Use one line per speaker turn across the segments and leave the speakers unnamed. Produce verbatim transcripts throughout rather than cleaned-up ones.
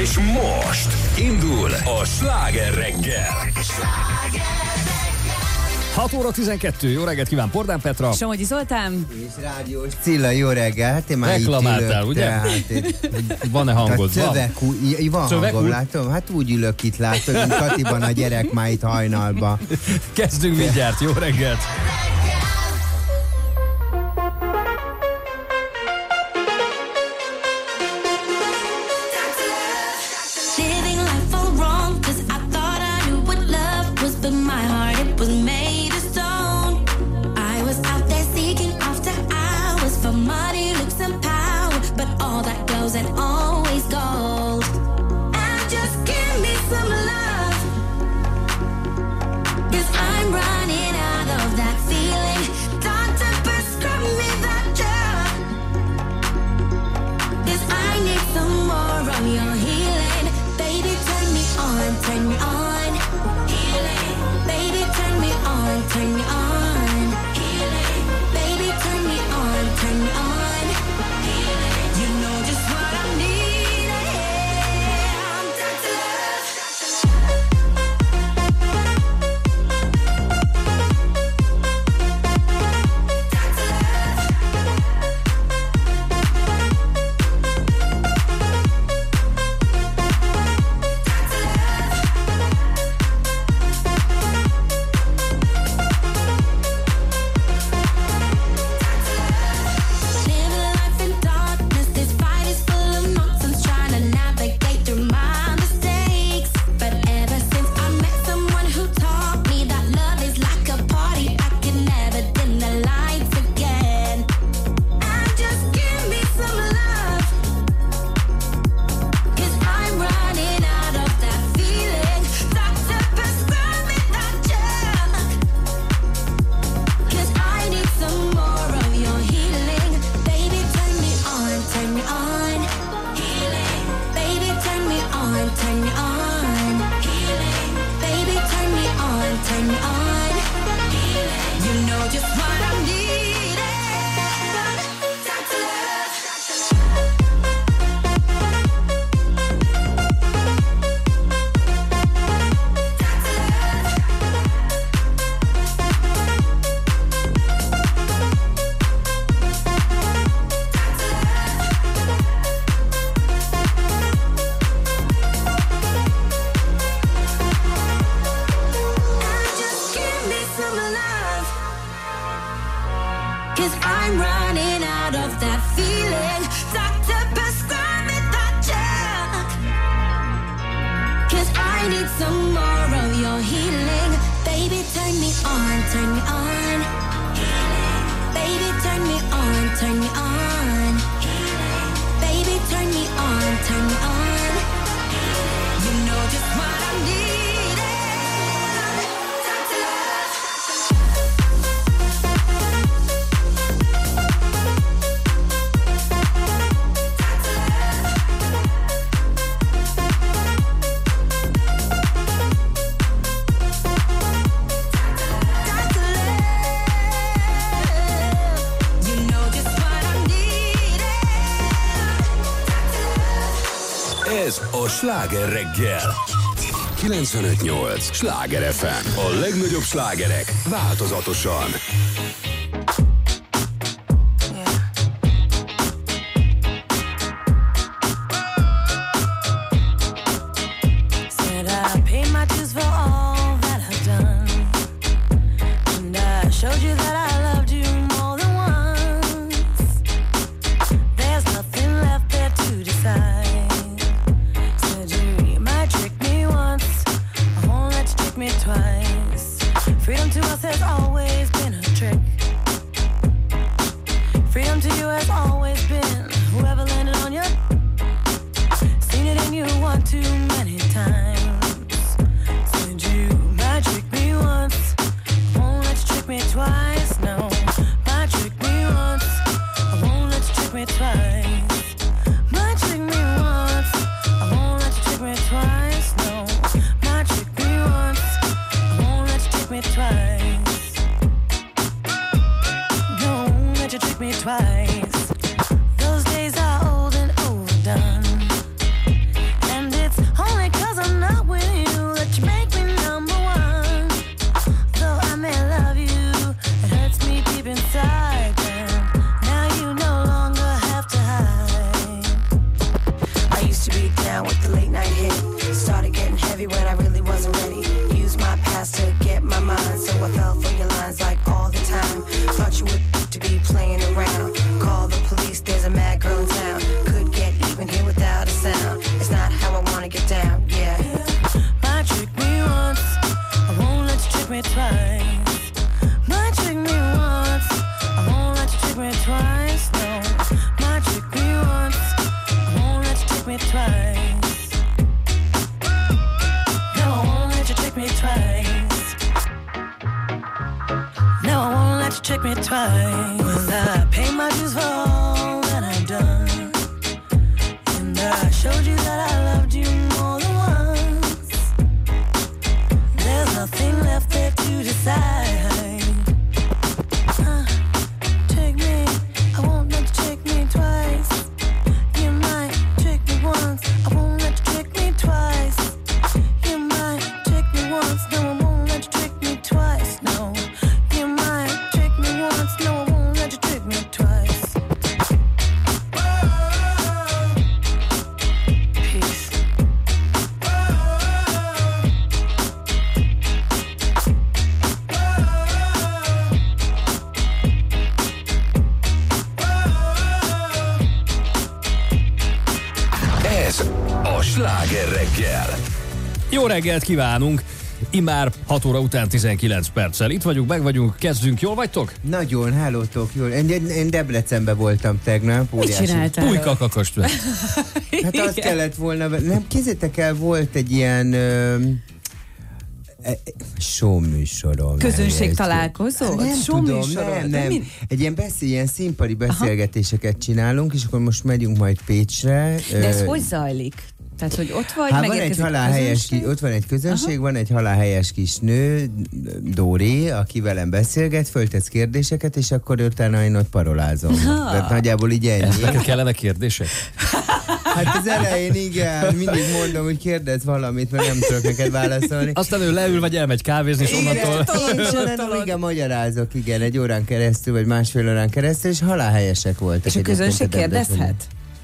És most indul a Sláger reggel.
hat óra tizenkettő, jó reggelt kíván Pordán Petra.
Somogyi Zoltán.
És rádiós Cilla, jó reggel. Hát én már
reklamáltál, ugye?
Hát én...
Van-e hangod?
Szöveg, ú... van
Szöveg
hangom,
ú...
látom. Hát úgy ülök itt, látod, mint Katiban a gyerek már itt hajnalba.
Kezdünk mindjárt, jó reggelt.
Sláger reggel. kilencvenöt nyolc Sláger ef em. A legnagyobb slágerek változatosan.
Freedom to us has always been a trick.
down with the late night hit. Started getting heavy when I really wasn't ready. Used my past to get my mind, so I fell for your lines like all the time. Thought you would to be playing around. Call the police, there's a mad girl in town. Could get even here without a sound. It's not how I wanna get down, yeah. Might trick me once, I won't let you trick me twice. Might trick me once, I won't let you trick me twice, no. Might trick me once, I won't let you trick me twice. No, I won't let you trick me twice. No, I won't let you trick me twice. Well, I pay my dues for all that I've done, and I showed you that I loved you more than once. There's nothing left there to decide. Uh, trick me, I won't let you trick me twice. You might trick me once, I won't let you trick me twice. You might trick me once, no, I won't let you trick me twice, no. You might trick me once, no, I won't let you trick me twice. Peace.
Ez a Sláger reggel.
Jó reggelt kívánunk! Immár hat óra után tizenkilenc perccel. Itt vagyunk, meg vagyunk, kezdünk. Jól vagytok?
Nagyon, hálótok, jól. Én, én, én Debrecenben voltam tegnap.
Mit csináltál?
Pulykakakast vett.
Hát azt kellett volna, nem, kézzétek el, volt egy ilyen ö, e, show műsorom.
Közönség találkozó?
Nem
Show
tudom,
műsorod?
nem,
De
nem.
mi?
Egy ilyen, beszél, ilyen színpadi beszélgetéseket csinálunk, és akkor most megyünk majd Pécsre.
De ez
Ö,
hogy zajlik? Tehát, hogy ott vagy,
Hát van egy
megérkezik
halálhelyes
közönség?
ki, ott van egy közönség, Aha. van egy halálhelyes kis nő, Dóri, aki velem beszélget, föltesz kérdéseket, és akkor utána én ott parolázom. Tehát nagyjából így ennyi.
Neked kellene kérdések?
Hát az elején igen, mindig mondom, hogy kérdezz valamit, mert nem tudok neked válaszolni.
Aztán ő leül, vagy elmegy kávézni, és onnantól...
Igen, és onnantól igen, magyarázok, igen, egy órán keresztül, vagy másfél órán keresztül, és halálhelyesek voltak.
És a közönség kérdezhet?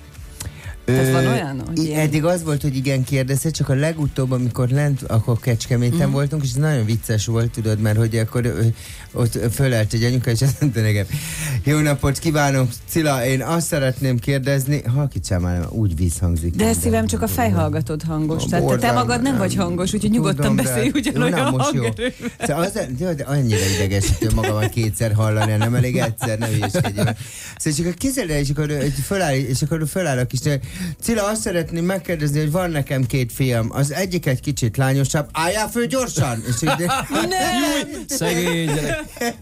Tehát van olyan, hogy ilyen?
Eddig az volt, hogy igen, kérdezhet, csak a legutóbb, amikor lent, akkor Kecskeméten mm. voltunk, és ez nagyon vicces volt, tudod, mert hogy akkor ö, ott fölelt egy anyuka, és azt mondta nekem, jó napot kívánok, Cilla, én azt szeretném kérdezni, halkítsál már, úgy vízhangzik.
De szívem, csak a fejhallgatod hangos, a tehát te magad nem vagy hangos, úgyhogy nyugodtan beszélj ugyanolyan hangerővel.
Szóval az, jó, de annyira idegesítő magamat kétszer hallani, nem elég egyszer, ne hülyeskedjél. Szóval csak a kézzel, és akkor föláll, és akkor föláll a kis, Cilla, azt szeretném megkérdezni, hogy van nekem két fiam, az egyik egy kicsit lányosabb, álljál föl gyorsan! És így, de...
Júj, szegény gyerek.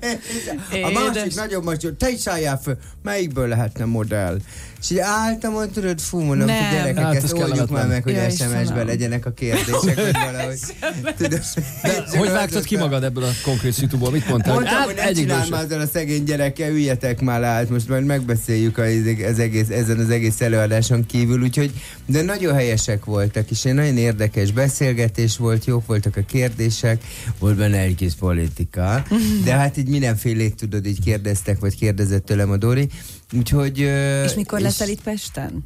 A másik nagyon macsó, te is álljál föl, melyikből lehetne modell? És így álltam, hogy tudod, fú, mondom, hogy gyerekek,
hát,
ezt oldjuk már meg, hogy
ja,
es em es-ben legyenek a kérdések, vagy valahogy. Tudod,
De hogy vágtad ki magad ebből a konkrét szituból? Mit mondtál?
Mondtam,
Hát,
hogy ne
egyik
csinálj
bőség.
már azzal a szegény gyerekkel, üljetek már le, hát most majd megbeszéljük az egész, ezen az egész előadáson kívül, úgyhogy, de nagyon helyesek voltak, és egy nagyon érdekes beszélgetés volt, jók voltak a kérdések, volt benne egy kis politika, de hát így mindenfélét tudod, így kérdeztek, vagy kérdezett tőlem a Dori, úgyhogy...
És mikor és leszel itt Pesten?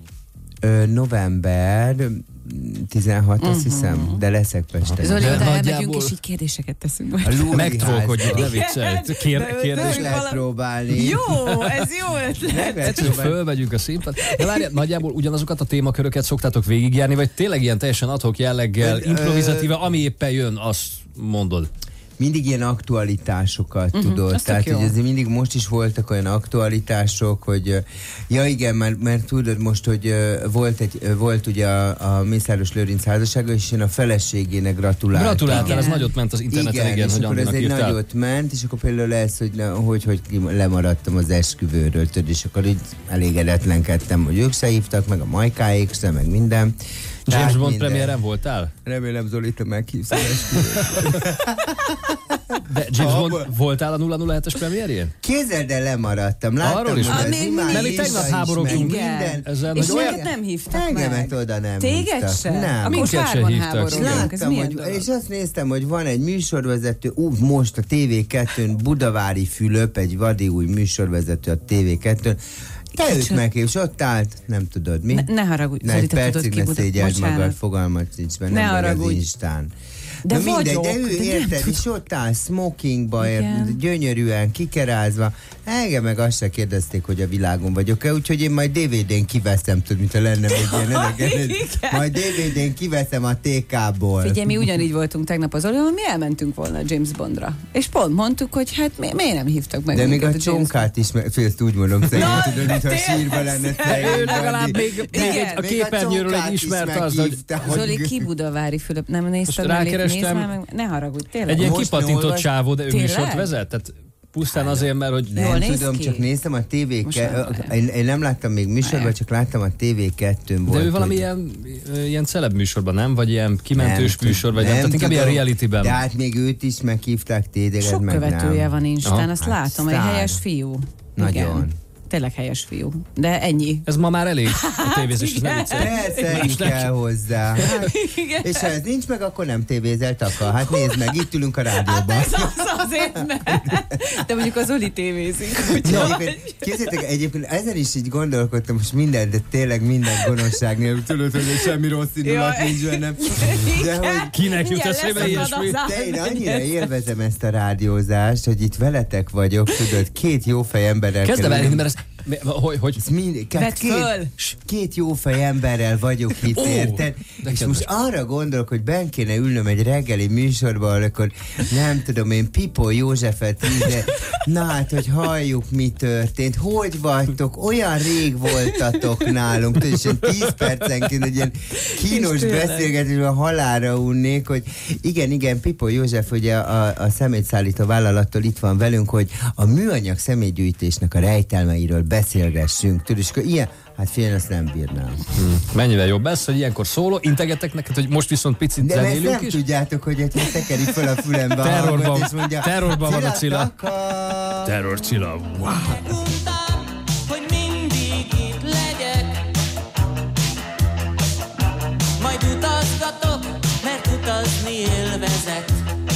Ö, november tizenhat, azt uh-huh. hiszem, de leszek Pesten.
Zoli, oda
nagyjából-
elmegyünk, és így kérdéseket teszünk majd.
A Lóri
Megtrollkodjuk,
házban.
ne viccelj. Kér,
De-
kérdés.
Meg lehet próbálni.
Jó, ez jó ötlet.
Meg lehet
Csak
próbálni.
fölmegyünk a színpad. De várjál, nagyjából ugyanazokat a témaköröket szoktátok végigjárni, vagy tényleg ilyen teljesen adhok jelleggel,
Ö,
improvizatíva, ami éppen jön, azt mondod.
Mindig ilyen aktualitásokat uh-huh, tudod,
az
tehát
tök jó.
hogy azért mindig most is voltak olyan aktualitások, hogy ö, ja igen, mert, mert tudod most, hogy ö, volt, egy, ö, volt ugye a, a Mészáros Lőrinc házassága, és én a feleségének gratuláltam.
Gratuláltál, ez
Igen.
nagyot ment az interneten,
Igen,
igen,
és
hogy
akkor ez
Andinak
egy
írtál.
nagyot ment, és akkor például lesz, hogy, ne, hogy, hogy ki- lemaradtam az esküvőről, tudod, és akkor így elégedetlenkedtem, hogy ők se hívtak, meg a Majkáék se, meg minden.
James
Tehát
Bond
minden.
premiéren voltál?
Remélem, Zoli, te meghívsz az esküvőt.
De James
Abba-
Bond voltál a nulla nulla hetes premierjén?
Kézzel, el lemaradtam. Láttam,
Arról is?
hogy
Ah,
az
még
imád
mindig
Mert mi
Lisa
tegnap
is,
háborogtunk.
meg
Igen.
Ezen,
minden.
És
hogy
minket
olyan-
nem hívtak
Engemet
meg.
oda nem
Téged
hívtak.
se?
Nem.
Akkor
Minket se
sárban
hívtak.
háborogunk. Ez
Láttam,
milyen
hogy,
dolog?
és azt néztem, hogy van egy műsorvezető, ú, most a té vé kettőn, Budavári Fülöp, egy vadi új műsorvezető a té vé kettőn, Te őt meg, és ott állt, nem tudod mi?
Ne, ne haragudj,
ne, egy percig ne szégyeld magad, fogalmat sincs, mert
ne
nem vagy
haragudj.
az Instán.
De
Na mindegy,
vagyok,
de ő
de
érted, és ott áll smokingba, érted, gyönyörűen, kikerázva. Engem meg azt se kérdezték, hogy a világon vagyok-e, úgyhogy én majd dé vé dén kiveszem, tudod, mintha lenne még ilyen eleged. Majd dé vé dén kiveszem a té ká-ból.
Figyelj, mi ugyanígy voltunk tegnap az Olion, mi elmentünk volna James Bondra. És pont mondtuk, hogy hát mi, miért nem hívtak meg.
De még a csonkát is, ezt úgy mondom, szerintem, tudod, mintha sírba lenne.
Ő legalább még, még egy, a képernyőről egy ismert az, hogy...
Zoli, ki Budavári Fülöp, nem néztem meg, nézd már meg, ne haragudj, tényleg.
Egy ilyen kipatintott csávó, de ő
tényleg?
műsort vezet? Tehát pusztán azért, mert hogy...
Nem
Jól
tudom,
ki?
csak néztem a té vé kettőn, én, én nem láttam még műsorban, csak láttam a té vé kettőn volt.
De ő valami
hogy...
ilyen, ilyen celeb műsorban, nem? Vagy ilyen kimentős
nem,
műsor, vagy nem?
nem
Tehát inkább ilyen realityben.
De hát még őt is meghívták, téged
Sok
meg
követője
nem.
van Instán,
Aha.
azt
Hát
látom, egy
sztár.
helyes fiú.
Nagyon.
Igen. Tényleg helyes fiú. De ennyi.
Ez ma már elég a tévézés, ez nem
igen.
viccelj.
Persze, így kell hozzá. Hát, és ha ez nincs meg, akkor nem tévézelt akar. Hát nézd meg, itt ülünk a rádióban.
Hát ez az azért nem. De mondjuk az Oli tévézik.
No, egyébként, képzeljétek, egyébként ezen is így gondolkodtam, most minden, de tényleg minden gonoszság nélkül. Tudod, hogy semmi rossz indulat
Jaj.
nincs bennem. De hogy
Kinek jut
Mindjárt
eszébe
leszakad
ilyesmi?
az
de én
áll.
annyira élvezem ezt a rádiózást, hogy itt veletek vagyok, tudod, két jófej emberrel
Kezdem
kell
el,
ülni.
mert ez... Hogy, hogy?
Ez mind,
Vedd
hát két,
föl!
két jófej emberrel vagyok itt,
Ó,
érted?
de
És
kedves.
most arra gondolok, hogy benn kéne ülnöm egy reggeli műsorban, akkor nem tudom én, Pipó Józsefet ide, na hát, hogy halljuk, mi történt, hogy vagytok, olyan rég voltatok nálunk, tudod, és ilyen tíz percenként egy ilyen kínos
És tényleg.
beszélgetésben halálra unnék, hogy igen, igen, Pipó József ugye a, a szemétszállító vállalattól itt van velünk, hogy a műanyag szemétgyűjtésnek a rejtelmeiről beszélgessünk, tudod, és akkor ilyen, hát fél, ezt nem bírnám.
Hmm. Mennyivel jobb ez, hogy ilyenkor szóló, integetek neked, hogy most viszont picit
De ezt
zenélünk
nem
is?
tudjátok, hogy egy tekeri föl a fülembe a
Terrorban-
hangot, és mondja,
terrorban van a Cilla.
Taka!
Terror Cilla. Wow.
Mondtam, hogy mindig itt legyek. Majd utazgatok, mert utazni élvezet.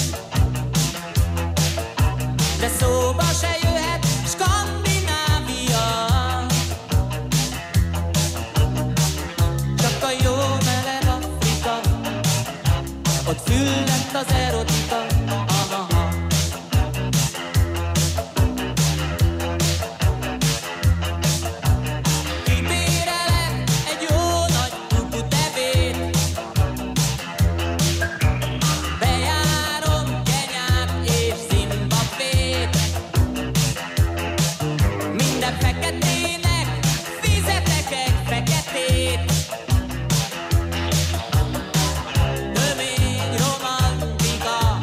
De szóba se jöhet Skandinávia. Csak a jó meleg Afrika. Ott füllett az erotika. Aha. Kibérelek egy jó nagy kuku tevét. Bejárom Kenyát és Zimbabvét. Minden feketének fizetek egy feketét. Tömény romantika.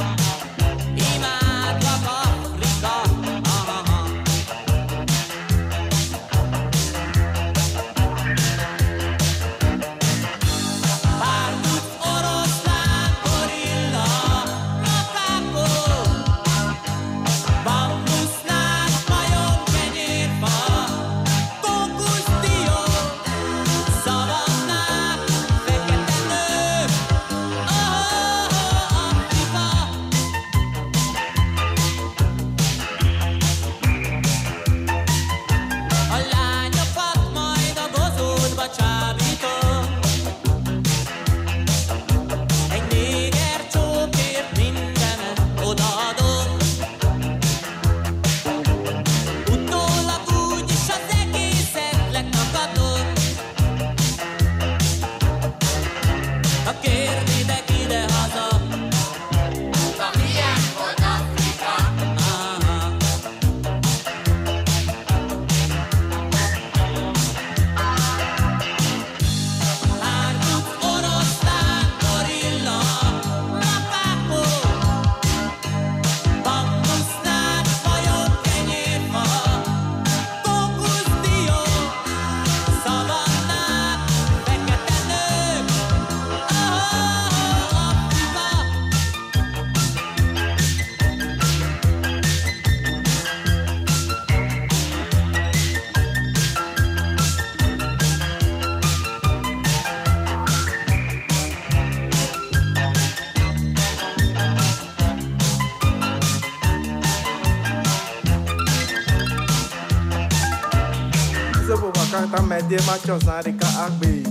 Mata media macho sarika agbi.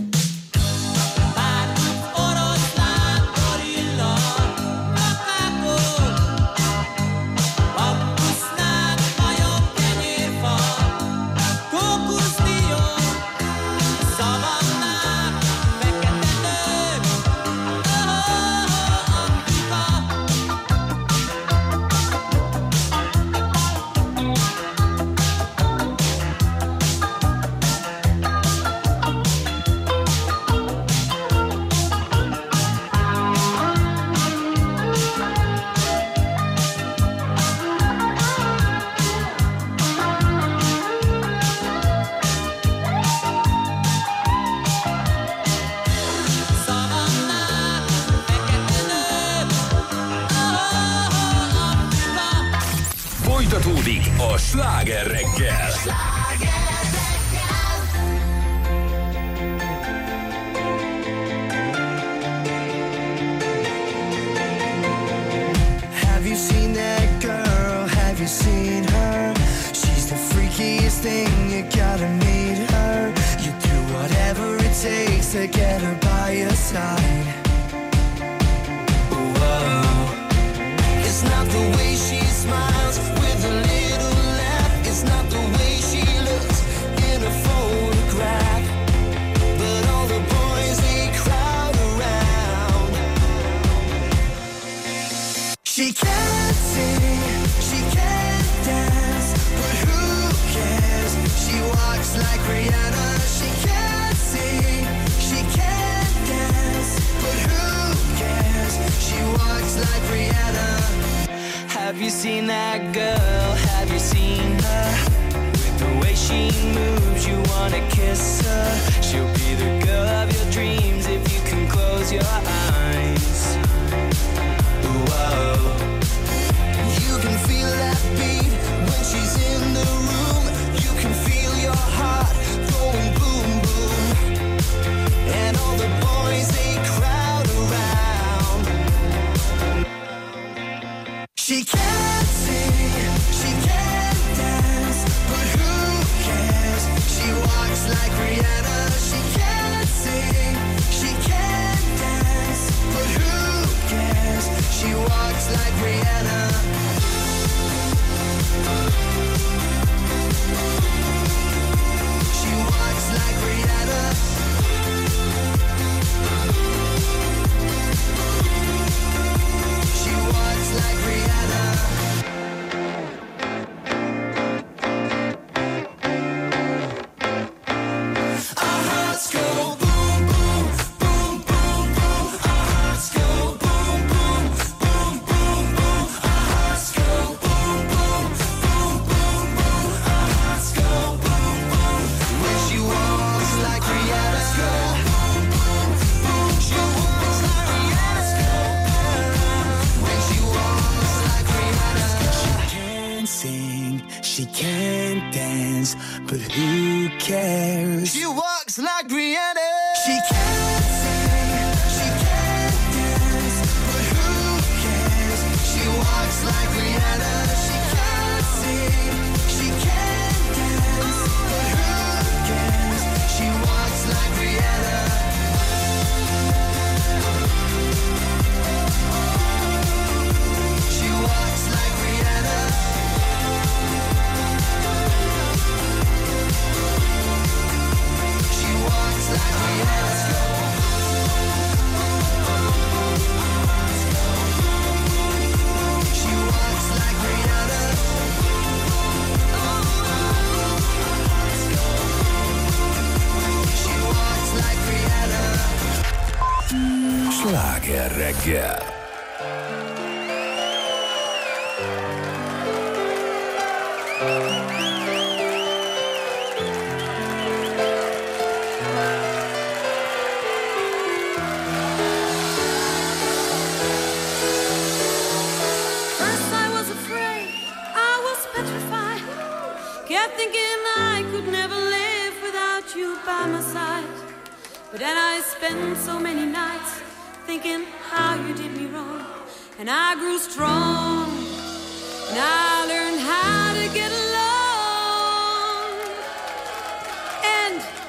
Folytatódik a Sláger reggel.
Have you seen that girl? Have you seen her? She's the freakiest thing, you gotta meet her. You do whatever it takes to get her by your side. Whoa. It's not the way she smiles with a little laugh. It's not the way she looks in a photograph. But all the boys, they crowd around. She can't sing, she can't dance, but who cares? She walks like Rihanna. She can't sing, she can't dance, but who cares? She walks like Rihanna. Have you seen that girl? Have you seen her? With the way she moves, you wanna kiss her. She'll be the girl of your dreams if you can close your eyes. Whoa. You can feel that beat when she's in the room. You can feel your heart going boom, boom. And all the boys, they crowd around. She can't sing, she can't dance, but who cares? She walks like Rihanna. She can't sing, she can't dance, but who cares? She walks like Rihanna. She walks like Rihanna. She walks like Rihanna. Our hearts go boom, boom, boom, boom, boom. Our hearts go boom, boom, boom, boom, boom. Our hearts go boom, boom, boom, boom, boom. Our hearts go boom, boom. When she walks like Rihanna. Go boom, boom, boom. She walks like Rihanna. When she walks like Rihanna. She can't sing, she can't dance, but who cares? She walks like Rihanna. She can't sing, she can't dance, but who cares? She walks like Rihanna. She can't sing, she can't dance, but who cares? She walks like Rihanna. She walks like Rihanna. She walks like Rihanna. She walks like Rihanna. She walks like Rihanna.
Sláger reggel.
First I was afraid, I was petrified. Kept thinking I could never live without you by my side. But then I spent so many nights thinking how you did me wrong. And I grew strong, and I learned how to get along. And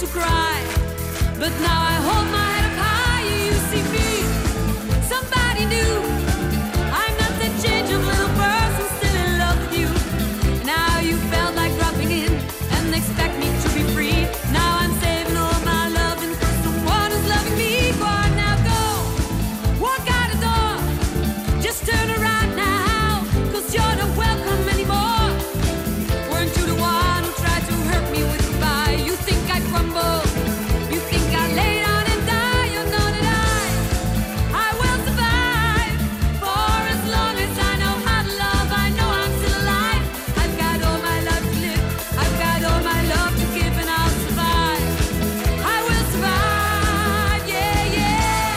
to cry, but now I hold my head up high. You see me, somebody new. I'm not that change of little person still in love with you. Now you felt like dropping in and expect me to be free. Now I'm saving all my loving for someone who's loving me. Go on now, go, walk out the door, just turn around now, 'cause you're not welcome anymore. Weren't you the one who tried to hurt me with goodbye? You think I crumble, you think I lay down and die. You're gonna die, I will survive. For as long as I know how to love, I know I'm still alive. I've got all my love to live, I've got all my love to give, and I'll survive. I will survive, yeah, yeah.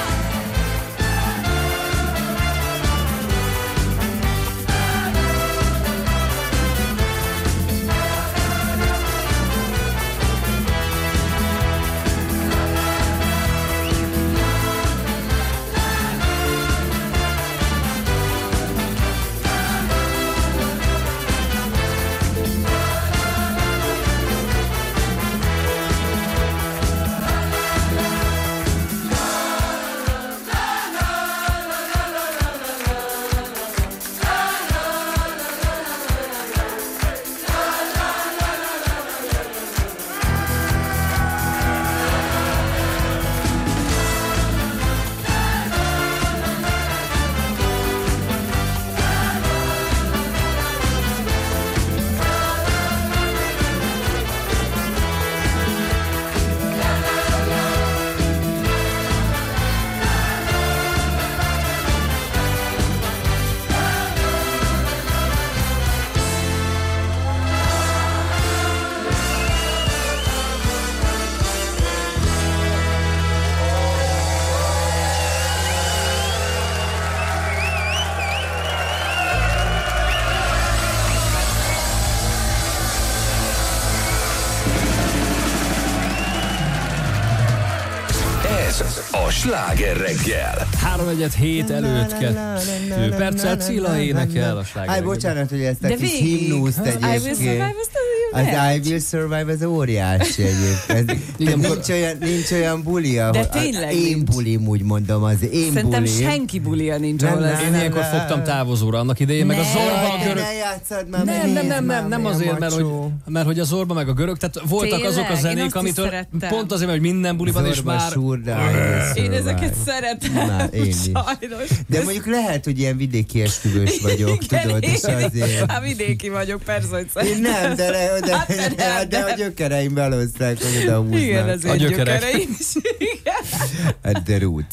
A Sláger reggel.
három egyet hét előtt kettő perccel Cilla énekel a Sláger
Aj,
reggel.
bocsánat, hogy ezt a
De
kis
végig.
himnuszt
Az I Will
egyébként.
Survive, azt
Az
az
I Will Survive, az óriási egyébként.
Igen,
nincs, olyan, nincs olyan buli, ahol...
De tényleg
Én
nincs.
bulim, úgy mondom, az én
Szerintem
bulim.
senki bulia nincs,
Nem,
ahol
nem,
ez...
Én ilyenkor fogtam távozóra annak idején, meg a
Ne.
Zorba, a
Jaj,
görög...
ne játsszad már,
Nem,
mert
nem,
nézd
nem, nem,
már,
nem
milyen
azért, mert hogy,
macsó.
mert hogy a Zorba meg a görög, tehát voltak
Tényleg?
azok a
Én
zenék,
azt is
amitől
szerettem.
pont azért, mert minden buliban és
Zorba,
már...
Surda, I Will
Én
Survive.
ezeket szeretem.
Na, én is.
Sajnos.
De mondjuk lehet, hogy ilyen vidéki esküvős vagyok,
Igen,
tudod, és
én-
azért...
Hát vidéki vagyok, persze, hogy szeretem.
Én nem, de, de, de,
Hát te nem,
de, de a
de-
gyökereim belőztek, hogy oda húznak.
Igen, ez
A
egy
gyökerek.
gyökereim is. Igen.
Hát the roots.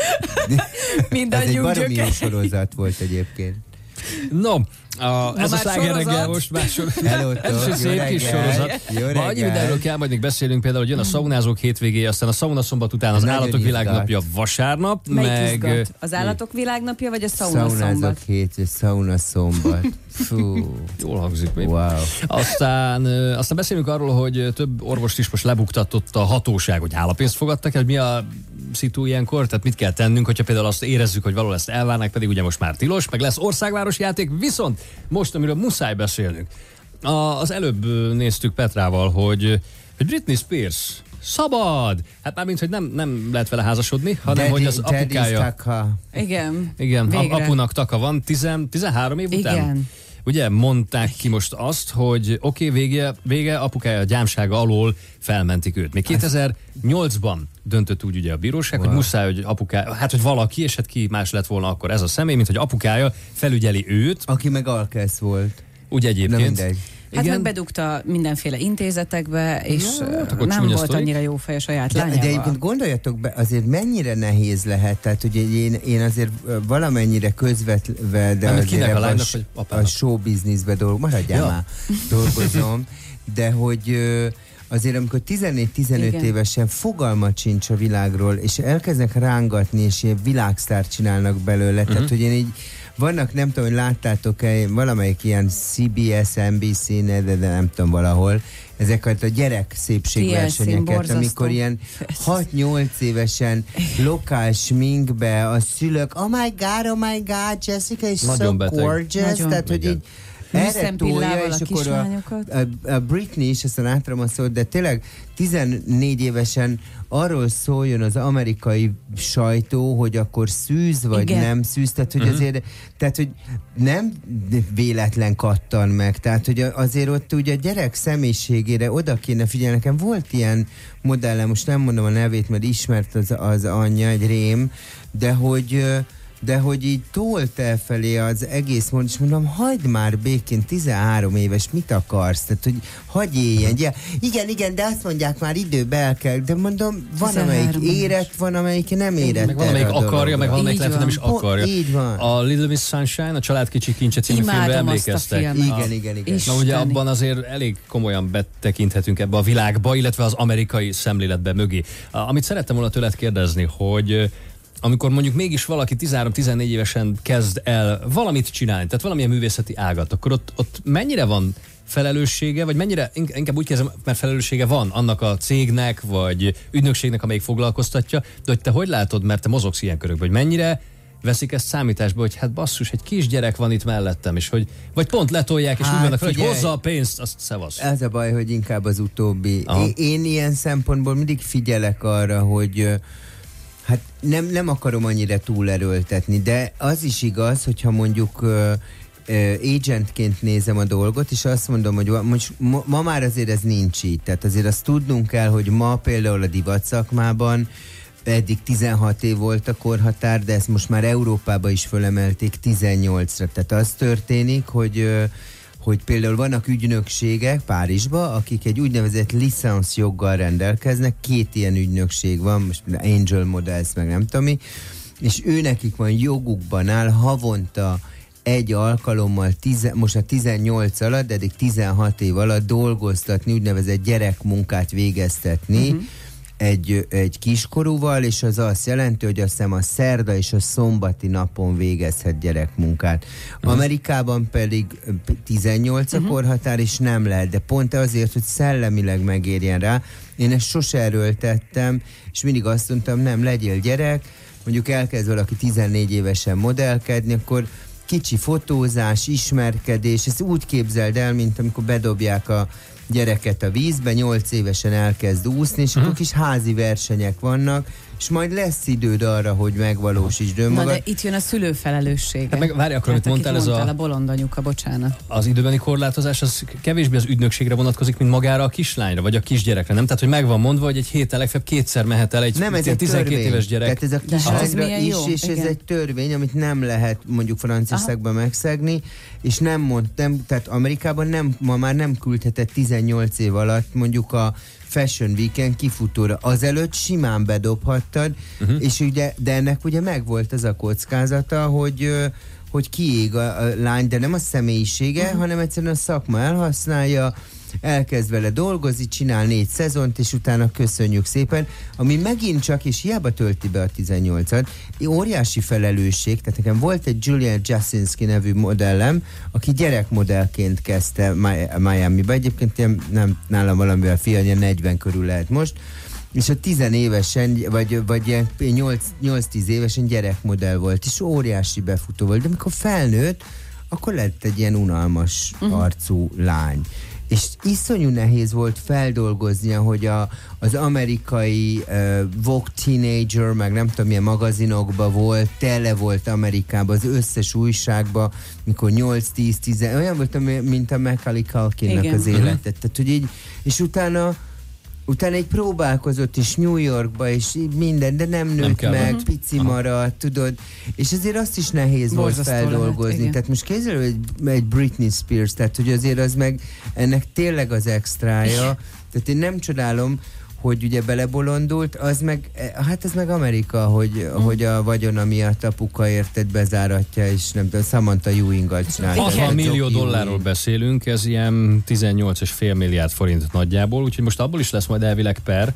Ez egy
Mindannyiunk
baromi jó
gyökere.
sorozat volt egyébként.
No, a, ez a
már
Sláger reggel
sorozat?
most már sor...
Hello,
Ez is egy
jó
szép kis
reggel.
sorozat.
Jó
Ma annyi
reggel.
mindenről kell, majd még beszélünk, például, hogy jön a szaunázók hétvégéje, aztán a szauna szombat után az
Nagyon
állatok
izgat.
világnapja vasárnap,
Melyik
meg...
izgat? Az állatok világnapja, vagy a szauna
Szaunázok
szombat?
hét, és szauna szombat. Fú,
Jól hangzik még.
wow.
Aztán, ö, aztán beszélünk arról, hogy több orvost is most lebuktatott a hatóság, hogy állapénzt fogadtak el, mi a szitu ilyenkor, tehát mit kell tennünk, hogyha például azt érezzük, hogy valahol ezt elvárnák, pedig ugye most már tilos, meg lesz országváros játék, viszont most, amiről muszáj beszélnünk. A, az előbb ö, néztük Petrával, hogy, hogy Britney Spears szabad! Hát mármint, hogy nem, nem lehet vele házasodni, hanem hogy az
Daddy-
apukája...
Daddy's Taka.
Igen.
Igen, a,
Végre.
apunak taka van, tizen, tizenhárom év után.
Igen.
Ugye mondták ki most azt, hogy oké, okay, vége, vége, apukája a gyámsága alól felmentik őt. Még kétezer-nyolcban döntött úgy ugye a bíróság, wow. hogy muszáj, hogy apukája, hát hogy valaki, és hát ki más lett volna akkor ez a személy, mint hogy apukája felügyeli őt.
Aki meg alkesz volt.
Úgy egyébként.
Na mindegy.
Hát
Igen.
meg bedugta mindenféle intézetekbe, és
Ja,
ja,
hát akkor
nem
csúnya
volt
sztori.
annyira jó fej a saját
De,
lányával.
de egyébként gondoljatok be, azért mennyire nehéz lehet, tehát ugye én, én azért ö, valamennyire közvetve, de
Nem,
azért
kinek, a
ebben
lánynak
s-
vagy
a
apának?
show businessbe dolgozom, maradjál
Ja.
már, dolgozom, de hogy ö, azért amikor tizennégy-tizenöt
Igen.
évesen fogalmat sincs a világról, és elkezdnek rángatni, és ilyen világsztárt csinálnak belőle, uh-huh. tehát hogy én így vannak, nem tudom, hogy láttátok-e, valamelyik ilyen C B S, N B C, de, de nem tudom valahol, ezeket a gyerek szépségversenyeket,
borzasztó.
amikor ilyen hat-nyolc évesen lokál sminkbe a szülők, oh my god, oh my god, Jessica is
Nagyon
so
beteg.
gorgeous,
Nagyon.
tehát hogy
Igen.
így erre tolja, és
a
akkor a, a, a Britney is, aztán átram a szót, de tényleg tizennégy évesen arról szóljon az amerikai sajtó, hogy akkor szűz, vagy igen. nem szűz, tehát hogy, uh-huh. azért, tehát, hogy nem véletlen kattan meg, tehát hogy azért ott ugye a gyerek személyiségére oda kéne figyelni. Nekem volt ilyen modellem, most nem mondom a nevét, mert ismert az, az anyja, egy rém, de hogy de hogy így tolt elfelé az egész mond, és mondom, hagyd már békén, tizenhárom éves, mit akarsz? Tehát, hogy hagyj éljen. Ugye, igen, igen, de azt mondják, már időbe el kell, de mondom, van amelyik érett, van amelyik nem érett.
Meg valamelyik akarja, meg valamelyik lehet, nem is akarja.
Így van.
A Little Miss Sunshine, a Család kicsi kincse című filmre emlékeztek.
Igen, igen, igen.
Na ugye abban azért elég komolyan betekinthetünk ebbe a világba, illetve az amerikai szemléletbe mögé. Amit szerettem volna tőled kérdezni, hogy amikor mondjuk mégis valaki tizenhárom-tizennégy évesen kezd el valamit csinálni, tehát valamilyen művészeti ágat, akkor ott, ott mennyire van felelőssége, vagy mennyire, inkább úgy kezdem, mert felelőssége van annak a cégnek, vagy ügynökségnek, amelyik foglalkoztatja, de hogy te hogy látod, mert te mozogsz ilyen körökben, hogy mennyire veszik ezt számításba, hogy hát basszus, egy kisgyerek van itt mellettem, és hogy, vagy pont letolják, és hát, úgy vannak fel, hogy hozza a pénzt, azt szevasz.
Ez a baj, hogy inkább az utóbbi. Én, én ilyen szempontból mindig figyelek arra, hogy hát nem, nem akarom annyira túlerőltetni, de az is igaz, hogyha mondjuk uh, uh, agentként nézem a dolgot, és azt mondom, hogy most, ma, ma már azért ez nincs így. Tehát azért azt tudnunk kell, hogy ma például a divat szakmában eddig tizenhat év volt a korhatár, de ezt most már Európába is fölemelték tizennyolcra. Tehát az történik, hogy uh, hogy például vannak ügynökségek Párizsba, akik egy úgynevezett licenszjoggal rendelkeznek, két ilyen ügynökség van, most Angel Models, meg nem tudom mi, és őnekik van jogukban áll havonta egy alkalommal, tize, most a tizennyolc alatt, de eddig tizenhat év alatt dolgoztatni, úgynevezett gyerekmunkát végeztetni, uh-huh. egy, egy kiskorúval, és az azt jelenti, hogy azt hiszem a szerda és a szombati napon végezhet gyerekmunkát. Uh-huh. Amerikában pedig tizennyolc a uh-huh. korhatár, és nem lehet, de pont azért, hogy szellemileg megérjen rá. Én ezt sose erőltettem, és mindig azt mondtam, nem, legyél gyerek, mondjuk elkezd valaki tizennégy évesen modellkedni, akkor kicsi fotózás, ismerkedés, ezt úgy képzeld el, mint amikor bedobják a gyereket a vízbe, nyolc évesen elkezd úszni, és uh-huh. akkor kis házi versenyek vannak, és majd lesz időd arra, hogy megvalósítsd önmagad.
Na de itt jön a szülő felelőssége.
Hát meg várj, akkor amit mondtál, ez a...
a bolondanyuka, bocsánat.
Az időbeni korlátozás, az kevésbé az ügynökségre vonatkozik, mint magára a kislányra, vagy a kisgyerekre, nem? Tehát, hogy meg van mondva, hogy egy héten legfeljebb kétszer mehet el egy,
nem, ez egy
tizenkét
törvény.
éves gyerek.
Tehát ez a kislányra is, jó, és igen. ez egy törvény, amit nem lehet mondjuk Franciaországban megszegni, és nem mond, nem, tehát Amerikában nem, ma már nem küldhetett tizennyolc év alatt mondjuk a Fashion Weekend kifutóra. Azelőtt simán bedobhattad, uh-huh. és ugye, de ennek ugye megvolt az a kockázata, hogy, hogy kiég a, a lány, de nem a személyisége, uh-huh. hanem egyszerűen a szakma elhasználja, elkezd vele dolgozni, csinál négy szezont, és utána köszönjük szépen, ami megint csak, és hiába tölti be a tizennyolcat, óriási felelősség, tehát nekem volt egy Julia Jasinski nevű modellem, aki gyerekmodellként kezdte Miami-ba, egyébként ilyen, nem nálam valamivel fialja, negyven körül lehet most, és a tizenévesen, vagy, vagy ilyen nyolc-tíz évesen gyerekmodell volt, és óriási befutó volt, de amikor felnőtt, akkor lett egy ilyen unalmas uh-huh. arcú lány. És iszonyú nehéz volt feldolgoznia, hogy a, az amerikai uh, Vogue Teenager, meg nem tudom milyen magazinokban volt, tele volt Amerikában, az összes újságban, mikor nyolc-tíz-tíz, olyan volt, mint a Macaulay Culkinnak az életet. Tehát, hogy így, és utána Utána egy próbálkozott is New Yorkba, és minden, de nem nőtt nem meg, uh-huh. pici maradt, tudod, és azért azt is nehéz Borzasztó volt feldolgozni. Lehet, tehát most kézzel egy, egy Britney Spears, tehát hogy azért az meg, ennek tényleg az extrája, tehát én nem csodálom, hogy ugye belebolondult, az meg, hát ez meg Amerika, hogy, mm. hogy a vagyona miatt apuka érted bezáratja, és nem tudom, Samantha Ewing-gal csinálja.
hatvan millió dollárról beszélünk, ez ilyen tizennyolc egész öt milliárd forint nagyjából, úgyhogy most abból is lesz majd elvileg per.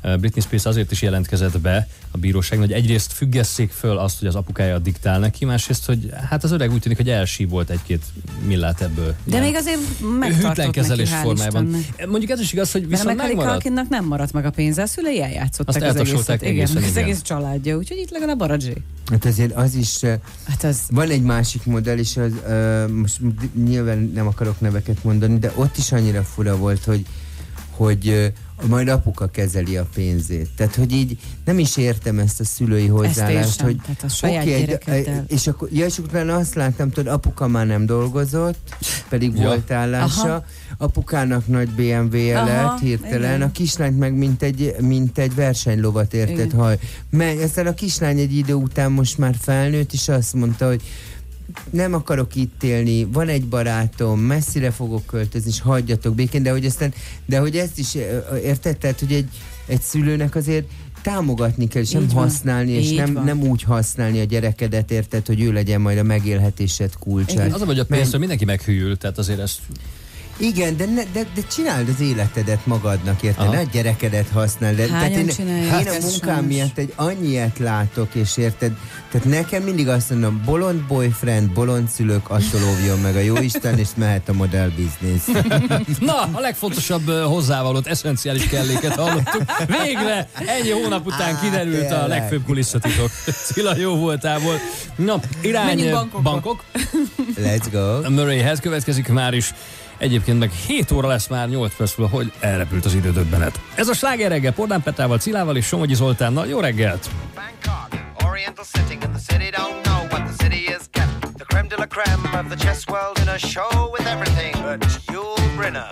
Britney Spears azért is jelentkezett be a bíróságon, hogy egyrészt függesszék föl azt, hogy az apukája diktál neki, másrészt, hogy hát az öreg úgy tűnik, hogy elsívolt egy-két millát ebből.
De még azért megtartott neki,
formájában. Mondjuk ez is igaz, hogy viszont
megmaradt. Mert Culkinnak nem maradt meg a pénze, a szülei eljátszották
azt
az egészet.
Igen,
igen, az egész családja, úgyhogy itt legalább a Radzsé.
Hát azért az is,
hát az...
van egy másik modell is, az, uh, most nyilván nem akarok neveket mondani, de ott is annyira fura volt, hogy, hogy uh, majd apuka kezeli a pénzét. Tehát, hogy így nem is értem ezt a szülői hozzáállást, hogy
tehát a saját
okay,
gyerekeddel.
És akkor, ja, és utána azt láttam, hogy apuka már nem dolgozott, pedig ja. volt állása. Aha. Apukának nagy bé em vé-je lett hirtelen, igen. A kislányt meg mint egy, mint egy versenylovat érted, haj. Menj, aztán a kislány egy idő után most már felnőtt, és azt mondta, hogy nem akarok itt élni, van egy barátom, messzire fogok költözni, és hagyjatok békén, de hogy aztán, de hogy ezt is érted, tehát, hogy egy, egy szülőnek azért támogatni kell, és így nem van. használni, és nem, nem úgy használni a gyerekedet, érted, hogy ő legyen majd a megélhetésed kulcsát.
Az a, hogy a pénztől mindenki meghűl, tehát azért ezt...
Igen, de, ne, de, de csináld az életedet magadnak, érted? Ne a gyerekedet használd. De, tehát én, én a munkám miatt egy annyiet látok, és érted? Tehát nekem mindig azt mondom, bolond boyfriend, bolond szülők, attól óvjon meg a jóisten, és mehet a modell biznisz.
Na, a legfontosabb uh, hozzávalót, eszenciális kelléket hallottuk. Végre ennyi hónap után kiderült a legfőbb kulisszatitok. Cilla, jó voltából. Na, irány Bangkok.
Let's go.
Murrayhez következik már is. Egyébként meg hét óra lesz már, nyolc perc múlva, hogy elrepült az idődöbbenet. Ez a Sláger reggel Pordán Petrával, Cilával és Somogyi Zoltánnal. Jó reggelt!
Bangkok, Oriental setting and the city don't know what the city is kept. The creme de la creme of the chess world in a show with everything but Yul Brynner.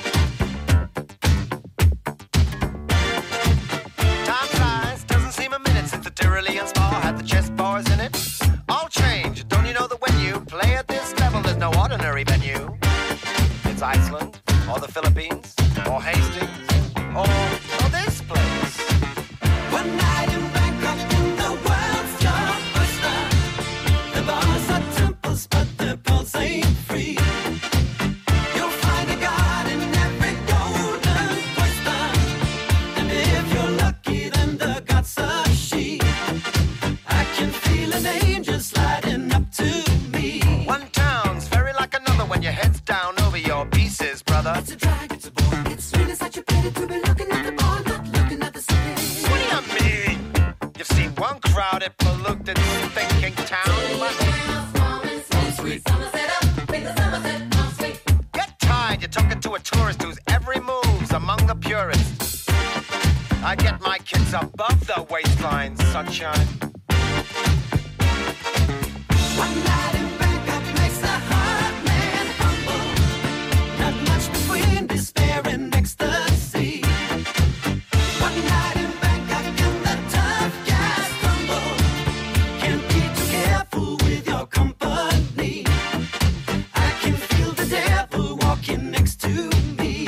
Time flies, doesn't seem a minute since the Tyrolean spa had the chess bars in it. All change, don't you know that when you play at this level, there's no ordinary venue. It's Iceland, or the Philippines, or Hastings, or, or this place.
One night in Bangkok in the world's your oyster. The bars are temples, but the pulse ain't free. You'll find a god in every golden oyster. And if you're lucky, then the god's a she. I can feel an angel sliding up to me.
One town's very like another when your head's down over your pieces, brother.
It's a drag, it's a bore. It's really such a pity to be looking at the ball, not looking at the city.
What do you mean? You've seen one crowded, polluted, thinking town, but... Get tired, you're talking to a tourist whose every move's among the purists. I get my kids above the waistline, sunshine.
One night in Bangkok makes the heart man humble. Not much between despair and ecstasy. One night in Bangkok and the tough guys crumble. Can't be too careful with your company. I can feel the devil walking next to me.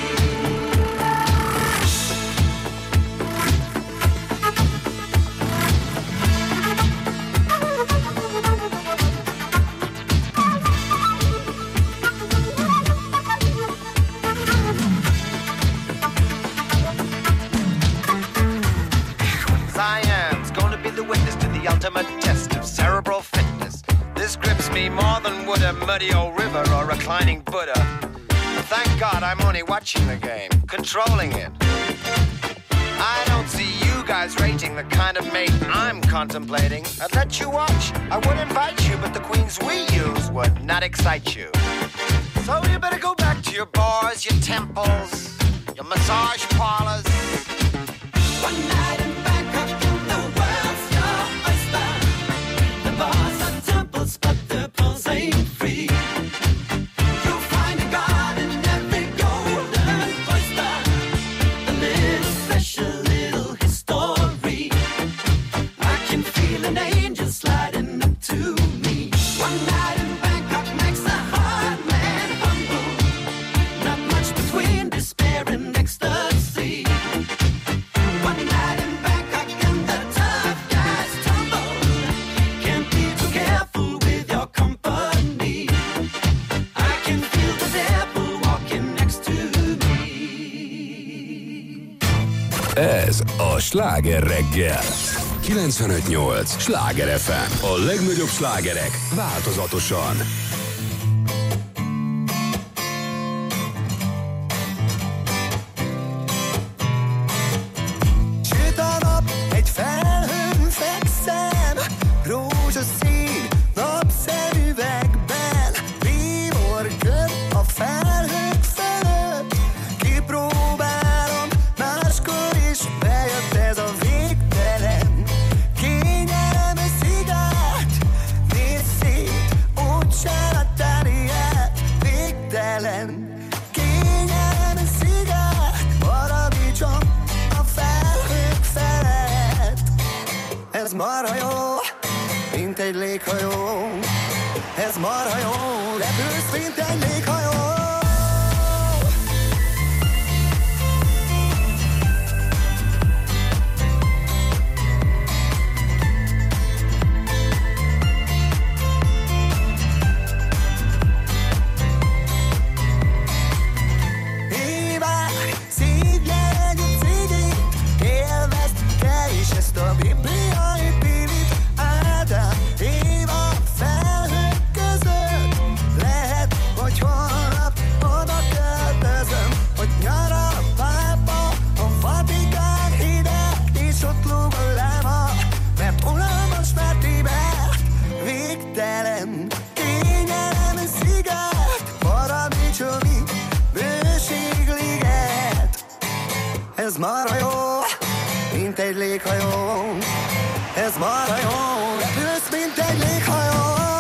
Cyan's gonna be the witness to the ultimate test of cerebral fitness. This grips me more than would a muddy old river or reclining Buddha. But thank God I'm only watching the game, controlling it. I don't see you guys rating the kind of mate I'm contemplating. I'd let you watch, I would invite you, but the queens we use would not excite you. So you better go back to your bars, your temples, your massage parlors.
One night in Bangkok in the world's your oyster. The bars are temples, but the pulse ain't free. You'll find a god in every golden oyster. A little special, little history. I can feel an angel sliding up to me. One night in Bangkok makes a hard man humble. Not much between despair and ecstasy. One night
Ez a Sláger reggel. kilencvenöt nyolc Sláger ef em. A legnagyobb slágerek változatosan.
Süt a nap, egy felhőn fekszem, rózsaszín napszemüvegben, bíborköd a felhők fölött, kipróbálom, máskor is bejött ez a végtelen. Kényelem szigát, nézd szét, úgysem láttál ilyet, végtelen. Kényelem szigát, paradicsom a felhők felett. Ez marha jó, mint egy léghajó. Ez marha jó, repülsz, mint egy léghajó. Hívják, szívjál egy cigit, élvezd te is ezt a bibliai pilit. Ádám, év a felhők között, lehet, hogy holnap oda költözöm, hogy nyara a pápa, a Vatikán hideg, és ott lóg a láma, mert unalmas már Tibet, végtelen. Kényelem szigát, paradicsomi bőségliget. Ez marha jó, mint egy léghajó. Ez marha jó, repülsz, mint egy léghajó.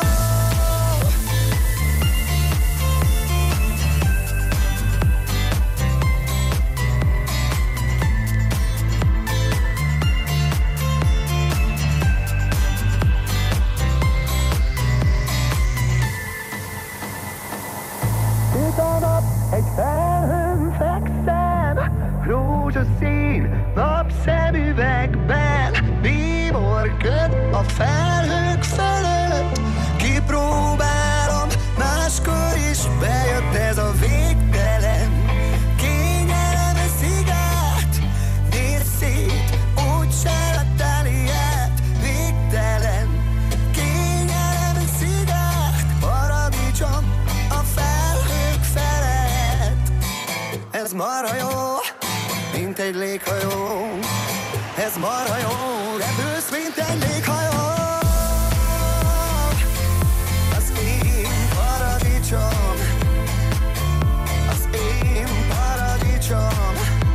Süt a nap, egy felhőn fekszem, rózsaszín napszemüvegben, bíborköd a felhők fölött, kipróbálom, máskor is bejött ez a végtelen. Kényelem szigát, nézd szét, úgysem láttál ilyet, végtelen. Kényelem szigát, paradicsom a felhők felett. Ez marha jó, mint egy léghajó. Ez marha jó, repülsz, mint egy léghajó. Az én paradicsom, az én paradicsom,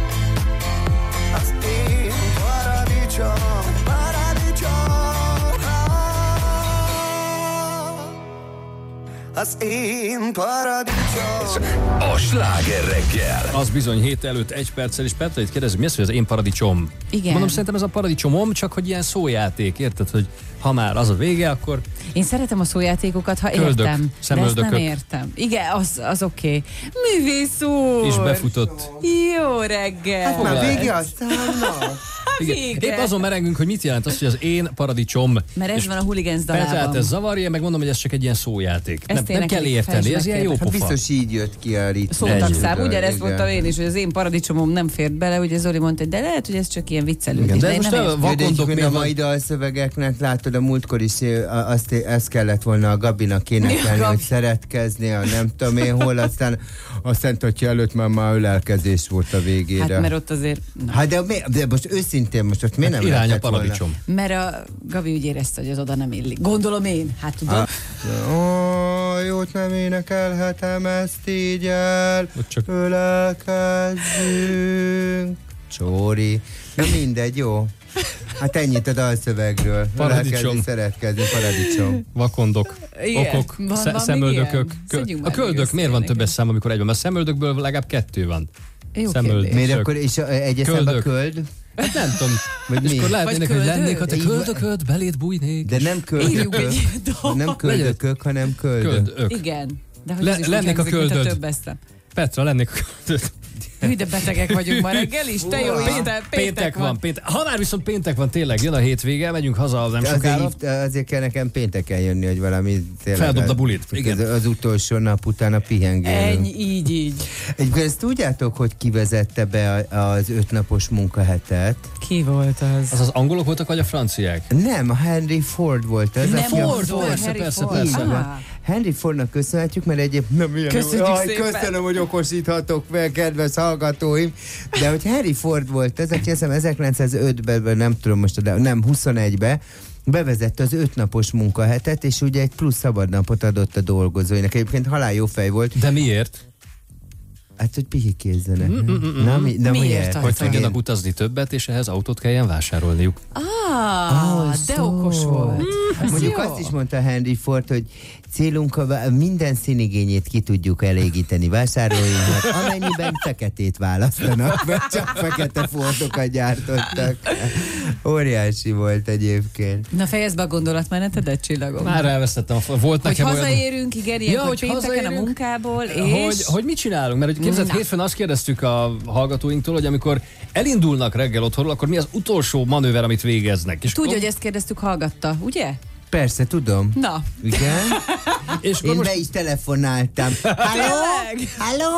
az én paradicsom, paradicsom, az én paradicsom.
A Sláger reggel.
Az bizony hét előtt egy perccel, és Petra, itt kérdezem, mi az, hogy az én paradicsom?
Igen.
Mondom, szerintem ez a paradicsomom, csak hogy ilyen szójáték, érted, hogy ha már az a vége, akkor
Én szeretem a szójátékokat, ha
Köldök,
értem. De ezt
szemöldökök.
nem értem. Igen, az, az oké. Okay. Művész úr!
is befutott.
Jó reggel!
Hát már
Foglalj.
vége aztán, na.
Igen.
Vége.
Épp azon merengünk, hogy mit jelent az, hogy az én paradicsom.
Mert ez
És
van a Hooligans
Petrát
dalában.
ez zavarja, meg mondom, hogy ez csak egy ilyen szójáték. Nem, nem
tényleg
kell
egy
érteni, ez ilyen jó
felesleg
Hát
pofa.
biztos így jött ki a ritmus.
Szótagszám,
Igen.
ugyanezt
Igen.
mondtam én is, hogy az én paradicsomom nem fért bele, ugye Zoli mondta, hogy de lehet, hogy ez csak ilyen viccelődés.
Igen, de
én
most
nem
a
értem.
Jó, de
vakondok
egyébként
miért
a
van?
mai dalszövegeknek látod, a múltkor is eh, azt, ezt kellett volna a Gabinak énekelni,
Gabi.
hogy szeretkezni, a nem tudom én hol, aztán a Szent Atya előtt már már ölelkezés volt a végére.
Hát mert ott azért... Na.
Hát de, mi- de most őszintén, most ott miért nem
Irány a
lehetett volna?
paradicsom.
Mert a Gabi úgy érezte, hogy az oda nem illik. Gondolom én, hát tudom.
Ah, ó, jót nem énekelhetem ezt így el,
Ott csak-
ölelkezzünk. Csóri. Na mindegy, jó. Hát ennyit a dalszövegről.
Paradicsom.
Ölelkezni, szeretkezni, paradicsom.
Vakondok,
Igen.
okok,
Van-
sze-
van
szemöldökök.
még ilyen?
Kö-
Szedjünk
a
már
köldök
még
miért van
össze
többes
nekünk.
szám, amikor egyben? Mert a szemöldökből legalább kettő van.
Jó
Szemöld.
kérdés.
Miért
Sök.
akkor, és a- egy eszembe
Köldök.
köld?
Hát nem tudom.
Vagy
És
mi?
akkor lehetnének, hogy
köldök?
lennék, ha te
Így-
köldököd, beléd bújnék.
De nem
Írjuk
köldökök,
egy dalt.
nem köldökök, hanem köldök.
Köldök.
Igen. De hogy
Le-
ez is
lennék
úgy
a
hangzik, mint
köldöd.
több eszem.
Petra, lennék a köldök.
Hű, de betegek vagyunk ma reggel is. Te jó Isten, péntek,
péntek van. Péntek. Ha már viszont péntek van, tényleg jön a hétvége, megyünk haza nem sokára.
Azért, azért kell nekem pénteken jönni, hogy valami tényleg...
Feldobd a bulit.
Igen. Az, az utolsó nap után a pihengélünk.
Ennyi, így, így.
Egyébként ezt tudjátok, hogy kivezette be az ötnapos munkahetet?
Ki volt az?
Az az angolok voltak, vagy a franciák?
Nem, a Henry Ford volt az.
Nem,
Ford,
Ford,
persze,
Harry
persze,
Ford.
persze.
Ah.
Henry Fordnak köszönhetjük, mert egyébként nem ilyen.
Köszönjük
Jaj,
szépen.
köszönöm, hogy okosíthatok meg, kedves hallgatóim. De hogy Henry Ford volt ez, aki hiszem ezerkilencszázötben, nem tudom most, de nem huszonegyben, bevezette az ötnapos munkahetet, és ugye egy plusz szabadnapot adott a dolgozóinak. Egyébként halál jó fej volt.
De miért?
Hát, hogy pihikézzenek. Na, mi, na,
Miért?
Hogy tudjanak utazni többet, és ehhez autót kelljen vásárolniuk.
Ah,
Ah,
de
szó.
okos volt. Ez
Mondjuk
jó.
azt is mondta Henry Ford, hogy célunk a minden színigényét ki tudjuk elégíteni vásárlóinknak, amennyiben feketét választanak, mert csak fekete Fordokat gyártottak. Óriási volt egyébként.
Na fejezd be a gondolatmenetedet, Csillagom.
Már elvesztettem. A, volt
Hogy
nekem
hazaérünk, igen, ilyen,
Ja,
hogy
hogy
pénteken a
hazaérünk,
munkából, és...
olyan, hogy, hogy mit csinálunk? Mert hogy képzeld,
Na.
hétfőn azt kérdeztük a hallgatóinktól, hogy amikor elindulnak reggel otthonról, akkor mi az utolsó manőver, amit végeznek? És
Tudja,
akkor-
hogy ezt kérdeztük, hallgatta, ugye?
Persze, tudom.
Na.
Igen?
és akkor
Én
most
be is telefonáltam. Halló?
Tényleg?
Halló?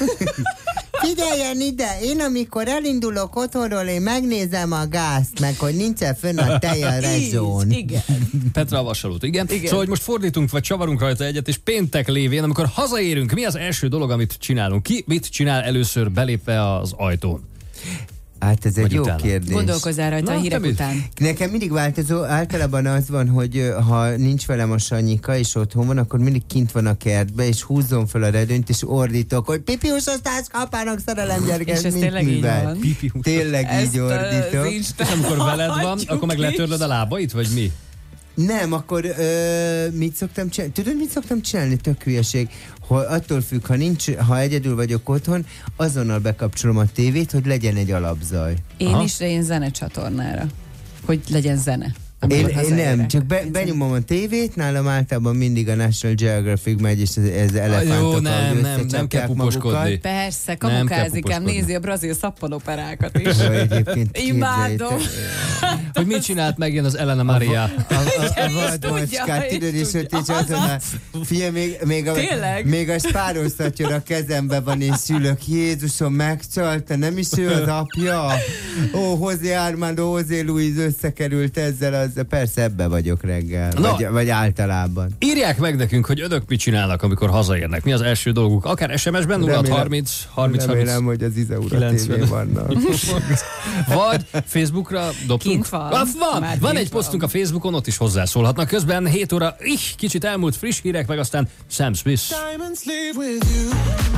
Figyeljen ide, én amikor elindulok otthonról, én megnézem a gázt, meg hogy nincsen fönn a tej a rezsón.
Így, igen.
Petra a vasalót, igen.
Igen.
Szóval, hogy most fordítunk, vagy csavarunk rajta egyet, és péntek lévén, amikor hazaérünk, mi az első dolog, amit csinálunk? Ki mit csinál először belépve az ajtón?
Hát ez egy
Vagy
jó
utána.
kérdés.
Gondolkozzál rajta
Na,
a hírek
te mit?
után.
Nekem mindig változó, általában az van, hogy ö, ha nincs velem a Sanyika, és otthon van, akkor mindig kint van a kertbe, és húzzon fel a redőnyt, és ordítok, hogy pipius osztás kapának szerelem gyereke,
És ez
mint
tényleg így
művel.
van.
Pipi.
Tényleg
Ezt
így
az
ordítok.
Instán
És amikor veled van,
hagyjuk
akkor meg
is.
letörlöd a lábait, vagy mi?
Nem, akkor ö, mit szoktam csinálni? Tudod, mit szoktam csinálni? Tök hülyeség. Hogy attól függ, ha, nincs, ha egyedül vagyok otthon, azonnal bekapcsolom a tévét, hogy legyen egy alapzaj.
Én
Aha.
is, de én zenecsatornára. Hogy legyen zene.
Én,
amikor
én
hazaérek.
nem, csak be, benyomom a tévét, nálam általában mindig a National Geographic megy, és ez, ez elefántok,
Jó, nem,
ahogy
nem, nem kell
összecsapják
puposkodni.
magukat.
Persze,
Nem kell
kamukázik ám,
puposkodni.
nézi a brazil szappanoperákat is.
Ó, egyébként
Imádom.
képzeljétek.
Hogy mit csinált megint az Elena Maria?
A, a, a
Igen, és
vadmacskát,
tudja,
tudod,
és
és ott
tudja.
is azon a... Figyelj, még, még a,
Tényleg?
még a spárószatyor a kezembe van, és szülök. Jézusom, megcsalta, nem is ő az apja? Ó, José Armando, José Luis összekerült ezzel, az, persze ebbe vagyok reggel,
Na.
vagy, vagy általában.
Írják meg nekünk, hogy önök mit csinálnak, amikor hazaérnek. Mi az első dolguk? Akár es em es-ben nulla harminc harminc
Remélem,
harminc
hogy az Izaura
kilencven.
tévén vannak.
Vagy Facebookra dobtunk.
Kint van.
Ah, van,
Már
van
kint
egy posztunk
van.
a Facebookon, ott is hozzászólhatnak. Közben hét óra, ih, kicsit elmúlt friss hírek, meg aztán Sam Smith.
Diamonds leave with you.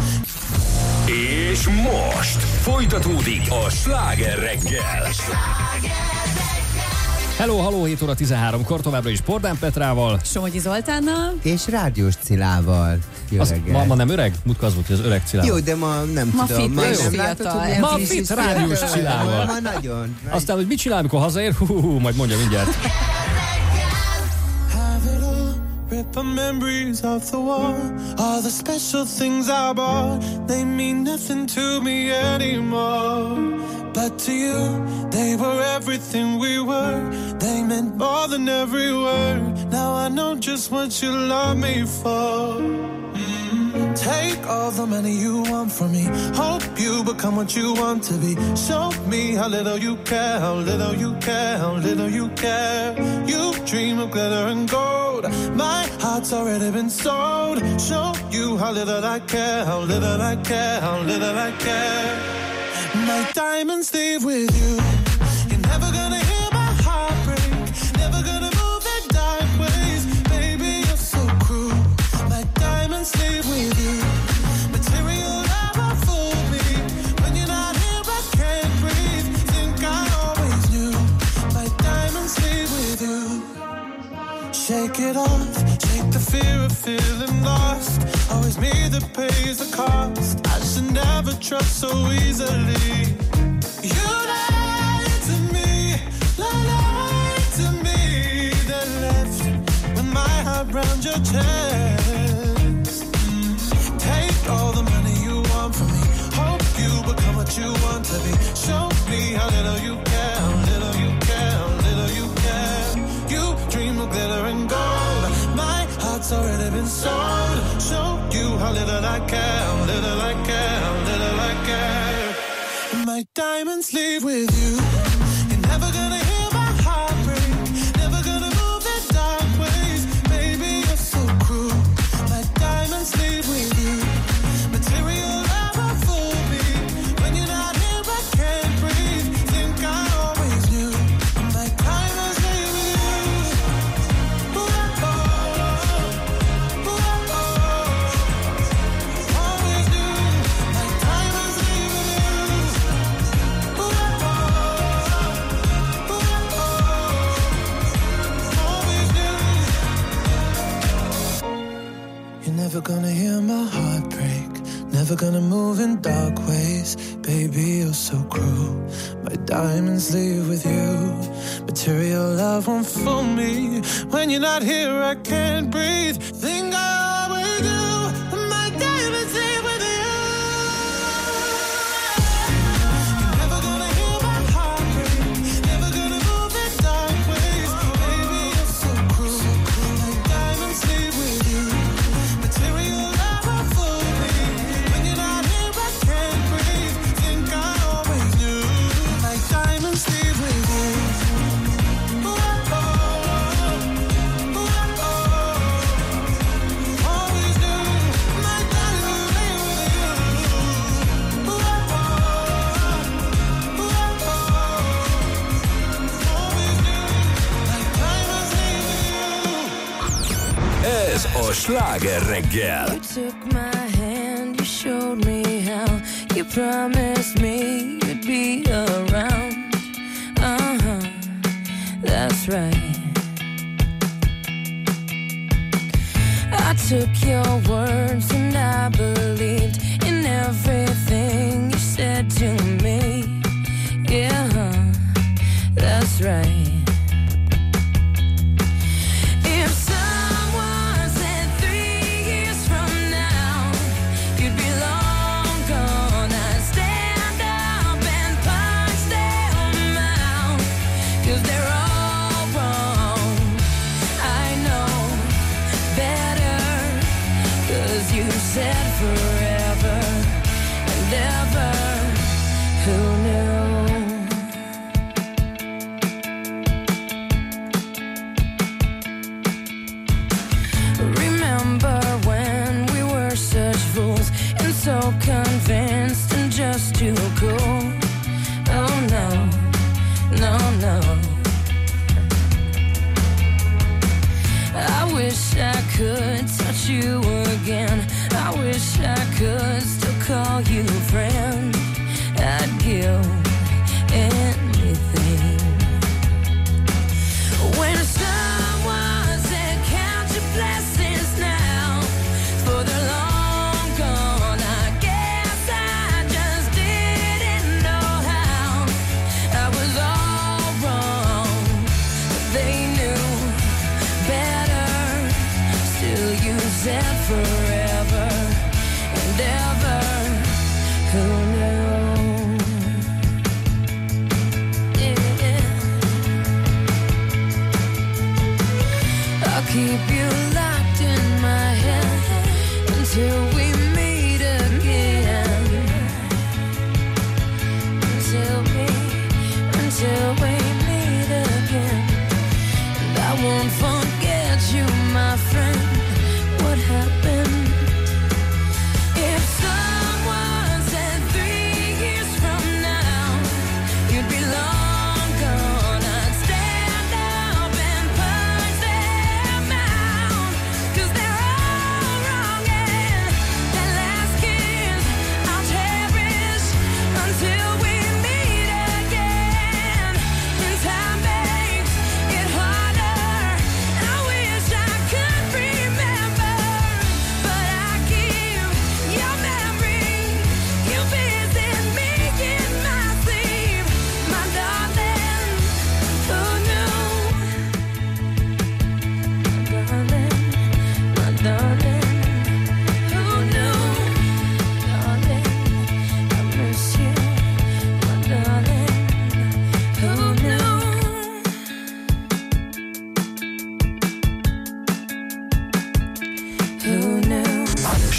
És most folytatódik a Sláger reggel.
Hello, halló, hét óra tizenháromkor, továbbra is Bordán Petrával.
Somogyi Zoltánnal.
És rádiós Cilával. Jó
Az,
reggel.
ma, ma nem öreg? Mutka az volt, hogy az öreg Cilával.
Jó, de ma nem
Ma
tudom.
fit
ma
és
nem
fiatal.
látod, hogy
Ma
friss
fit
és
rádiós
fiatal.
Cilával.
Ma nagyon.
Aztán, hogy mit csinál, amikor hazaér? Hú, hú, hú, majd mondja mindjárt.
Have it all, rip the memories of the war. All the special things I bought, they mean nothing to me anymore. But to you, they were everything we were. They meant more than every word. Now I know just what you love me for. Mm. Take all the money you want from me. Hope you become what you want to be. Show me how little you care, how little you care, how little you care. You dream of glitter and gold. My heart's already been sold. Show you how little I care, how little I care, how little I care. My diamonds leave with you. You're never gonna hear my heart break. Never gonna move in dark ways. Baby, you're so cruel. My diamonds leave with you. Material never fooled me. When you're not here, I can't breathe. Think I always knew. My diamonds leave with you. Shake it off. Shake the fear of feeling lost. Always me that pays the cost. I should never trust so easily. You lied to me, lied to me. Then left with my heart round your chest. Mm. Take all the money you want from me. Hope you become it's already been sold. Show you how little I care, little I care, little I care. My diamonds leave with you. You're never gonna hear my heart break, never gonna move in dark ways. Baby, you're so cruel. My diamonds leave with you. Material never fool me. When you're not here, I can't breathe. Think I always knew. My diamonds leave with you. Ooh, oh, ooh, oh, always knew. My diamonds leave with you. Ooh, oh, ooh, always knew. You're never gonna hear my heart break, never gonna move in dark ways. Baby, you're so cruel. My diamonds leave with you. Material love won't fool me. When you're not here, I can't breathe. Think I always do. My diamonds leave with you. You're never gonna hear my heart break, never gonna move in dark ways. Baby, you're so cruel. My diamonds leave with you. Material love won't fool me. When you're not here, I can't breathe. Think I always knew. My diamonds leave with you. Ooh, oh, ooh, oh, always knew. My diamonds leave with you. Ooh, oh, ooh, always knew. My diamonds leave with you.
Ez a Sláger reggel.
You took my hand, you showed me how. You promised me you'd be around. Uh-huh, that's right. I took your words and I believed in everything you said to me. Yeah, that's right. If someone said three years from now you'd be long gone, I'd stand up and punch them out, 'cause they're all wrong. I know better, 'cause you said forever and ever. Who knew? Remember when we were such fools and so convinced and just too cool? Oh no, no, no. I wish I could touch you again. I wish I could still call you friend. I'd give anything. When someone said count your blessings now, for they're long gone, I guess I just didn't know how. I was all wrong, but they knew better. Still you said forever and ever. Who knew? I'll keep you locked in my head until we meet again. Until we, until we meet again. And I won't forget you, my friend. What happened? If someone said three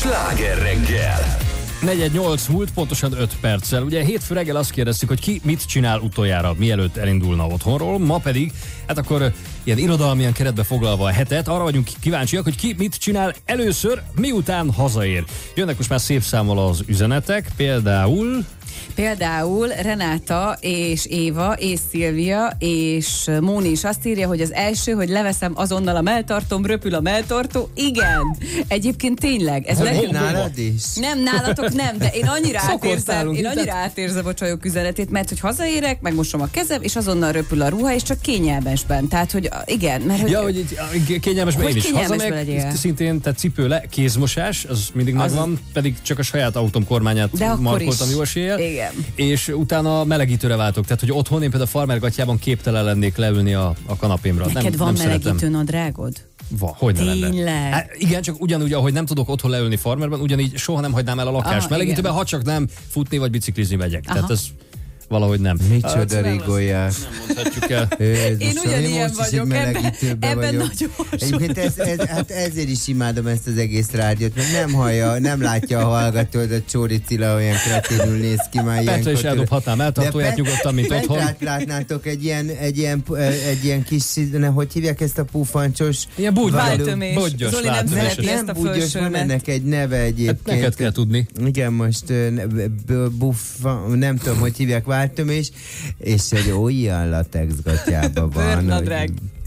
Sláger reggel.
negyven nyolc múlt, pontosan öt perccel. Ugye hétfő reggel azt kérdeztük, hogy ki mit csinál utoljára, mielőtt elindulna otthonról. Ma pedig, hát akkor ilyen irodalmian keretbe foglalva a hetet, arra vagyunk kíváncsiak, hogy ki mit csinál először, miután hazaér. Jönnek most már szép számmal az üzenetek, például...
Például Renáta és Éva és Szilvia és Móni is azt írja, hogy az első, hogy leveszem azonnal a melltartom, röpül a melltartó. Igen, egyébként tényleg. Ez
le... Nálad is?
Nem, nálatok nem, de én annyira átérzem, én annyira átérzem a csajok üzenetét, mert hogy hazaérek, megmosom a kezem, és azonnal röpül a ruha, és csak kényelmesben. Tehát, hogy igen, mert hogy...
Ja, hogy kényelmesben én is
hazamegyek,
szintén, tehát cipő le, kézmosás, az mindig az megvan, pedig csak a saját autóm kormányát markoltam jó eséllyel.
Igen.
És utána melegítőre váltok. Tehát, hogy otthon én például a farmergatjában képtelen lennék leülni a, a kanapémra.
Neked
nem,
van
nem
melegítő nadrágod?
Van, hogy ne lenne.
Tényleg?
Hát igen, csak ugyanúgy, ahogy nem tudok otthon leülni farmerben, ugyanígy soha nem hagynám el a lakást melegítőben, ha csak nem futni vagy biciklizni megyek. Aha. Tehát ez valahogy nem.
Micsoda rigólyás.
Nem mondhatjuk el.
Én ugyanilyen vagyok, ebben, ebben nagyon
Egyébként ez, ez, hát ezért is imádom ezt az egész rádiót, mert nem hallja, nem látja a hallgatót, a Csóri Cilla olyan kreténül néz ki már ilyenkor.
Petra is eldobhatnám eltartóját nyugodtan, mint otthon.
Petrát látnátok egy ilyen, egy ilyen, egy ilyen kis, hogy hívják ezt a pufancsos?
Ilyen búgy,
váltömés.
Zoli
nem szereti ezt a
búgyos, van ennek egy neve egyébként.
Hát neked kell tudni.
Igen, most buff, nem tudom, hogy hívják váltömés, és egy olyan latexgatjában van.
Bőrnadrág.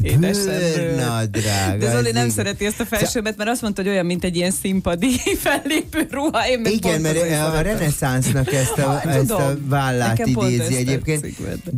Bőrnadrág.
De Zoli nem szereti ezt a felsőmet, mert azt mondta, hogy olyan, mint egy ilyen színpadi fellépő ruha. Én
igen, mert a reneszánsznak ezt a, ezt a vállát idézi egyébként,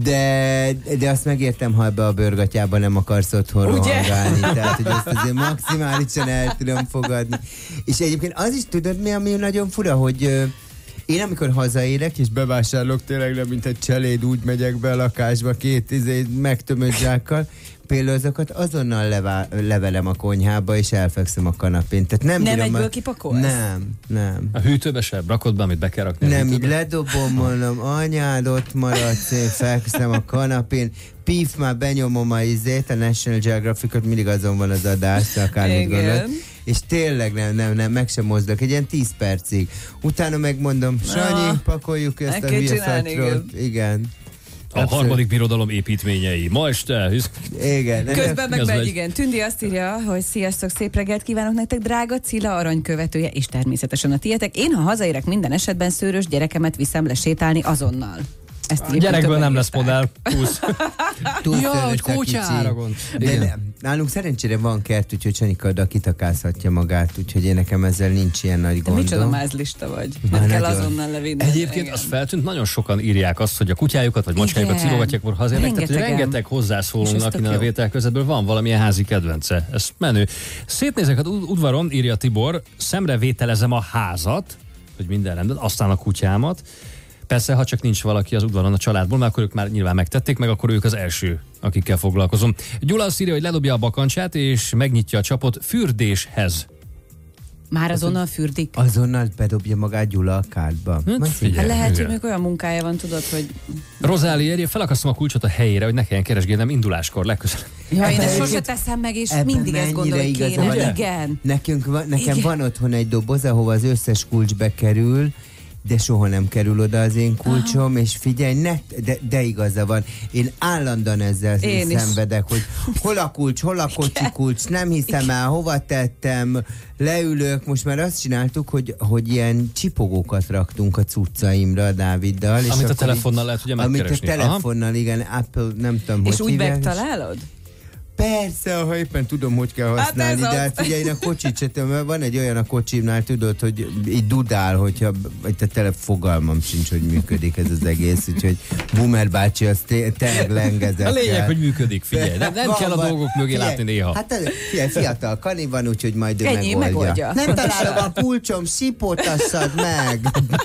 de, de azt megértem, ha ebbe a bőrgatyába nem akarsz otthon rohangálni. Tehát, hogy ezt azért maximálisan el tudom fogadni. És egyébként az is tudod mi, ami nagyon fura, hogy én amikor hazaérek, és bevásárolok tényleg nem, mint egy cseléd, úgy megyek be a lakásba két izé, megtömött zsákkal, például azokat azonnal levá- levelem a konyhába, és elfekszem a kanapén. Tehát nem
nem
bírom,
egyből kipakolsz?
Nem, nem.
A hűtőbe se? Rakod be, amit be kell rakni?
Nem, így ledobom, mondom, anyád, ott maradsz, én fekszem a kanapén, pif, már benyomom a izét, a National Geographicot, mindig azon van az adás, akármit gondolod. És tényleg nem, nem, nem, meg sem mozdulok, egy ilyen tíz percig. Utána megmondom, Sanyi, pakoljuk ezt a hülye szatyrót. Igen.
A Abszolút. Harmadik birodalom építményei. Ma este.
Igen.
Közben meg meg igen. Tündi azt írja, hogy sziasztok, szép reggelt kívánok nektek, drága Cilla aranykövetője, és természetesen a tietek. Én, ha hazaérek, minden esetben szőrös gyerekemet viszem lesétálni azonnal. Ezt
a gyerekből nem lesz modell. Húsz.
Ja, hogy kócsára gond. Nálunk szerencsére van kert, úgyhogy Sanika kitakázhatja magát, úgyhogy én nekem ezzel nincs ilyen nagy gondom.
De micsoda mázlista vagy? Nem kell azonnal levinni.
Egyébként igen. Az feltűnt, nagyon sokan írják azt, hogy a kutyájukat vagy macskájukat cilogatják, akkor hazaérnek. Tehát, hogy rengeteg hozzászólónak innen a vételközetből van valamilyen házi kedvence. Ez menő. Szétnézek az udvaron, írja Tibor, szemrevételezem a házat, hogy minden rendben, aztán a kutyámat. Persze, ha csak nincs valaki az udvaron a családból, mert akkor ők már nyilván megtették, meg akkor ők az első, akikkel foglalkozom. Gyula azt írja, hogy ledobja a bakancsát, és megnyitja a csapot fürdéshez.
Már azonnal fürdik?
Azonnal bedobja magát Gyula a kádba.
Hát, figyelj, lehet, igen. Hogy még olyan munkája van, tudod, hogy...
Rozáli írja, felakasztom a kulcsot a helyére, hogy ne kelljen keresgélnem induláskor legközelebb.
Ja, én ezt sose teszem meg, és mindig ezt gondolom, hogy kéne. Igen.
Nekünk van, nekem Igen. van otthon egy doboz, ahova az összes kulcs bekerül, de soha nem kerül oda az én kulcsom, aha. És figyelj, ne, de, de igaza van. Én állandóan ezzel én szenvedek, is. Hogy hol a kulcs, hol a kocsi kulcs, nem hiszem Igen. el, hova tettem, leülök. Most már azt csináltuk, hogy, hogy ilyen csipogókat raktunk a cuccaimra a Dáviddal.
És amit a telefonnal lehet ugye megkeresni.
Amit a telefonnal, aha. Igen, Apple, nem tudom,
és
hogy
úgy
hívják.
megtalálod?
Persze, ha éppen tudom, hogy kell használni, hát de hát figyelj, én a kocsit se tudom, van egy olyan a kocsimnál, tudod, hogy így dudál, hogyha, vagy te tele fogalmam sincs, hogy működik ez az egész, úgyhogy Boomer bácsi, az tényleg lengezett.
A lényeg, hogy működik, figyelj, nem, nem kell a dolgok mögé
figyelj,
látni néha.
Hát figyelj, fiatal Kani van, úgyhogy majd ő
Ennyi,
megoldja.
megoldja.
Nem találom a kulcsom, sipótasszad meg!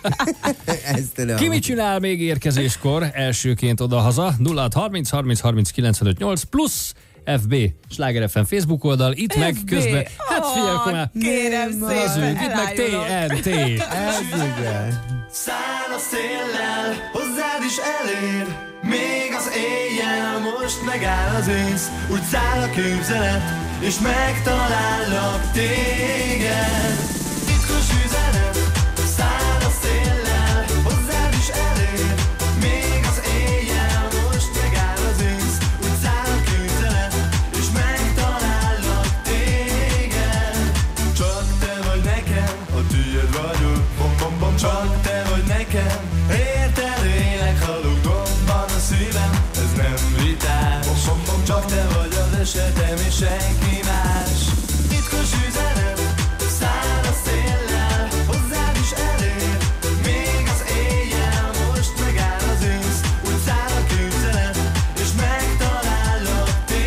Ki mit csinál még érkezéskor elsőként oda-haza? nulla harminc harminc harminc kilencvenöt nyolc plusz ef bé Sláger ef em Facebook oldal, itt ef bé. Meg közben, hát figyelj, akkor már
kérem szépen,
itt meg té en té.
Ez igen.
Száll a széllel, hozzád is elér, még az éjjel, most megáll az ész, úgy száll a képzelet, és megtalállak téged. Titkos üzenet senki más. Titkos üzenet, száll a széllel, hozzád is elér. Még az éjjel, most megáll az ősz, úgy száll a képzelet, és megtalállak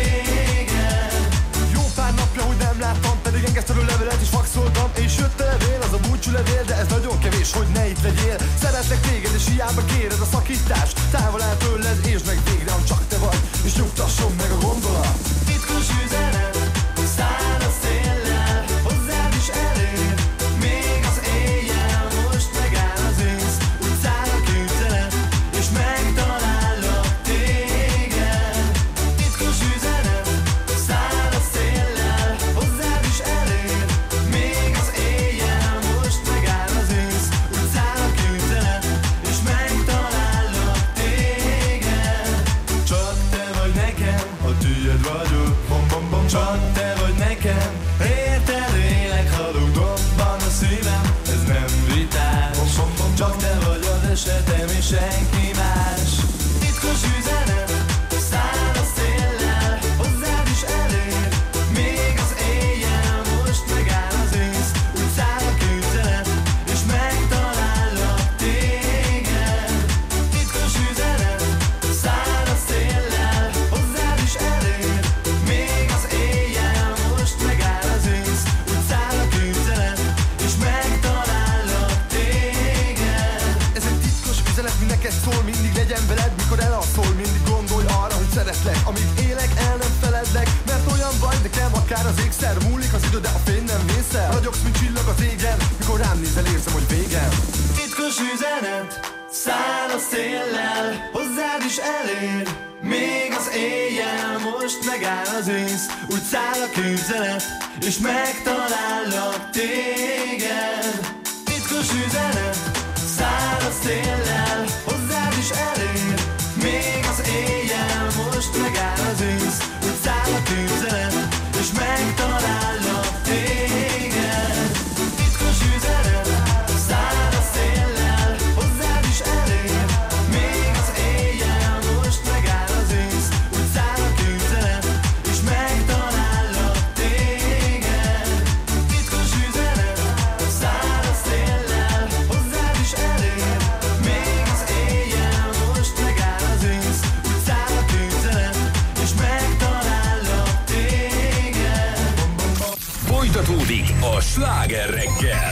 téged.
Jó pár napja, hogy nem láttam, pedig engesztelő levelet is faxoltam. És jött a levél, az a búcsú levél, de ez nagyon kevés, hogy ne itt legyél. Szeretlek téged, és hiába kéred a szakítást. Távol áll tőled, és meg végre, ha csak te vagy, és nyugtasson meg a gondolat.
Titkos üzenet, száll a széllel, hozzád is elér. Még az éjjel, most megáll az ősz, úgy száll a képzelet, és megtalállak téged. Titkos üzenet, száll a széllel, hozzád is elér. Még az éjjel, most megáll az ősz, úgy száll a képzelet, és megtalállak téged. Csak te vagy nekem, ha tiéd vagyok, bom bom bom. Csak te vagy nekem, érted élek, halok dobban a szívem, ez nem vitás. Bom, bom, bom. Csak te vagy az esetem, és senki más. Titkos üzenet, száll a széllel, hozzád is elér. Még az éjjel, most megáll az ősz, úgy száll a képzelet, és megtalállak téged. Titkos üzenet, száll a széllel, hozzád is elér. Még az éjjel, most megáll az ősz, úgy száll a képzelet, és megtalállak téged.
Ez egy titkos üzenet, mi neked szól, mindig legyen veled, mikor elalszol. Mindig gondolj arra, hogy szeretlek, amíg élek, el nem feledlek. Mert olyan vagy nekem, akár az égszer, múlik az idő, de a fény nem vészel. Ragyogsz, mint csillag az égen, mikor rám nézel, érzem, hogy végem.
Titkos üzenet, száll a széllel, hozzád is elér. Még az éjjel, most megáll az ősz, úgy száll a képzelet, és megtalállak téged. Titkos üzenet, száll a széllel, hozzád is elér. Még az éjjel, most megáll az ősz, úgy száll a képzelet, és megtalállak téged. Titkos üzenet, száll a széllel, hozzád is elér. Még az éjjel, most megáll az ősz, úgy száll a képzelet, és megtalállak téged. Titkos üzenet, száll a széllel, hozzád is elér. Még az éjjel, most megáll az ősz, úgy száll a képzelet, és megtalállak téged.
Folytatódik a Sláger reggel.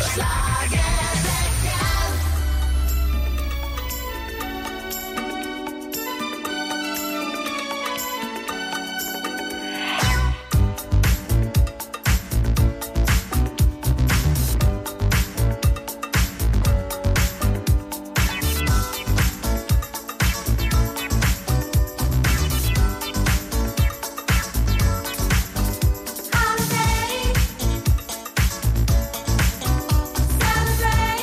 Celebrate.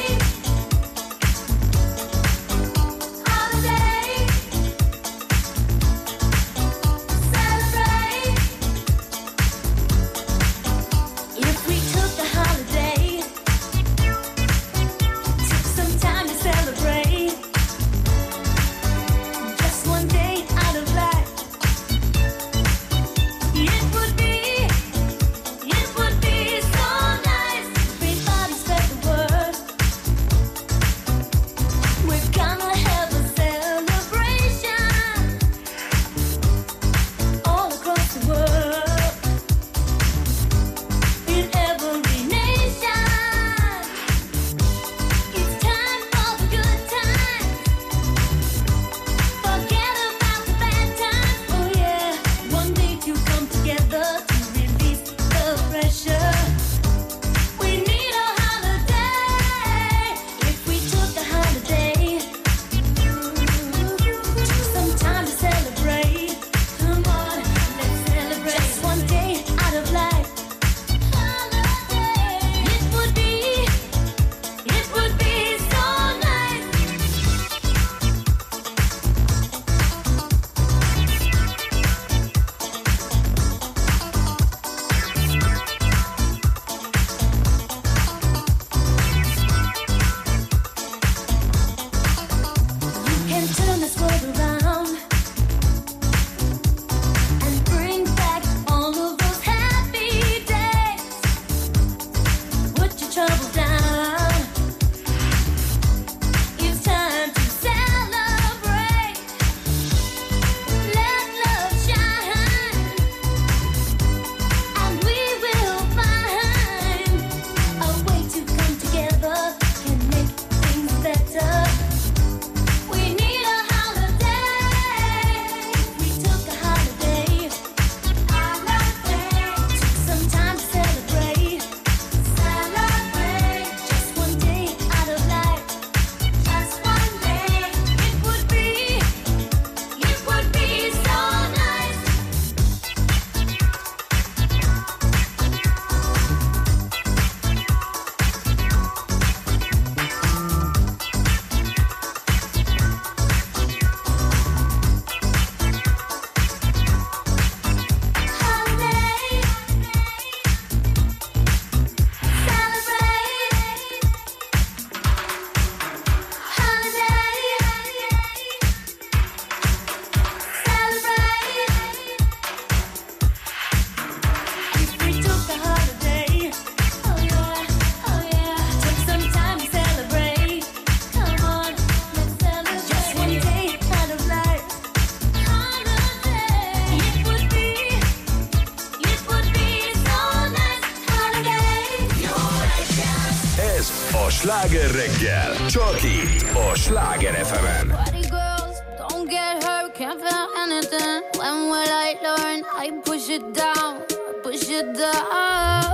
Sláger reggel, csak itt a Sláger ef emen.
Party girls, don't get hurt, can't feel anything. When will I learn? I push it down, push it down.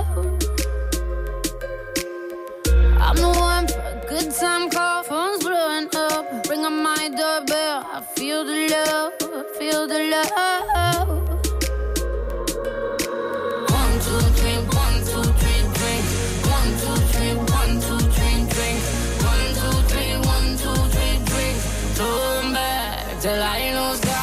I'm the one for a good time call, phone's blowing up. Ring on my doorbell, I feel the love, feel the love. One, two, three, one, two, three, drink. One, two, three, one, two, three, drink. One, two, three, one, two, three, drink. Turn back till I lose God.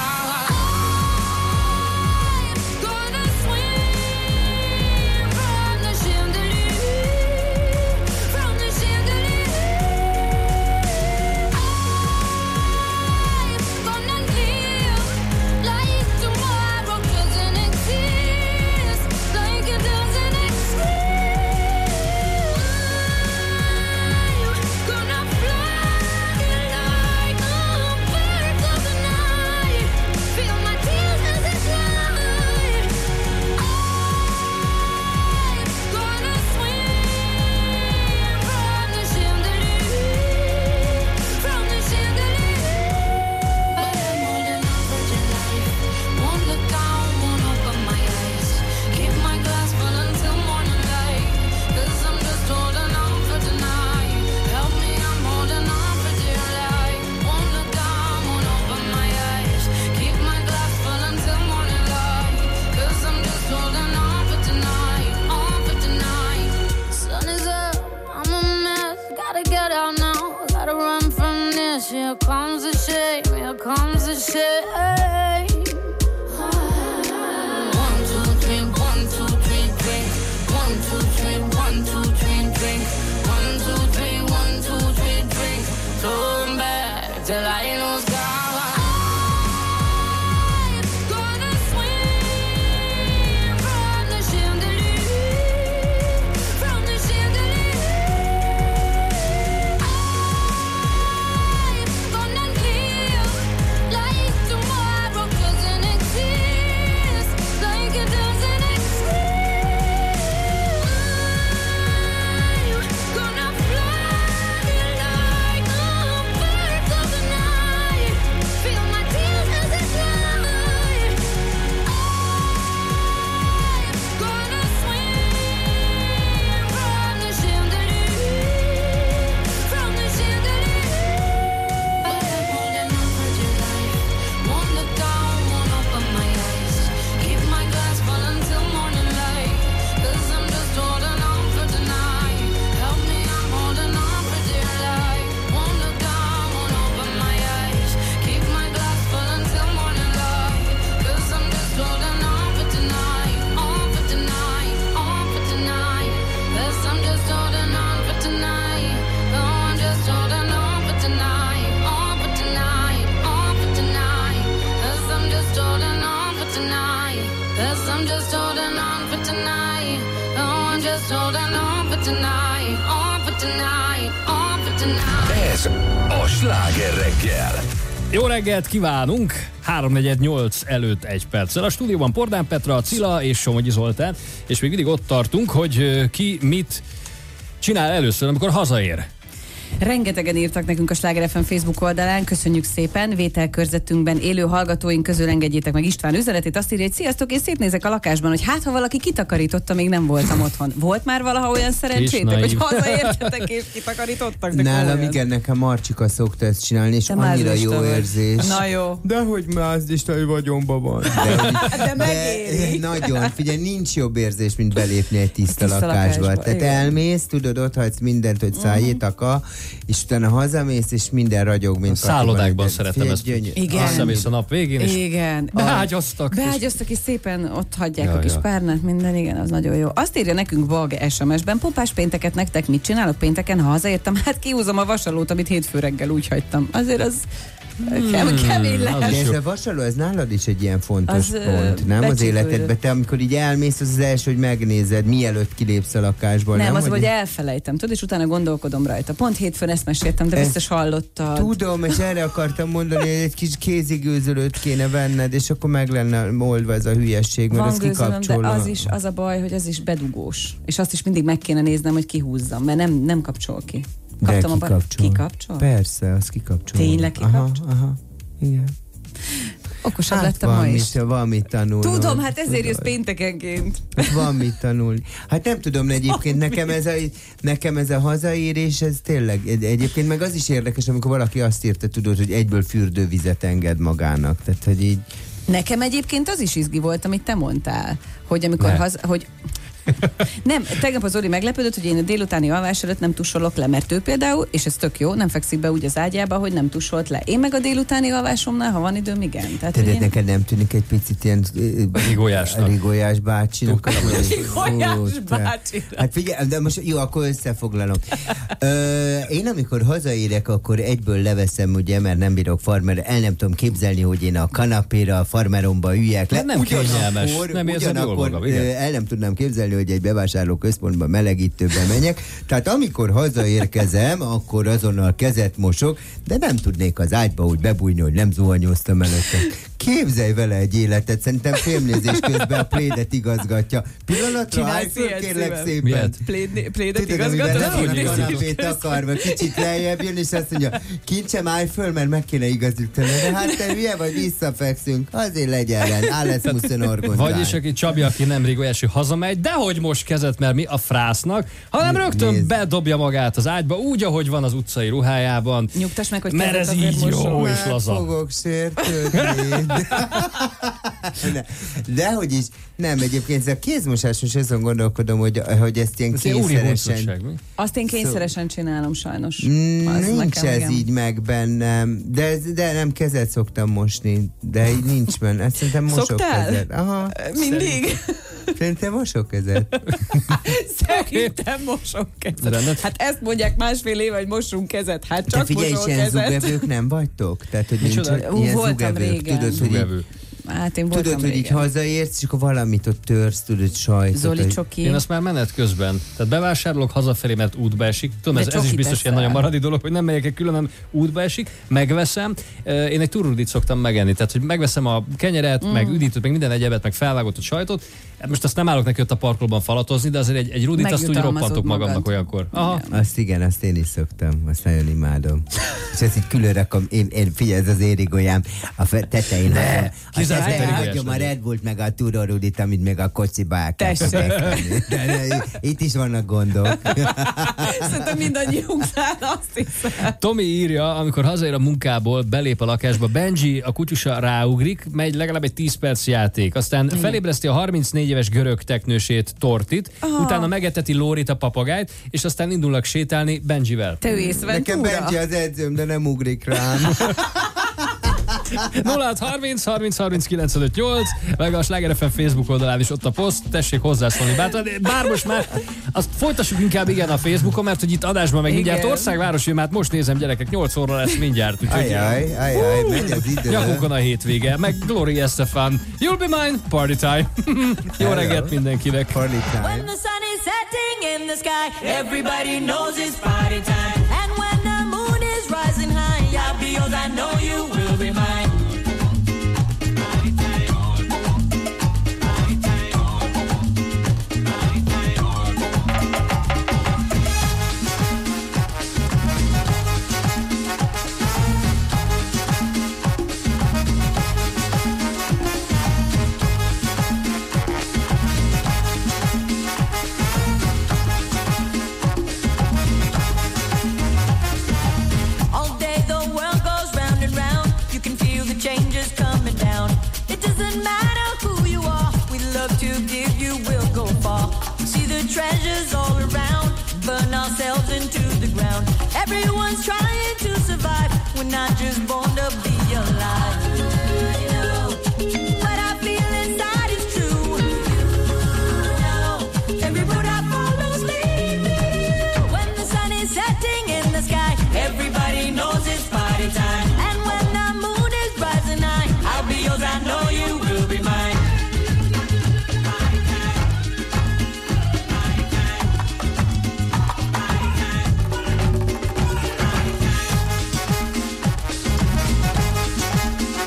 Here comes the shame, here comes the shame. One, two, three, one, two, three, drink. One, two, three, one, two, three, drink. One, two, three, one, two, three, drink. Turn back till I lose God.
Ez a Sláger reggel.
Jó reggelt kívánunk! háromnegyednyolc előtt egy perccel. A stúdióban Pordán Petra, Cilla és Somogyi Zoltán, és még mindig ott tartunk, hogy ki mit csinál először, amikor hazaér.
Rengetegen írtak nekünk a Sláger ef em Facebook oldalán, köszönjük szépen. Vételkörzetünkben élő hallgatóink közül engedjétek meg István üzenetét. Azt írja, hogy sziasztok, én szétnézek a lakásban, hogy hát ha valaki kitakarította, még nem voltam otthon. Volt már valaha olyan szerencsétek, hogy hazaértetek és kitakárítottak?
Nálam igen, nekem Marcsika szokta ezt csinálni, és
de
annyira jó
vagy.
érzés.
Na jó.
De hogy mázdistai vagyonban van. De,
de megéri.
De, nagyon, figyelj, nincs jobb érzés, mint belépni egy tiszta, tiszta lakásba. lakásba. Tehát igen. Elmész, tudod, ott hagysz mindent, hogy szájétaka, és utána hazamész, és minden ragyog, mint
a szállodákban szeretem ezt.
Igen.
Összemész a nap végén, és
igen.
beágyaztak.
Beágyaztak, és szépen ott hagyják
ja,
a kis
ja.
párnát, minden, igen, az nagyon jó. Azt írja nekünk Bag es em es-ben, pompás pénteket nektek, mit csinálok pénteken, ha hazaértem? Hát kihúzom a vasalót, amit hétfő reggel úgy hagytam. Azért az Hmm, kemény lehet.
De ez a vasaló, ez nálad is egy ilyen fontos
az,
pont, nem? Az életedben. Te amikor így elmész, az az első, hogy megnézed, mielőtt kilépsz a lakásból.
Nem,
nem
az,
hogy
hogy elfelejtem, tudod, és utána gondolkodom rajta. Pont hétfőn ezt meséltem, de
ez
biztos hallottad.
Tudom, és erre akartam mondani, hogy egy kis kézigőzölőt kéne venned, és akkor meg lenne oldva ez a hülyesség, mert
van
az
gőzölöm,
kikapcsol.
de az is, az a baj, hogy az is bedugós. És azt is mindig meg kéne néznem, hogy kihúzzam, mert nem, nem kapcsol ki.
De
Kaptam a bar-
kikapcsol.
Kikapcsol?
Persze, az kikapcsol.
Tényleg kikapcsol?
Aha, aha, igen.
Okosabb
Hát
lettem
van
ma
mit,
is.
van mit tanulni.
Tudom, hát ezért jössz péntekenként.
Van mit tanulni. Hát nem tudom, egyébként nekem ez, a, nekem ez a hazaérés, ez tényleg, egy- egyébként meg az is érdekes, amikor valaki azt írta, tudod, hogy egyből fürdővizet enged magának. Tehát, hogy így...
Nekem egyébként az is izgi volt, amit te mondtál, hogy amikor
Ne.
haza, hogy nem, tegnap az Zoli meglepődött, hogy én a délutáni alvás előtt nem tussolok le, mert ő például, és ez tök jó, nem fekszik be úgy az ágyába, hogy nem tussolt le. Én meg a délutáni alvásomnál, ha van időm, igen. Tehát,
Te
hogy én...
neked nem tűnik egy picit ilyen
Rigolyásnak.
Rigolyás bácsinak?
Rigolyás
Fú, te-
bácsinak.
Hát figyelj, de most jó, akkor összefoglalom. Ö, én amikor hazaérek, akkor egyből leveszem, ugye, mert nem bírok farmer, el nem tudom képzelni, hogy én a kanapéra, a farmeromba üljek le.
De nem kényelmes. Nem érzed jól
ugyanakkor,
magam, igen.
ö, el nem tudnám képzelni, hogy egy bevásárló központba melegítőbe menjek. Tehát amikor hazaérkezem, akkor azonnal kezet mosok, de nem tudnék az ágyba úgy bebújni, hogy nem zuhanyoztam előtte. Képzelj vele egy életet, szerintem filmnézés közben a plédet igazgatja. Pillanatra állj
Csinálsz
föl,
ilyet
kérlek
szívem?
szépen.
Miért?
Pléd- Plédet
Tudod, amivel
igazgatod?
lefogja a
nézd
kanapét akarva, kicsit lejjebb jön, és azt mondja, kincsem, állj föl, mert meg kéne igazítani. De hát te hülye vagy, visszafekszünk, azért legyen rend, áll lesz muszon orgonzál.
Vagyis aki Csabi, aki nem rigolyású, hazamegy, de hogy most kezet, mert mi a frásznak, hanem rögtön
Nézd.
bedobja magát az ágyba, úgy, ahogy van az utcai ruhájában.
Nyugtass meg, hogy
Mert
kezet
ez
azért
így
mosom.
jó és
Meg
laza.
fogok sértődni. De, dehogy is. Nem, egyébként ez a kézmosás, most azon gondolkodom, hogy, hogy ezt ilyen
Ez egy úri
kényszeresen...
hosszúság, mi?
Azt én kényszeresen csinálom sajnos.
Mm,
Az
nincs
nekem,
ez
igen.
így meg bennem, de, ez- de nem kezet szoktam mosni, de így nincs benne. Ezt szerintem mosok
Szoktál?
kezet. Aha,
Mindig.
szerintem mosok kezet.
Szerintem mosok kezet.
Rendben.
Hát ezt mondják másfél éve, hogy mossunk kezet. Hát
Te
csak
figyelj,
mosol
ilyen
kezet.
zugevők nem vagytok? Tehát, hogy nincs,
Micsoda?
Ú,
ilyen
voltam
zugevők,
régen.
tudod, hogy így,
Zugevő.
Hát én voltam
tudod, hogy így
régen.
hazaérsz, és akkor valamit ott törsz, tudod, sajtot.
Zoli
hogy-
csoki.
Én azt már menet közben. Tehát bevásárolok hazafelé, mert útba esik. Tudom,
De
ez, ez is
csokit
biztos
eszel.
ilyen nagyon maradi dolog, hogy nem megyek el külön, hanem útba esik. Megveszem. Ö, Én egy turrudit szoktam megenni. Tehát, hogy megveszem a kenyeret, mm. meg üdítőt, meg minden egyebet, meg felvágott sajtot. Hát most azt nem állok neki ott a parkolóban falatozni, de azért egy, egy rudit azt úgy
Megjutalmazod
roppantok magamnak
magad.
olyankor. Aha.
Azt igen, azt én is szoktam, azt nagyon imádom. És ezt így külön rakom, én, én figyelj, ez az érigolyám, a fe- tetején hagyom, a
kizárt
tetején
érigolyás
hagyom a
vagyok.
Red Bullt meg a Turorudit, amit még a kocsiba el kell
Tessék.
fektetni. de, de, itt is vannak gondok.
Szerintem mindannyiunknál azt hiszem.
Tomi írja, amikor hazaér a munkából, belép a lakásba, Benji, a kutyusa ráugrik, megy legalább egy tíz perc játék. Aztán felébreszti a harmincnégy éves görög teknősét, Tortit, utána megeteti Lórit, a papagájt, és aztán indulnak sétálni Benjivel.
Te ő
Nekem
észventúra.
Benji az edzőm, de nem ugrik rám.
nulla hat harminc harminc harminc kilencvenöt nyolc, meg a Sláger ef em Facebook oldalán is ott a poszt, tessék hozzászólni. Bár, bár most már azt folytassuk inkább igen a Facebookon, mert hogy itt adásban meg mindjárt
Igen.
országváros jön, hát most nézem gyerekek, nyolc óra lesz mindjárt, úgyhogy
Ajaj, ajaj, megy az idő.
nyakunkon a hétvége, meg Gloria Estefan, You'll be mine, party time. Jó reggelt mindenkinek.
Party time.
When the sun is setting in the sky, everybody knows it's party time. And when the moon is rising high, I'll be yours, I know you will be mine. Party time on. Party time on. Party time on. All day the world goes round and round. You can feel the changes coming down. It doesn't matter who you are. We love to give you, we'll go far. See the treasures all around. Burn ourselves into the ground. Everyone's trying to survive. We're not just born to be alive. What I feel inside is true. Every road I follow's lead me to you. When the sun is setting in the sky, everybody knows it's party time. And when the moon is rising high, I'll be yours, I know you will be mine. Party time. Party time. Party time. Party time.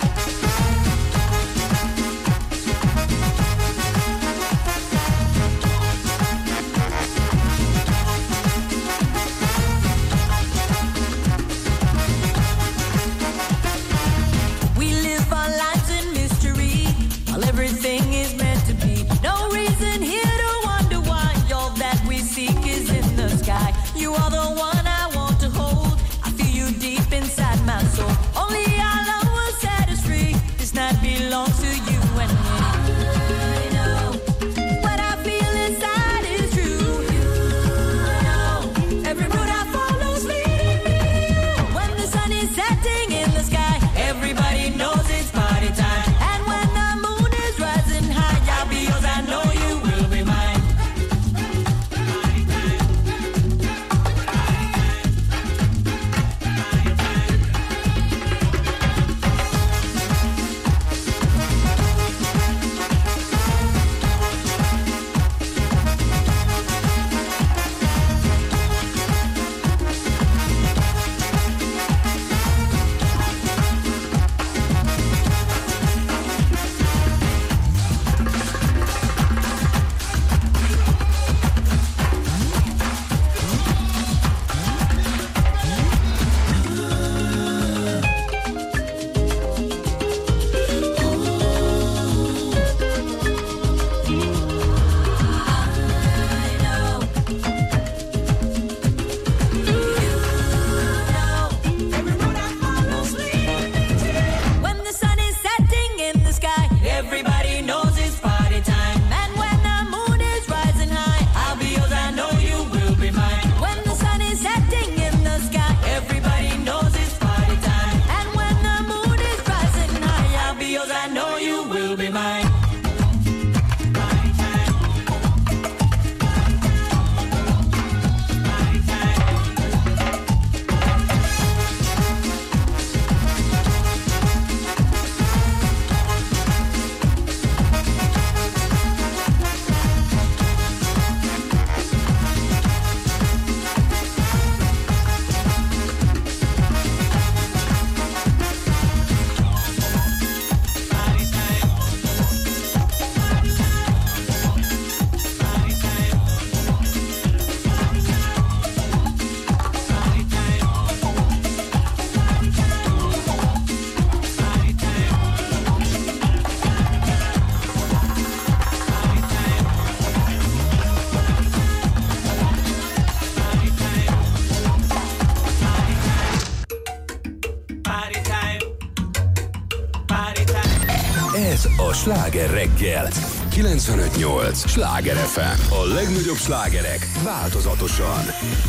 You are the one I want to hold. I feel you deep inside my soul. Only our love will set us free. This night belongs to you and me. I know what I feel inside is true. You know every road I follow's leading me to you. When the sun is setting in the sky, everybody knows it's party time. And when the moon is rising high, I'll be yours. I know you will be mine.
A Sláger reggel. kilencvenöt nyolc Sláger ef em. A legnagyobb slágerek változatosan.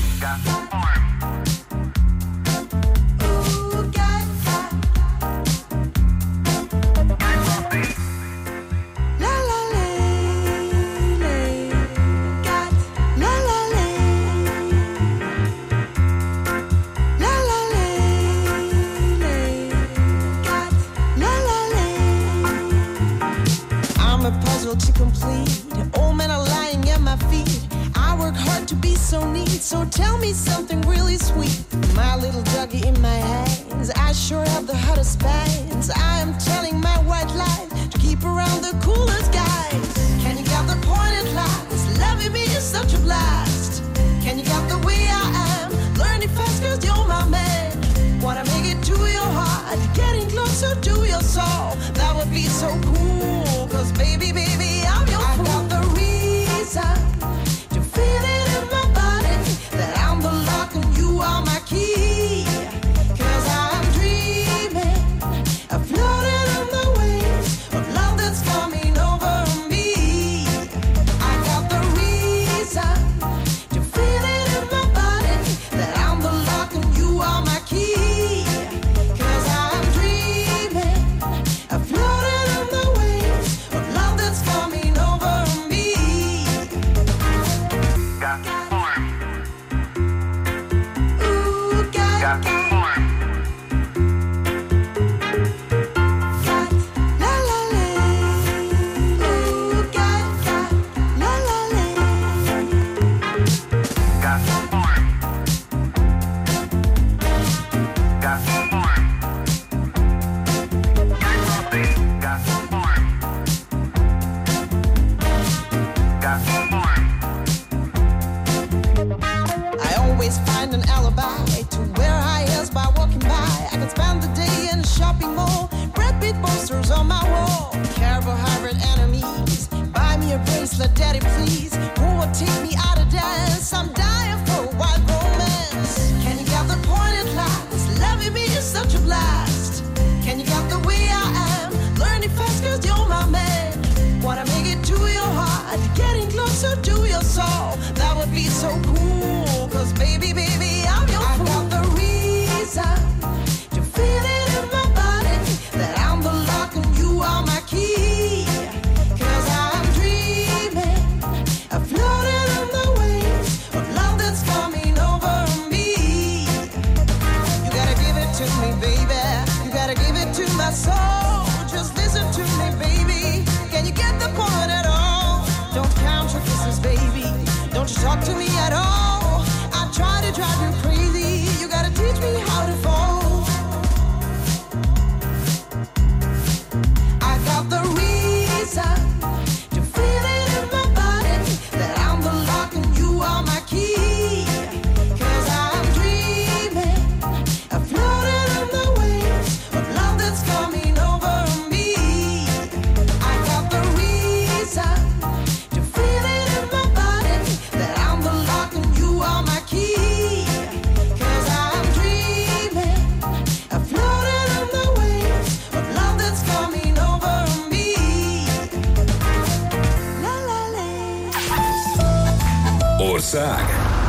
To complete, old men are lying at my feet. I work hard to be so neat, so tell me something really sweet. My little doggy in my hands, I sure have the hottest bands. I am telling my white lies to keep around the coolest guys. Can you get the point at last? Loving me is such a blast. Can you get the way I am? Learn it fast cause you're my man. Wanna make it to your heart, getting closer to your soul. That would be so cool, cause baby, baby, I'm your fool. I got the reason to feel it in my body, that I'm the lock and you are my key. Cause I'm dreaming of floating on the waves of love that's coming over me. I got the reason to feel it in my body, that I'm the lock and you are my key. Cause I'm dreaming of floating on the waves of love that's coming over me. Got form. Ooh, got, got, got form. Got la la la. Ooh, got, got la la la. Got form. Got form. Got form. Got form. I always find an alibi to where I is by walking by. I can spend the day in a shopping mall, red big posters on my wall. Carbohydrate enemies, buy me a bracelet, daddy please. Who will take me out of dance? I'm dying for a wild gold. so cool, 'cause baby, baby, I'm your fool. I got the reason to feel it in my body, that I'm the lock and you are my key. 'Cause I'm dreaming of floating on the waves of love that's coming over me. You gotta give it to me, baby. You gotta give it to my soul. Just listen to me, baby. Can you get the point at all? Don't count your kisses, baby. Don't you talk to me at all. I try to drive you crazy. You gotta teach me how to fall. I got the reason to feel it in my body, that I'm the lock and you are my key. 'Cause I'm dreaming of floating on the waves of love that's coming over me. I got the reason to feel it in my body, that I'm the lock and you are my key. 'Cause I'm dreaming of floating on the waves of love that's coming over me. La la la.
Ország.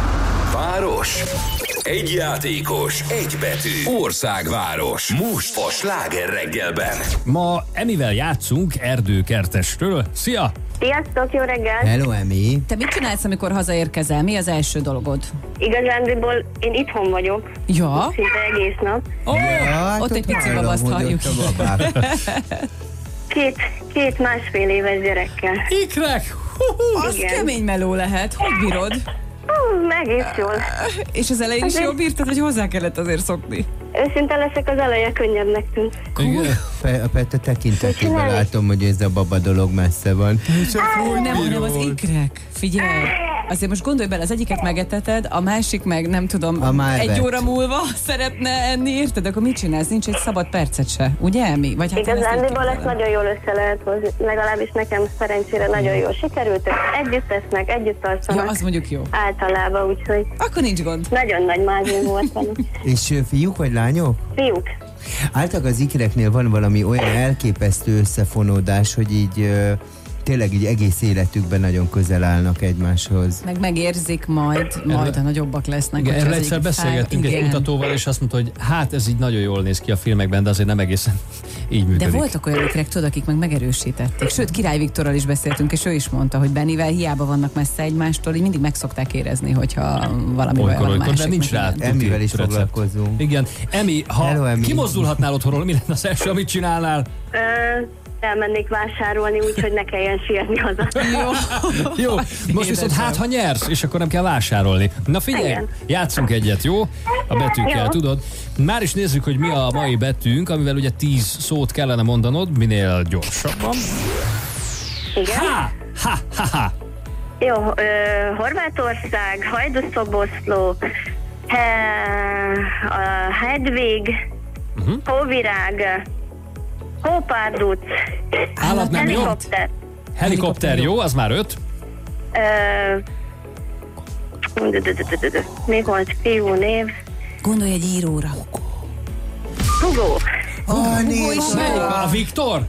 Város. Egy játékos, egy betű. Országváros. Most a Sláger reggelben.
Ma Emivel játszunk Erdőkertestről. Szia!
Sziasztok, jó reggelt!
Hello, Emi.
Te mit csinálsz, amikor hazaérkezel? Mi az első dolgod?
Igazándiból én itthon vagyok.
Ja?
Szinte egész nap.
Ó,
Ja,
ott egy pici
hallom,
babaszt
hogy
halljuk.
ott a babák.
Két, két másfél éves gyerekkel.
Ikrek!
Az
Igen.
kemény meló lehet. Hogy bírod?
Hú, egész jól.
És az elején is
Azért-
jól bírtad, hogy hozzá kellett azért szokni?
Őszinte leszek, az eleje könnyebbnek tűnt.
Igen.
Pe- A Pette tekintetében
csinálni?
látom, hogy ez a baba dolog messze van.
Nem, hanem az ikrek. Figyelj, azért most gondolj bele, az egyiket megeteted, a másik meg nem tudom,
A már
egy
vett.
óra múlva szeretne enni, érted? Akkor mit csinálsz? Nincs egy szabad percet se, ugye, mi? Vagy hát én ezt
Igazándiból
így
ezt nagyon jól össze lehet hozni. Legalábbis nekem szerencsére nagyon jól sikerült. Ők együtt tesznek, együtt
Ja,
tartanak.
az mondjuk jó.
Általában, úgyhogy
Akkor nincs gond.
nagyon nagy mázsing volt velük.
És ö, fiúk vagy lányok?
Fiúk.
Általában az ikreknél van valami olyan elképesztő összefonódás, hogy így ö, tényleg így egész életükben nagyon közel állnak egymáshoz.
Meg megérzik majd, majd a nagyobbak lesznek.
Igen,
hogyha
erről
az
egyszer
egyik
beszélgettünk
fáj-
egy
igen.
kutatóval, és azt mondta, hogy hát ez így nagyon jól néz ki a filmekben, de azért nem egészen így
De
működik.
voltak olyan ikrek, tudod, akik meg megerősítették. Sőt, Király Viktorral is beszéltünk, és ő is mondta, hogy Bennivel hiába vannak messze egymástól, így mindig meg szokták érezni, hogyha valami baj
Olykor,
van a
olykor, de nincs
másiknak,
rá
igen.
tuti
Emivel is
recept.
foglalkozunk.
Igen. Emi, ha
Hello, Emi.
kimozdulhatnál otthonról, mi lenne az első, amit csinálnál?
Ö, elmennék vásárolni, úgyhogy ne kelljen sietni haza.
Jó.
Jó, most viszont hát, ha nyersz, és akkor nem kell vásárolni. Na figyelj,
Igen.
játszunk egyet, jó? A betűkkel,
Jó.
tudod? Már is nézzük, hogy mi a mai betűnk, amivel ugye tíz szót kellene mondanod, minél gyorsabban.
Igen.
Ha! Ha! Ha! Ha!
Jó, ö, Horvátország, Hajdúszoboszló, he, a Hedvig, uh-huh. Hóvirág, Hópárduc,
Állat nem jó?
helikopter.
Helikopter jó, az már öt.
Ö, d- d- d- d- d- Még volt fiú név.
Gondolj egy íróra.
Hugó.
Oh, nézd!
Melyik? A Viktor?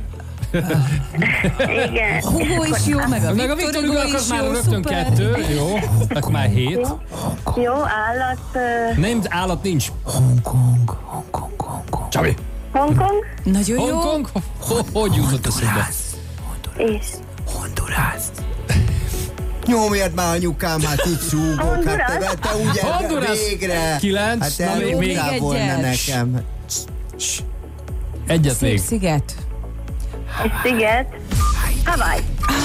Igen.
Hugo is jó, meg a
Meg a
Viktor
Viktor
Hugo
Hugo, az
is
már
jó,
rögtön
szuper.
kettő. Jó, akkor már hét.
Jó, állat. ö,
Nem, állat nincs. Hongkong, Hongkong, Hongkong. Csabi.
Hongkong.
Nagyon jó.
Hongkong? Ho- Hogy jutott eszedbe?
És
Honduras. Nyomjad már anyukám, hát itt súgok. Hát te,
Honduras?
te ugye
Honduras.
végre.
Kilenc.
Hát
Na, még- még
elmondtál volna
egyes.
nekem.
Egyet
Szép
még.
sziget.
egy sziget. Hawaii.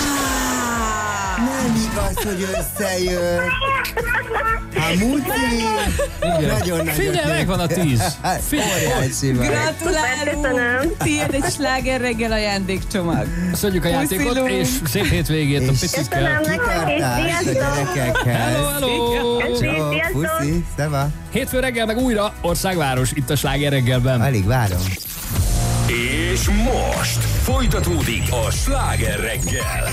Nem igaz, hogy összejön. Hát Muci. Nagyon-nagyon.
Figyelj, megvan a tíz. Figyelj.
Óriási vagy.
Gratulálunk!
Köszönöm.
Tiéd egy sláger reggel ajándékcsomag.
Köszönjük a játékot,
Puszilunk.
és szép hétvégét a
És-
picikkel.
Köszönöm nektek, és
Kitartás a
sziasztok.
gyerekekhez.
Hello, hello!
Köszi,
Ciao,
sziasztok.
puszi, szeva.
Hétfő reggel meg újra Országváros, itt a Sláger reggelben.
Alig várom.
És most folytatódik a Sláger reggel.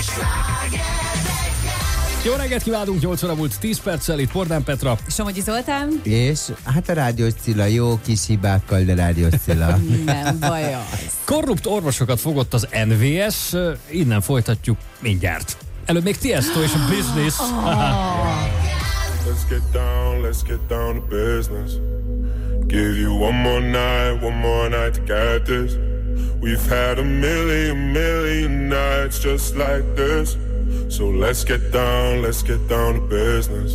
Jó reggelt kívánunk, nyolc óra múlt tíz perccel, itt Pordán Petra.
Somogyi Zoltán?
És hát a Rádiós Cilla jó kis hibákkal, de Rádiós Cilla.
Nem baj az.
Korrupt orvosokat fogott az en vé es, innen folytatjuk mindjárt. Előbb még Tiesto és a Business.
let's get down, let's get down to business. Give you one more night, one more night to get this. We've had a million, million nights just like this. So let's get down, let's get down to business.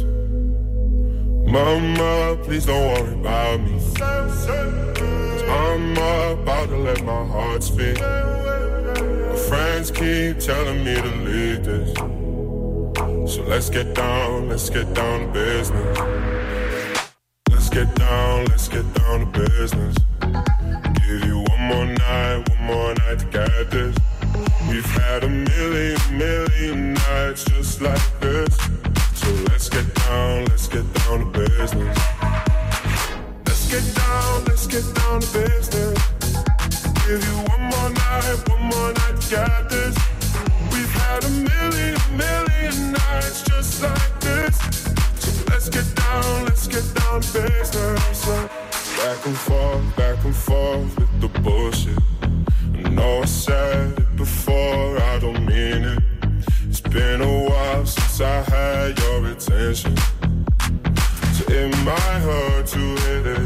Mama, please don't worry about me, 'cause I'm about to let my heart speak. My friends keep telling me to leave this. So let's get down, let's get down to business. Let's get down, let's get down to business. Give you one more night, one more night to get this. We've had a million, million nights just like this. So let's get down, let's get down to business. Let's get down, let's get down to business. Give you one more night, one more night to get this. We've had a million, million nights just like this. So let's get down, let's get down to business. Back and forth, back and forth with the bullshit. I know I said it before, I don't mean it. It's been a while since I had your attention, so it might hurt to hit it.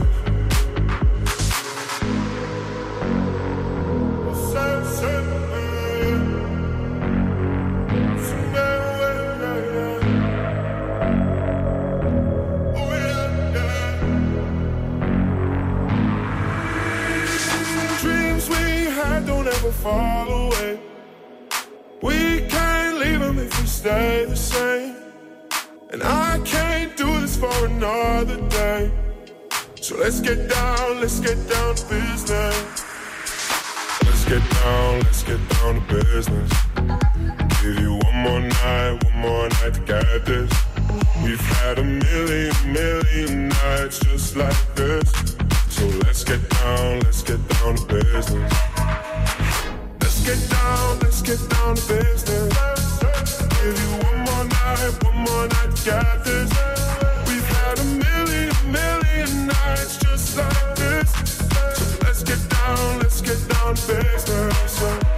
Dreams we had don't ever fall away. We can't leave them if we stay the same. And I can't do this for another day. So let's get down, let's get down to business. Let's get down, let's get down to business. Give you one more night, one more night to get this. We've had a million, million nights just like this. So let's get down, let's get down to business. Let's get down, let's get down to business. Give you one more night, one more night to get this. We've had a million, million nights just like this. So let's get down, let's get down to business.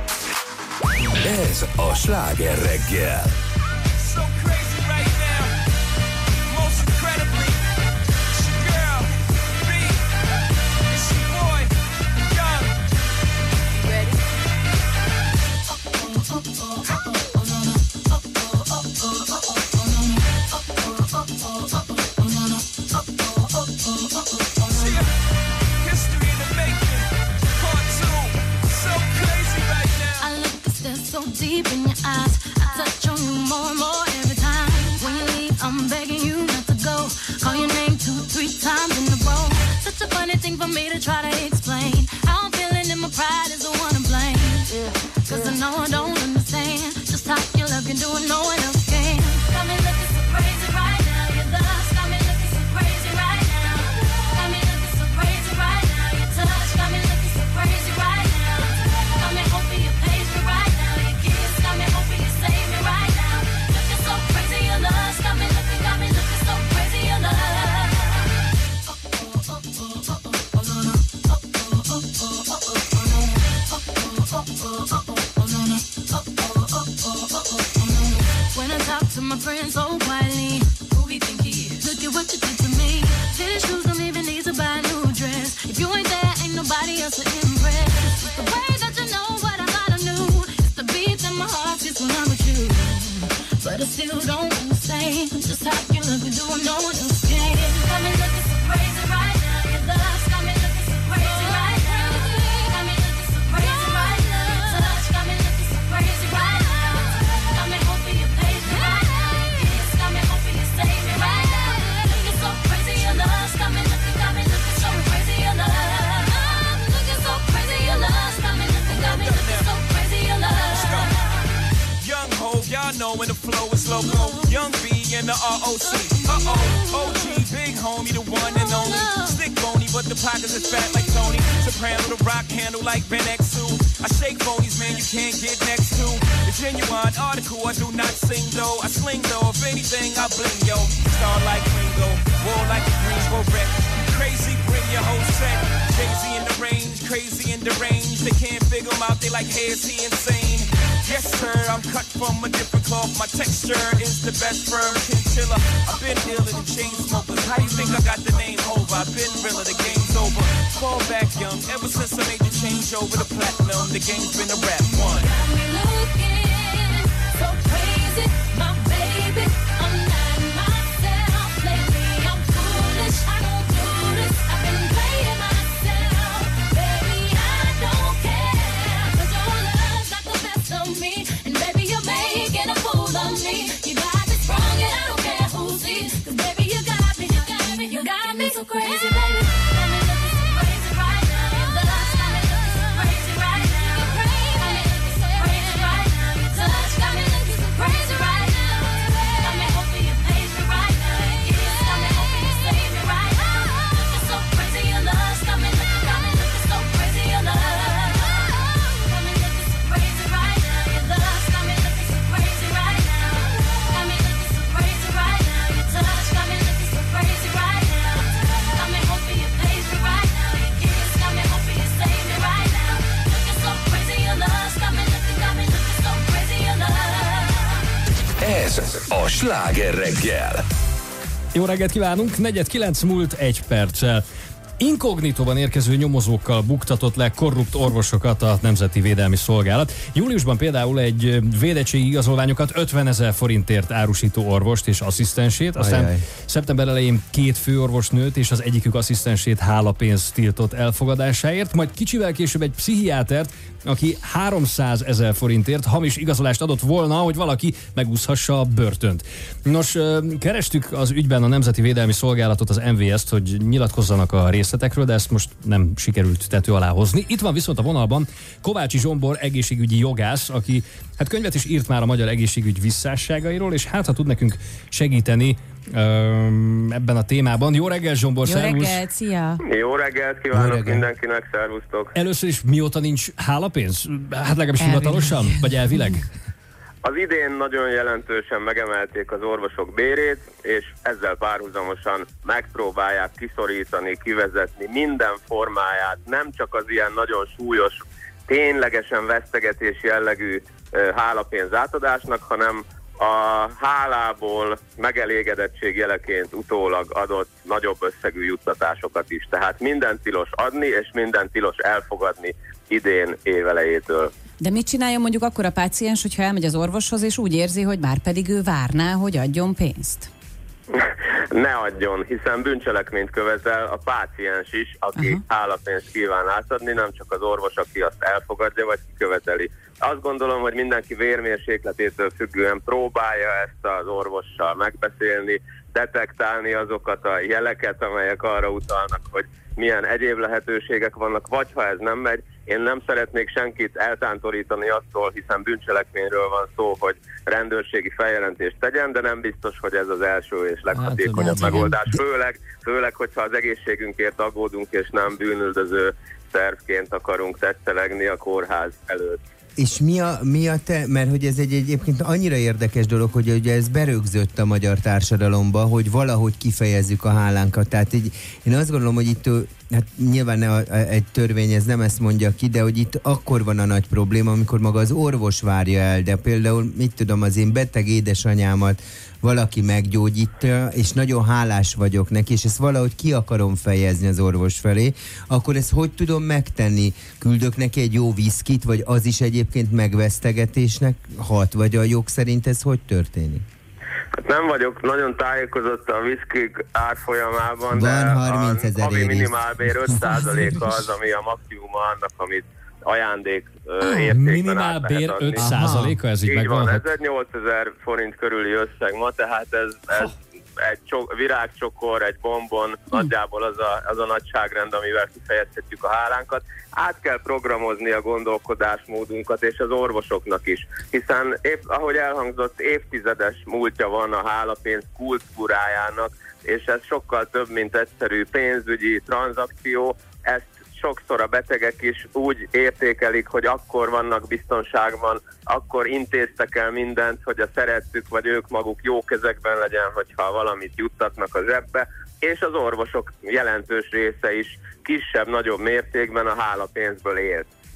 Ez a Sláger reggel.
So crazy right now. Most incredibly, it's your girl, B. It's your boy, Young. Ready? History in the making. Part two. So crazy right now.
I look a step so deep in your eyes. I touch on you more and more every time. When you leave, I'm begging you not to go. Call your name two, three times in a row. Such a funny thing for me to try to explain. How I'm feeling and my pride is the one to blame. Yeah. Cause I know I don't understand just how your love can do it, no one else can. Got me looking so crazy right now. Your lust got me looking so crazy right now. Got me looking so crazy right now. Your touch got me looking so crazy right now. Got me hoping you page me right now. Your kiss got me hoping you save me right now. Looking so crazy, your lust got me looking, got me looking so crazy, your love. When I talk to my friends so quietly, who he think he is? Look at what you did to me. Fitted shoes don't even need to buy a new dress. If you ain't there, ain't nobody else to impress. It's the way that you know what I thought I knew. It's the beat that my heart gets when I'm with you. But I still don't understand just how you look and do what no one else can. Got me looking so crazy right now. Your love got me looking so crazy right now. Got me looking so crazy right now. Your touch got me looking so crazy right now. Got me hoping you page me right now. Your kiss got me hoping you save me right now. Looking so crazy, your love got me looking, got me looking so crazy, your love. Looking so crazy, your love got me looking, got me looking so crazy, your love.
Young Hov, y'all know when the flow is loco. Young B and the R O C. Uh-oh, O G, big homie, the one and only. Stick bony, but the pockets is fat like Tony. Soprano, the rock handle like Ben X two. I shake phonies, man, you can't get next to. The genuine article, I do not sing though. I sling though, if anything, I bling yo. Star like Ringo, war like a Greensboro wreck. Crazy, bring your whole set. Crazy in the range, crazy in the range. They can't figure him out, they like, hey, is he insane?
Yes, sir, I'm cut from a different cloth. My texture is the best firm chinchilla. I've been iller than chain smokers. How you think I got the name over? I've been realer, the game's over. Fall back young, ever since I made the change over the platinum, the game's been a rap one.
Got me looking so crazy, my baby. I'm not myself lately. I'm foolish. I don't do this. I've been playing myself, baby. I don't care, 'cause your love's got the best of me, and baby you're making a fool of me. You got this wrong, and I don't care who sees, 'cause baby you got me, you got me, you got me so crazy, baby. Got me looking so crazy right now. Your love's got me looking so crazy right now. You're crazy, got me looking so crazy right now. Your touch got me looking so crazy right now. Got me hoping you praise me right now. Your kiss got me hoping you save me right now. Looking so crazy, your love's got me looking, got me looking so crazy, your love. Got me looking so crazy right now. Your love's got me looking so crazy right now. Got me looking so crazy right now. Your touch got me looking so crazy right now. Got me hoping you praise me right now. Your kiss got me hoping you save me right now. Looking so crazy, your love's got me looking, got me looking so crazy, your love.
Ez a Sláger reggel.
Jó reggelt kívánunk, negyed kilenc múlt egy perccel. Inkognitóban érkező nyomozókkal buktatott le korrupt orvosokat a Nemzeti Védelmi Szolgálat. Júliusban például egy védettségi igazolványokat ötvenezer forintért árusító orvost és asszisztensét, aztán
Ajaj.
szeptember elején két főorvosnőt és az egyikük asszisztensét hálapénzt tiltott elfogadásáért, majd kicsivel később egy pszichiátert, aki háromszázezer forintért hamis igazolást adott volna, hogy valaki megúszhassa a börtönt. Nos, kerestük az ügyben a Nemzeti Védelmi Szolgálatot, az em vé es-t, hogy nyilatkozzanak a részletekről, de ezt most nem sikerült tető alá hozni. Itt van viszont a vonalban Kovácsi Zsombor egészségügyi jogász, aki hát könyvet is írt már a magyar egészségügy visszásságairól, és hát ha tud nekünk segíteni öm, ebben a témában. Jó reggel, Zsombor,
Jó
szervusz!
reggelt, szia!
Jó reggelt kívánok
Jó reggelt.
mindenkinek, szervusztok!
Először is mióta nincs hálapénz? Hát legalábbis
Elvileg.
hivatalosan, vagy elvileg?
Az idén nagyon jelentősen megemelték az orvosok bérét, és ezzel párhuzamosan megpróbálják kiszorítani, kivezetni minden formáját, nem csak az ilyen nagyon súlyos, ténylegesen vesztegetés jellegű ö, hálapénz átadásnak, hanem a hálából megelégedettség jeleként utólag adott nagyobb összegű juttatásokat is. Tehát minden tilos adni, és minden tilos elfogadni idén évelejétől.
De mit csináljon mondjuk akkor a páciens, hogyha elmegy az orvoshoz, és úgy érzi, hogy már pedig ő várná, hogy adjon pénzt?
Ne adjon, hiszen bűncselekményt követel a páciens is, aki uh-huh. hálapénzt kíván átadni, nem csak az orvos, aki azt elfogadja, vagy kiköveteli. Azt gondolom, hogy mindenki vérmérsékletétől függően próbálja ezt az orvossal megbeszélni, detektálni azokat a jeleket, amelyek arra utalnak, hogy milyen egyéb lehetőségek vannak, vagy ha ez nem megy, én nem szeretnék senkit eltántorítani attól, hiszen bűncselekményről van szó, hogy rendőrségi feljelentést tegyen, de nem biztos, hogy ez az első és leghatékonyabb
hát,
megoldás. Főleg, főleg, hogyha az egészségünkért aggódunk, és nem bűnüldöző szervként akarunk tetszelegni a kórház előtt.
És mi a, mi a te, mert hogy ez egy egyébként annyira érdekes dolog, hogy ugye ez berögzött a magyar társadalomba, hogy valahogy kifejezzük a hálánkat. Tehát így, én azt gondolom, hogy itt hát nyilván ne a, a, egy törvény ez nem ezt mondja ki, de hogy itt akkor van a nagy probléma, amikor maga az orvos várja el, de például, mit tudom, az én beteg édesanyámat valaki meggyógyítja, és nagyon hálás vagyok neki, és ezt valahogy ki akarom fejezni az orvos felé, akkor ezt hogy tudom megtenni? Küldök neki egy jó viszkit, vagy az is egyébként megvesztegetésnek hat, vagy a jog szerint ez hogy történik?
Hát nem vagyok nagyon tájékozott a viszkik árfolyamában,
Van
de
harmincezer
a havi
éris.
minimálbér öt százaléka az, ami a maximuma annak, amit ajándék uh,
Ah,
értékben
minimálbér
át lehet adni.
öt százaléka, ez így
Így
megvan?
van,
Hát-
ez egy nyolcezer forint körüli összeg ma, tehát ez, ez egy csok, virágcsokor, egy bombon, hm. nagyjából az a, az a nagyságrend, amivel kifejezhetjük a hálánkat. Át kell programozni a gondolkodásmódunkat, és az orvosoknak is, hiszen épp, ahogy elhangzott, évtizedes múltja van a hálapénz kultúrájának, és ez sokkal több, mint egyszerű pénzügyi tranzakció. Ezt sokszor a betegek is úgy értékelik, hogy akkor vannak biztonságban, akkor intéztek el mindent, hogy a szerettük vagy ők maguk jó kezekben legyen, hogyha valamit juttatnak a zsebbe, és az orvosok jelentős része is kisebb-nagyobb mértékben a hálapénzből élt.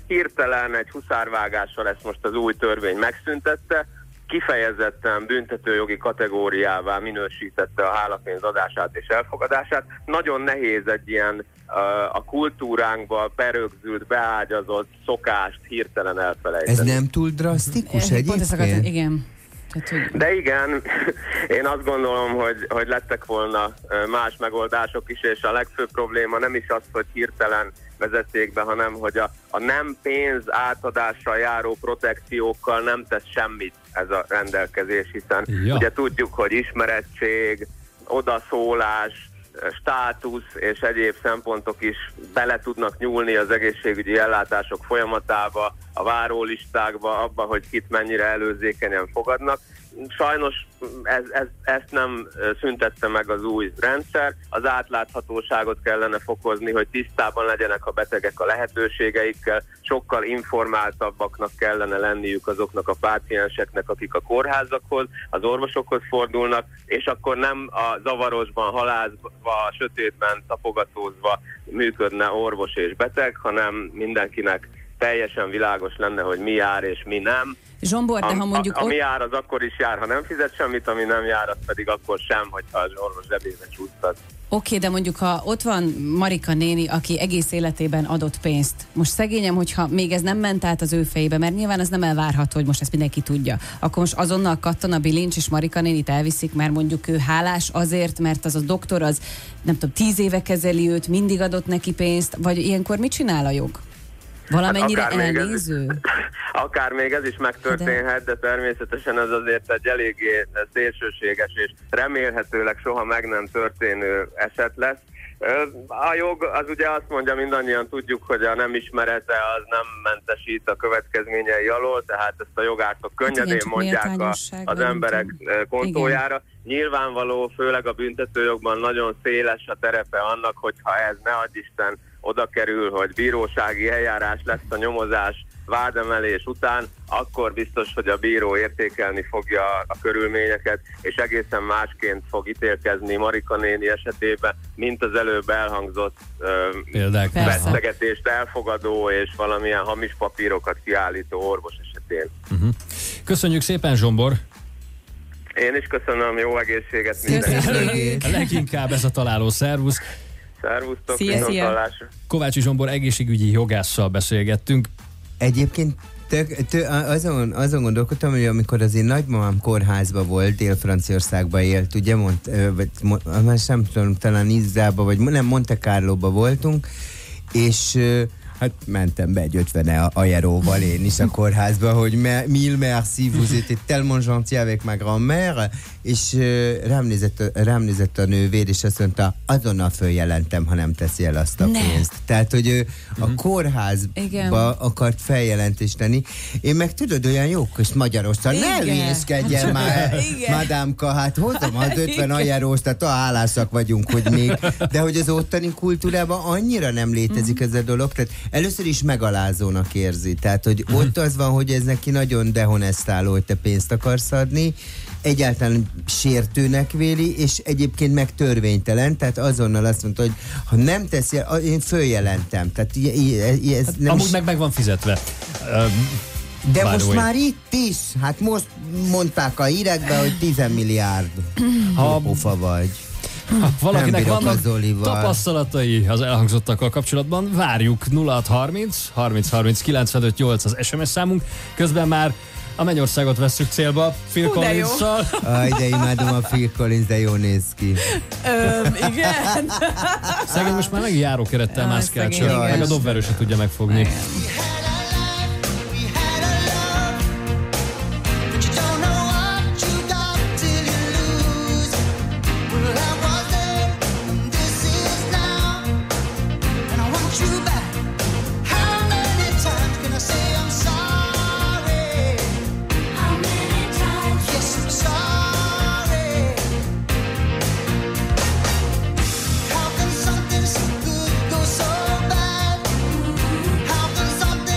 hirtelen egy huszárvágással ezt most az új törvény megszüntette, kifejezetten büntetőjogi kategóriává minősítette a hálapénz adását és elfogadását. Nagyon nehéz egy ilyen uh, a kultúránkba berögzült, beágyazott szokást hirtelen elfelejteni.
Ez nem túl drasztikus
egyébként? Igen.
De igen, én azt gondolom, hogy, hogy lettek volna más megoldások is, és a legfőbb probléma nem is az, hogy hirtelen vezették be, hanem hogy a, a nem pénz átadással járó protekciókkal nem tesz semmit ez a rendelkezés, hiszen ja. ugye tudjuk, hogy ismerettség, odaszólás, státusz és egyéb szempontok is bele tudnak nyúlni az egészségügyi ellátások folyamatába, a várólistákba, abba, hogy kit mennyire előzékenyen fogadnak. Sajnos ez, ez, ezt nem szüntette meg az új rendszer. Az átláthatóságot kellene fokozni, hogy tisztában legyenek a betegek a lehetőségeikkel, sokkal informáltabbak kellene lenniük azoknak a pácienseknek, akik a kórházakhoz, az orvosokhoz fordulnak, és akkor nem a zavarosban, halázva, a sötétben tapogatózva működne orvos és beteg, hanem mindenkinek teljesen világos lenne, hogy mi jár és mi nem.
Zsombor, de ha mondjuk...
A, a, ami jár, az akkor is jár, ha nem fizet semmit, ami nem jár, az pedig akkor sem, hogyha az orvos zsebébe csúsztat.
Oké, de mondjuk, ha ott van Marika néni, aki egész életében adott pénzt, most szegényem, hogyha még ez nem ment át az ő fejébe, mert nyilván az nem elvárható, hogy most ezt mindenki tudja, akkor most azonnal kattan a bilincs, és Marika nénit elviszik, mert mondjuk ő hálás azért, mert az a doktor az, nem tudom, tíz éve kezeli őt, mindig adott neki pénzt, vagy ilyenkor mit csinál a jog? Valamennyire hát elnéző?
Ez, akár még ez is megtörténhet, de természetesen ez azért egy eléggé szélsőséges és remélhetőleg soha meg nem történő eset lesz. A jog az ugye azt mondja, mindannyian tudjuk, hogy a nem ismerete az nem mentesít a következményei alól, tehát ezt a jogártok könnyedén hát igen, mondják a, az emberek kontójára. Igen. Nyilvánvaló, főleg a büntetőjogban nagyon széles a terepe annak, hogyha ez ne adj Isten oda kerül, hogy bírósági eljárás lesz a nyomozás vádemelés után, akkor biztos, hogy a bíró értékelni fogja a körülményeket, és egészen másként fog ítélkezni Marika néni esetében, mint az előbb elhangzott beszélgetést elfogadó és valamilyen hamis papírokat kiállító orvos esetén. Uh-huh.
Köszönjük szépen, Zsombor!
Én is köszönöm, jó egészséget mindenkinek!
Leginkább ez a találó, szervusz!
Szervusztok,
szia, szia.
Kovácsi Zsombor egészségügyi jogásszal beszélgettünk.
Egyébként tök, tök, azon, azon gondolkodtam, hogy amikor az én nagymamám kórházba volt, Dél-Franciaországban élt, ugye, mond, vagy, most nem tudom, talán Izzába, vagy nem, Monte Carloba voltunk, és hát mentem be egy ötven ajeróval én is a kórházba, hogy me, mille merci, vous étiez tellement gentil avec ma grand-mère, és uh, rám, nézett, rám nézett a nővér, és azt mondta, azonnal följelentem, ha nem teszi el azt a ne. pénzt. Tehát, hogy ő uh, a kórházba igen. akart feljelentést tenni. Én meg tudod, olyan jók közt Magyarországon, ne hülyéskedjen már, madámka, hát hozom az ötven ajeróst, tehát hálásak vagyunk, hogy még, de hogy az ottani kultúrában annyira nem létezik ez a dolog, tehát először is megalázónak érzi. Tehát, hogy ott az van, hogy ez neki nagyon dehonestáló, hogy te pénzt akarsz adni, egyáltalán sértőnek véli, és egyébként meg törvénytelen, tehát azonnal azt mondta, hogy ha nem teszi, én följelentem. Tehát ez
hát
nem
amúgy
is...
meg meg van fizetve. Um,
De most way. már itt is, hát most mondták a hírekben, hogy tíz milliárd ha... pofa vagy.
Ha valakinek vannak tapasztalatai az elhangzottakkal kapcsolatban, várjuk nulla hat harminc harminc harminc kilencvenöt nyolc az es em es számunk. Közben már a Mennyországot vesszük célba Phil Collins-szal.
Aj, de imádom a Phil Collins, de jól néz ki.
Öm, igen.
Szegény most már megint járókerettel mászkál, csak meg a dobverő se tudja megfogni.
Something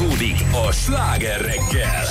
Folytatódik a Sláger reggel.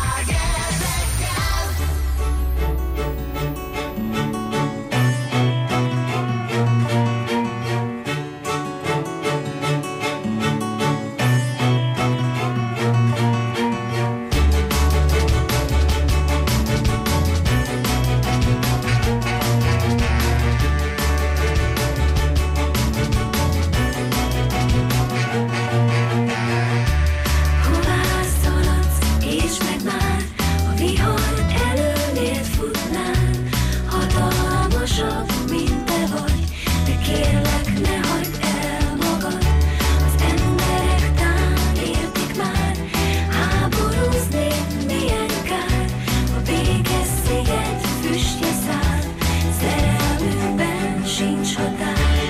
Hová szaladsz, és meg már a vihar előnél futnál. Hatalmasabb, mint te vagy, de kérlek, ne hagyd el magad. Az emberek tán értik már, háborúzni milyen kár. A békés sziget füstje száll, szerelmünkben sincs határ.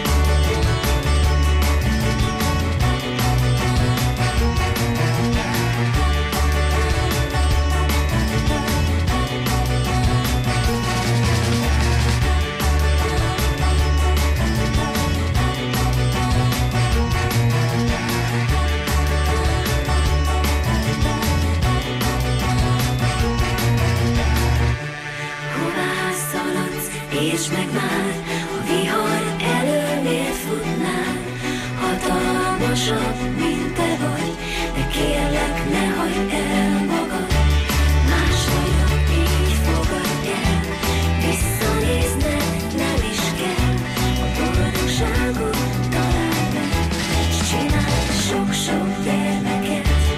Hová szaladsz, és meg már a vihar előnél futnál. Hatalmasabb, mint te vagy, de kérlek, ne hagyd el magad. Más vagyok, így fogadj el, visszanézned nem is kell. A boldogságot találd meg, s csinálj sok-sok gyermeket.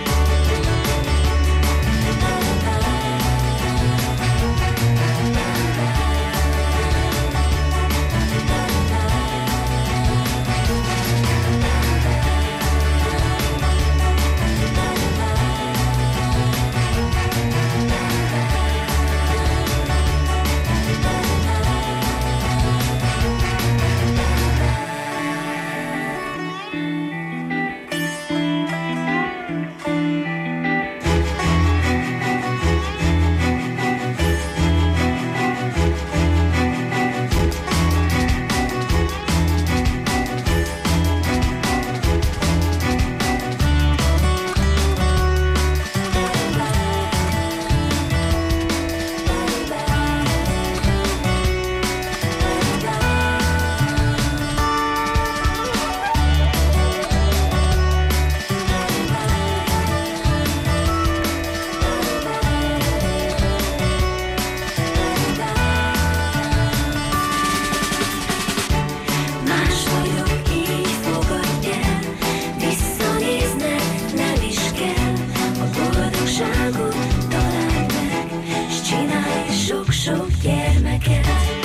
Más vagyok, így fogadj el, visszanézned nem is kell. A boldogságot találd meg, s csinálj sok-sok gyermeket.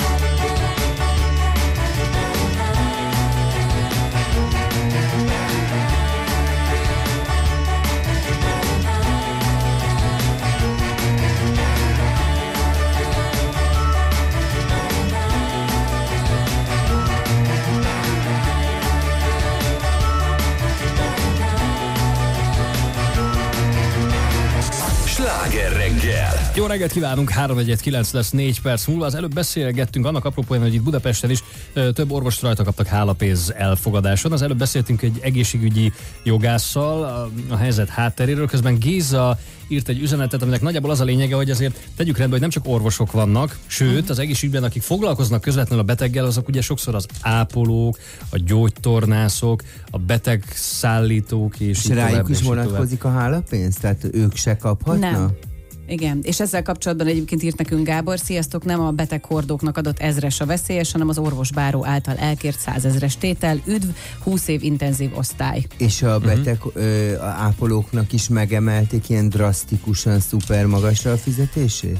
Sláger reggel.
Jó reggelt kívánunk, három egy kilenc lesz négy perc múlva. Az előbb beszélgettünk annak apropóján, hogy itt Budapesten is ö, több orvost rajta kaptak hálapénz elfogadáson. Az előbb beszéltünk egy egészségügyi jogásszal a, a helyzet hátteréről, közben Géza írt egy üzenetet, aminek nagyjából az a lényege, hogy azért tegyük rendbe, hogy nem csak orvosok vannak, sőt, az egészségügyben, akik foglalkoznak közvetlenül a beteggel, azok ugye sokszor az ápolók, a gyógytornászok, a betegszállítók, és,
És
így
rájuk
tovább,
is
és így tovább.
vonatkozik a hálapénz? Tehát ők se kaphatnak?
Nem. Igen, és ezzel kapcsolatban egyébként írt nekünk Gábor, sziasztok, nem a beteghordóknak adott ezres a veszélyes, hanem az orvosbáró által elkért százezres tétel, üdv, húsz év intenzív osztály.
És a beteg ö, a ápolóknak is megemelték ilyen drasztikusan szuper magasra a fizetését?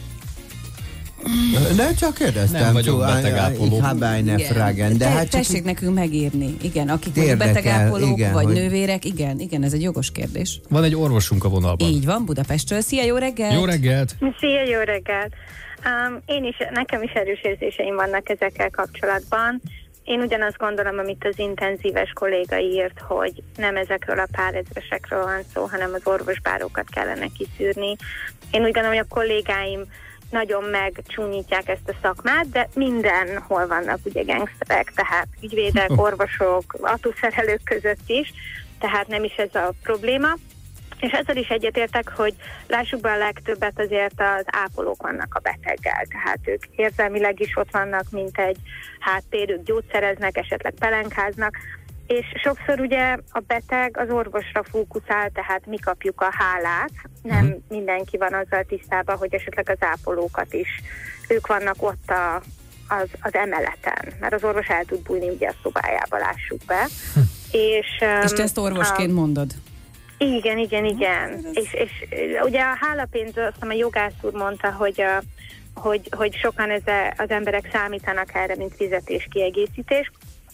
Nem, csak kérdeztem.
Nem vagyok betegápoló.
Ich habe eine Frage. De
Te,
hát csak
tessék nekünk megírni. Igen, akik
Érdekel,
mondjuk betegápolók,
igen,
vagy
hogy-
nővérek, igen, igen, ez egy jogos kérdés.
Van egy orvosunk a vonalban.
Így van, Budapestről. Szia, jó reggelt!
Jó reggelt!
Szia, jó reggelt! Um, én is, nekem is erős érzéseim vannak ezekkel kapcsolatban. Én ugyanazt gondolom, amit az intenzíves kolléga írt, hogy nem ezekről a pár ezresekről van szó, hanem az orvosbárókat kellene kiszűrni. Én úgy gondolom, hogy a kollégáim nagyon megcsúnyítják ezt a szakmát, de mindenhol vannak ugye gengszterek, tehát ügyvédek, orvosok, autószerelők között is, tehát nem is ez a probléma. És ezzel is egyetértek, hogy lássuk be, a legtöbbet azért az ápolók vannak a beteggel, tehát ők érzelmileg is ott vannak, mint egy háttér, ők gyógyszereznek, esetleg pelenkáznak, és sokszor ugye a beteg az orvosra fókuszál, tehát mi kapjuk a hálát, nem uh-huh. mindenki van azzal tisztában, hogy esetleg az ápolókat is, ők vannak ott a, az, az emeleten, mert az orvos el tud bújni ugye a szobájába, lássuk be. Hm. És,
és te ezt orvosként a, mondod?
Igen, igen, igen. És, és ugye a hálapénz, azt hiszem a jogász úr mondta, hogy, a, hogy, hogy sokan ez az emberek számítanak erre, mint fizetéskiegészítés,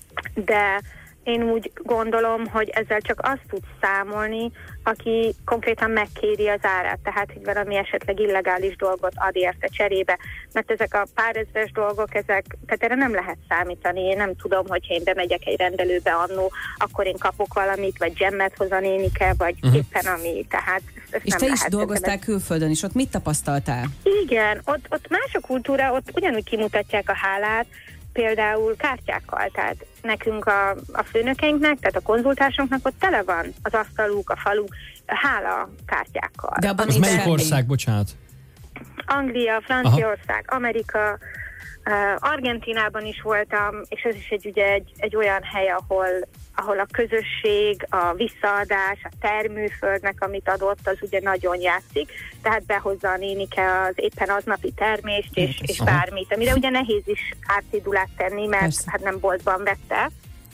de én úgy gondolom, hogy ezzel csak azt tud számolni, aki konkrétan megkéri az árát, tehát hogy valami esetleg illegális dolgot ad érte cserébe, mert ezek a párezres dolgok, ezek, tehát erre nem lehet számítani. Én nem tudom, hogyha én bemegyek egy rendelőbe annó, akkor én kapok valamit, vagy dzsemmet hoz a nénike, vagy uh-huh. éppen ami, tehát ezt
és
nem
te
lehet.
is dolgoztál külföldön, és ott mit tapasztaltál?
Igen, ott, ott más a kultúra, ott ugyanúgy kimutatják a hálát, például kártyákkal, tehát nekünk a, a főnökeinknek, tehát a konzultásunknak ott tele van az asztaluk, a faluk, hála kártyákkal.
De abban melyik ország, bocsánat?
Anglia, Franciaország, Aha. Amerika, uh, Argentínában is voltam, és ez is egy, ugye egy, egy olyan hely, ahol, ahol a közösség, a visszaadás, a termőföldnek, amit adott, az ugye nagyon játszik, tehát behozza a nénike az éppen aznapi termést, és, és bármit, amire ugye nehéz is árcédulát tenni, mert Persze. hát nem boltban vette,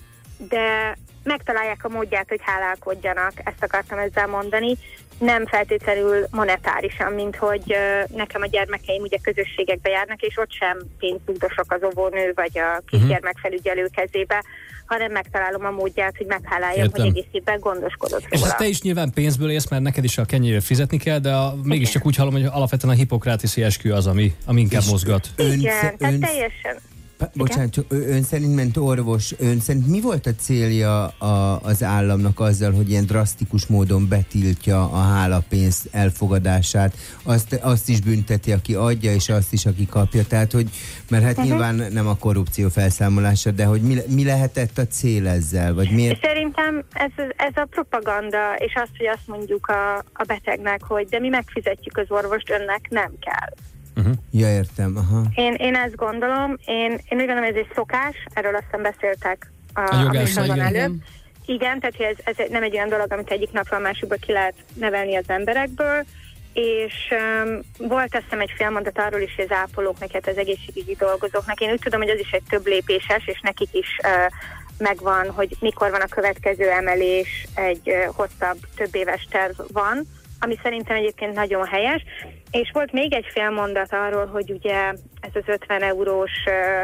de megtalálják a módját, hogy hálálkodjanak, ezt akartam ezzel mondani, nem feltétlenül monetárisan, mint hogy uh, nekem a gyermekeim ugye közösségekbe járnak, és ott sem pénztudosok az óvónő vagy a kisgyermekfelügyelő kezébe, hanem megtalálom a módját, hogy megháláljam, Értem. hogy egész évben gondoskodott róla.
És hát te is nyilván pénzből élsz, mert neked is a kenyérért fizetni kell, de a, mégiscsak úgy hallom, hogy alapvetően a hipokrátészi eskü az, ami, ami inkább mozgat.
Igen, ön, tehát ön... teljesen...
Bocsánat, csak ön szerint ment orvos, ön szerint mi volt a célja a, az államnak azzal, hogy ilyen drasztikus módon betiltja a hálapénz elfogadását? Azt, azt is bünteti, aki adja, és azt is, aki kapja. Tehát, hogy, mert hát uh-huh. nyilván nem a korrupció felszámolása, de hogy mi, mi lehetett a cél ezzel? Vagy miért?
Szerintem ez, ez a propaganda, és az, hogy azt mondjuk a, a betegnek, hogy de mi megfizetjük az orvost, önnek nem kell.
Uh-huh. Ja, értem. Aha.
Én, én ezt gondolom, én, én úgy gondolom, ez egy szokás, erről aztán beszéltek a,
a jogászban
előbb. Igen, tehát ez, ez nem egy olyan dolog, amit egyik napról a másikból ki lehet nevelni az emberekből, és um, volt azt hiszem egy félmondat arról is, hogy az ápolóknak, hát az egészségügyi dolgozóknak. Én úgy tudom, hogy az is egy több lépéses, és nekik is uh, megvan, hogy mikor van a következő emelés, egy uh, hosszabb, több éves terv van, ami szerintem egyébként nagyon helyes, és volt még egy fél mondat arról, hogy ugye ez az ötven eurós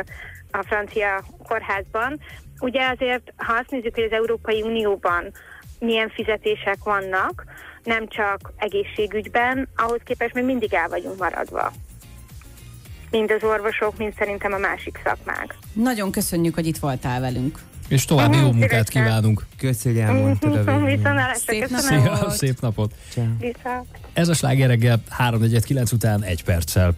a francia kórházban, ugye azért, ha azt nézzük, hogy az Európai Unióban milyen fizetések vannak, nem csak egészségügyben, ahhoz képest még mindig el vagyunk maradva. Mind az orvosok, mind szerintem a másik szakmák.
Nagyon köszönjük, hogy itt voltál velünk.
És további jó munkát kívánunk.
Köszönjük, hogy elmondtad a
végén.
Szép
napot. Szép napot.
Viszont.
Ez a Sláger reggel három negyvenkilenc után egy perccel.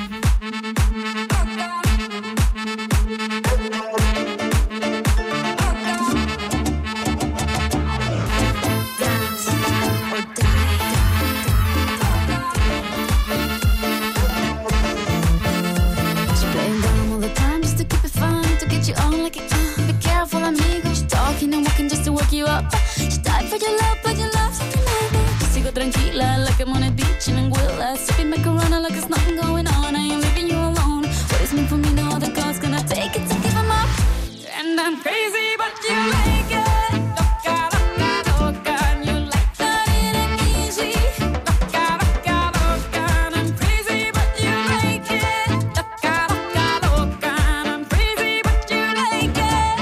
You up. She died for your love, but your love's something like that. Just sigo tranquila, like I'm on a beach in Anguilla, sipping macarona like there's nothing going on. I am leaving you alone. What is meant for me, no other God's gonna take it to give him up. And I'm crazy, but you like it. Loca, loca, loca, and you like that it ain't easy. Loca, loca, loca, and I'm crazy, but you like it. Loca, loca, loca, and I'm crazy, but you like it.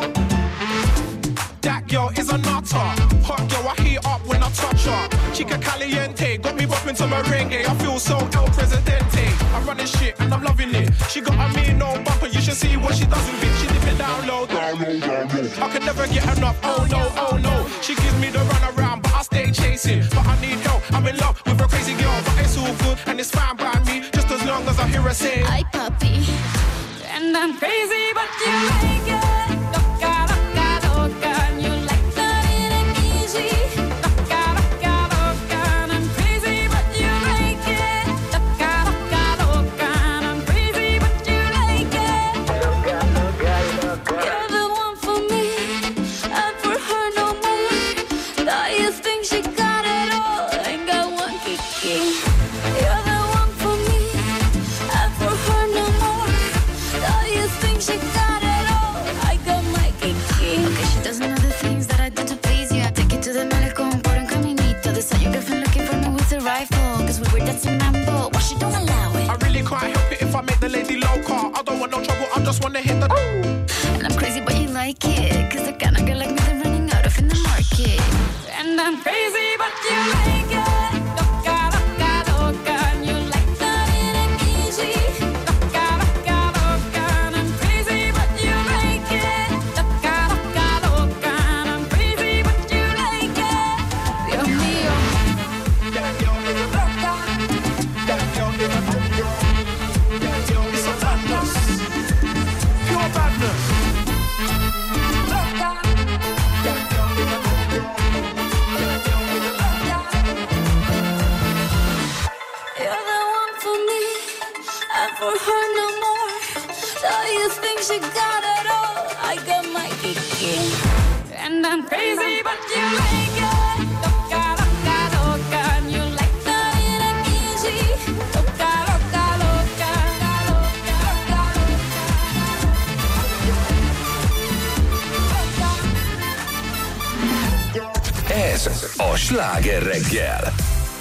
That girl is a nutter. Hot girl, I heat up when I touch her. Chica caliente, got me bopping to merengue. I feel so El Presidente. I'm running shit and I'm loving it. She got a mean no bumper, you should see what she does with it. She dip it down low, down low, down low. I can never get enough, oh no, oh no. She gives me the run around, but I stay chasing. But I need help, I'm in love with a crazy girl. But it's all good and it's fine by me, just as long as I hear her say
Ay papi, and I'm crazy, but you like it. Loca, loca, loca, and you like that it ain't easy. Loca, loca, loca. kid. Cause the kind of girl like me they're running out of in the market. And I'm crazy, but you like it. Loca, loca, loca. And you like that it ain't easy. Loca, loca, loca. And I'm crazy, but you like it. Loca, loca, loca. And I'm crazy, but you like it. Dios mío. You're the one for me, and for her no more. So you think she got it all? I got my kiki, and I'm crazy, but you like it. Loca, loca, loca, and you like that it ain't easy. Loca, loca, loca, loca, loca.
Ez a Sláger reggel.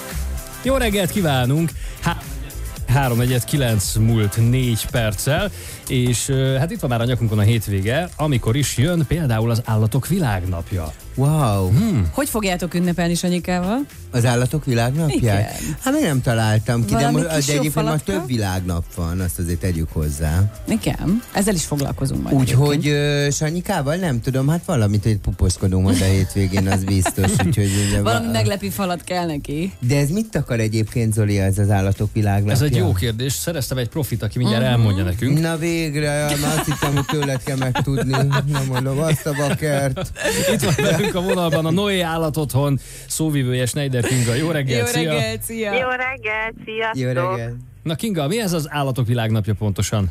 Jó reggelt kívánunk! Há- három negyven kilenc múlt négy perccel, és uh, hát itt van már a nyakunkon a hétvége, amikor is jön például az Állatok Világnapja.
Wow!
Hmm.
Hogy fogjátok ünnepelni Sanyikával?
Az Állatok Világnapját?
Igen.
Hát még nem találtam ki, de,
Valami
mo-
kis
de
jó
egyébként már
falatka?
több világnap van, azt azért tegyük hozzá.
Igen, ezzel is foglalkozunk majd.
Úgyhogy uh, Sanyikával nem tudom, hát valamit, hogy puposkodunk majd a hétvégén, az biztos. Úgyhogy, ugye,
Valami meglepi falat kell neki.
De ez mit akar egyébként, Zoli, ez az Állatok Világnapja?
Ez egy jó kérdés. Szereztem egy profit, aki mindjárt
Mhm.
elmondja nekünk.
Na végre, már azt hittem, hogy tőled kell megtudni. Na mondom, azt a bakert.
Itt van velünk a vonalban a Noé Állatotthon szóvivője Schneider Kinga. Jó reggelt,
Jó
szia!
reggelt, szia!
Jó reggelt, sziasztok!
Jó reggel.
Na Kinga, mi ez az Állatok Világnapja pontosan?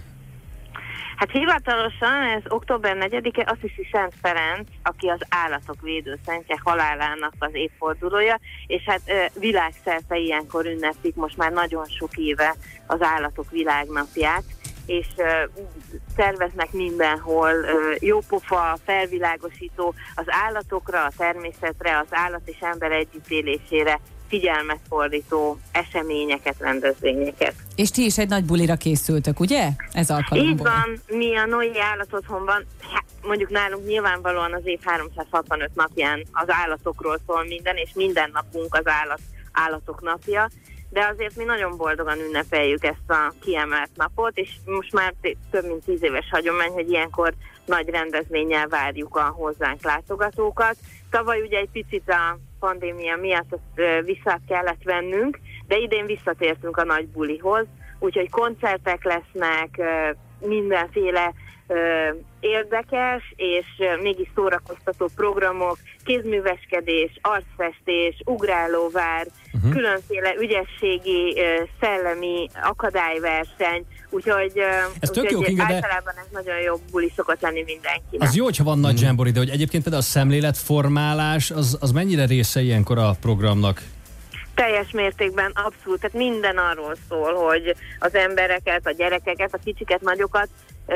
Hát hivatalosan ez október negyedike Assisi Szent Ferenc, aki az állatok védőszentje, halálának az évfordulója, és hát ö, világszerte ilyenkor ünneplik most már nagyon sok éve az Állatok Világnapját, és ö, szerveznek mindenhol ö, jópofa, felvilágosító az állatokra, a természetre, az állat és ember együttélésére figyelmet fordító eseményeket, rendezvényeket.
És ti is egy nagy bulira készültök, ugye? Ez alkalomból.
Így van, mi a Noé Állatotthonban, hát mondjuk nálunk nyilvánvalóan az év háromszázhatvanöt napján az állatokról szól minden, és minden napunk az állat, állatok napja, de azért mi nagyon boldogan ünnepeljük ezt a kiemelt napot, és most már több mint tíz éves hagyomány, hogy ilyenkor nagy rendezvénnyel várjuk a hozzánk látogatókat. Tavaly ugye egy picit a pandémia miatt ezt vissza kellett vennünk, de idén visszatértünk a nagy bulihoz, úgyhogy koncertek lesznek, mindenféle érdekes és mégis szórakoztató programok, kézműveskedés, arcfestés, ugrálóvár, uh-huh. különféle ügyességi, szellemi akadályverseny, úgyhogy, úgyhogy
jó, Kinga,
általában ez nagyon jó buli szokott lenni mindenkinek.
Az jó, hogyha van nagy zsembori, de hogy egyébként például a szemléletformálás, az, az mennyire része ilyenkor a programnak?
Teljes mértékben, abszolút. Tehát minden arról szól, hogy az embereket, a gyerekeket, a kicsiket, nagyokat ö,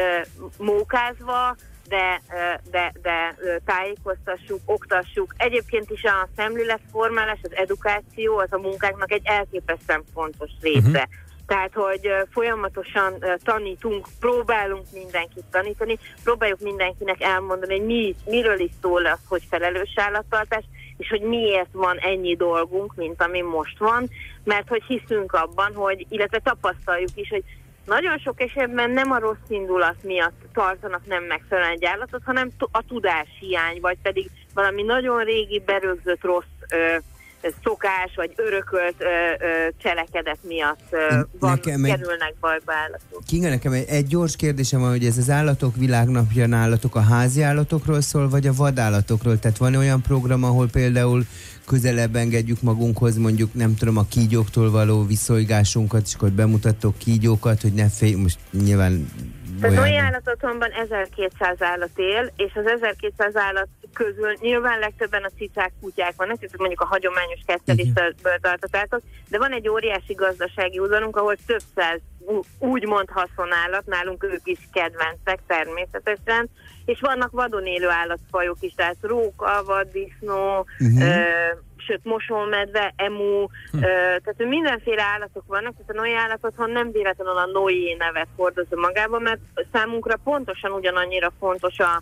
mókázva, de, ö, de, de ö, tájékoztassuk, oktassuk. Egyébként is a szemléletformálás, az edukáció, az a munkáknak egy elképesztően fontos része. Uh-huh. Tehát, hogy ö, folyamatosan ö, tanítunk, próbálunk mindenkit tanítani, próbáljuk mindenkinek elmondani, hogy mi, miről is szól az, hogy felelős állattartás, és hogy miért van ennyi dolgunk, mint ami most van, mert hogy hiszünk abban, hogy, illetve tapasztaljuk is, hogy nagyon sok esetben nem a rossz indulat miatt tartanak nem megfelelően egy állatot, hanem a tudáshiány, vagy pedig valami nagyon régi, berögzött rossz ö, szokás, vagy örökölt ö, ö, cselekedet miatt ö, van,
Nekem egy-
kerülnek bajba állatok.
Kinga, nekem egy, egy gyors kérdésem van, hogy ez az Állatok Világnapja nálatok a házi állatokról szól, vagy a vadállatokról? Tehát van olyan program, ahol például közelebb engedjük magunkhoz, mondjuk nem tudom, a kígyóktól való viszonygásunkat, és akkor bemutattok kígyókat, hogy ne félj, most nyilván
Tehát
olyan...
olyan állatotthonban ezerkétszáz állat él, és az ezerkétszáz állat közül nyilván legtöbben a cicák, kutyák vannak, tehát mondjuk a hagyományos kettelésből tartott állatok, de van egy óriási gazdasági udvarunk, ahol több száz úgymond haszonállat, nálunk ők is kedvencek természetesen, és vannak vadon élő állatfajok is, tehát róka, vaddisznó,
Uh-huh.
ö, sőt mosómedve, emu,
Hm.
ö, tehát mindenféle állatok vannak, tehát a Noé Állatotthon nem véletlenül a Noé nevet hordozza magában, mert számunkra pontosan ugyanannyira fontos a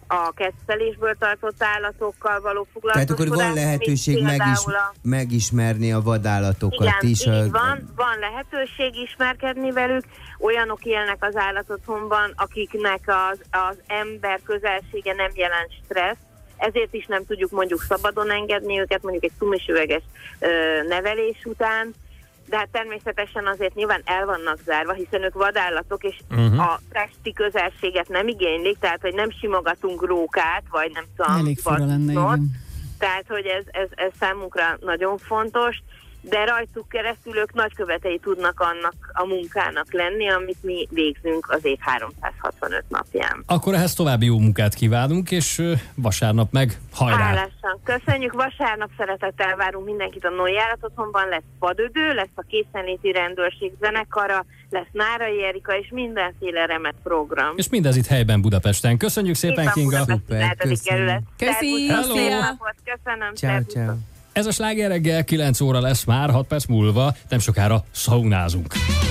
a kettelésből tartott állatokkal való
Tehát
foglalkozás.
akkor van lehetőség megis,
a...
megismerni a vadállatokat
Igen,
is.
így
A...
van, van lehetőség ismerkedni velük, olyanok élnek az állatotthonban, akiknek az, az ember közelsége nem jelent stressz, ezért is nem tudjuk mondjuk szabadon engedni őket, mondjuk egy szumisüveges ö, nevelés után, de hát természetesen azért nyilván el vannak zárva, hiszen ők vadállatok, és uh-huh. a testi közelséget nem igénylik, tehát hogy nem simogatunk rókát, vagy nem tudom,
elég fura lenne, igen.
Tehát, hogy ez, ez, ez számunkra nagyon fontos, de rajtuk keresztül ők nagykövetei tudnak annak a munkának lenni, amit mi végzünk az év háromszázhatvanöt napján.
Akkor ehhez további jó munkát kívánunk, és vasárnap meg hajrá!
Hálásan köszönjük, vasárnap szeretettel várunk mindenkit a Noi Állatotthonban, lesz padödő, lesz a készenléti rendőrség zenekara, lesz Nárai Erika és mindenféle remek program.
És mindez itt helyben Budapesten. Köszönjük szépen, Kinga!
Szuper, köszönjük!
Köszi!
Köszönöm!
Ciao, ciao.
Ez a Sláger reggel, kilenc óra lesz már, hat perc múlva, nem sokára szaunázunk.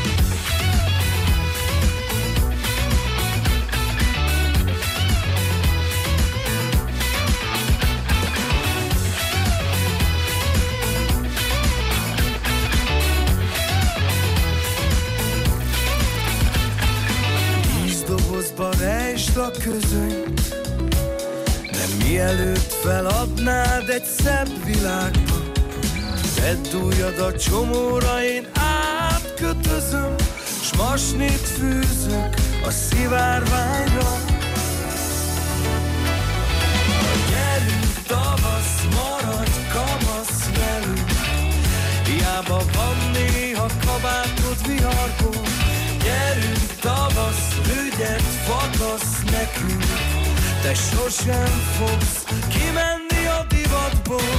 Tíz dobozba rejtsd a közönyt, de mielőtt feladnád egy szebb világba, tedd ujjad a csomóra, én átkötözöm, s masnit fűzök a szivárványra. Gyerünk tavasz, maradj kamasz velünk, hiába van néha kabátod viharból. Gyerünk tavasz, rügyet fakasz nekünk, te sosem fogsz kimenni a divatból.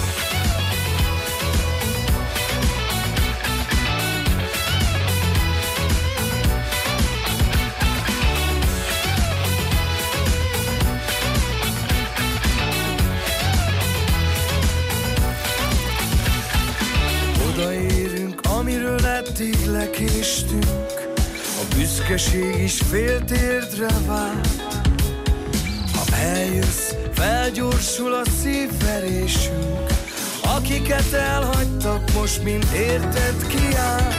Odaérünk, amiről eddig lekéstünk, a büszkeség is fél térdre vált. Ha eljössz, felgyorsul a szívverésünk, akiket elhagytak, most mind érted kiáll.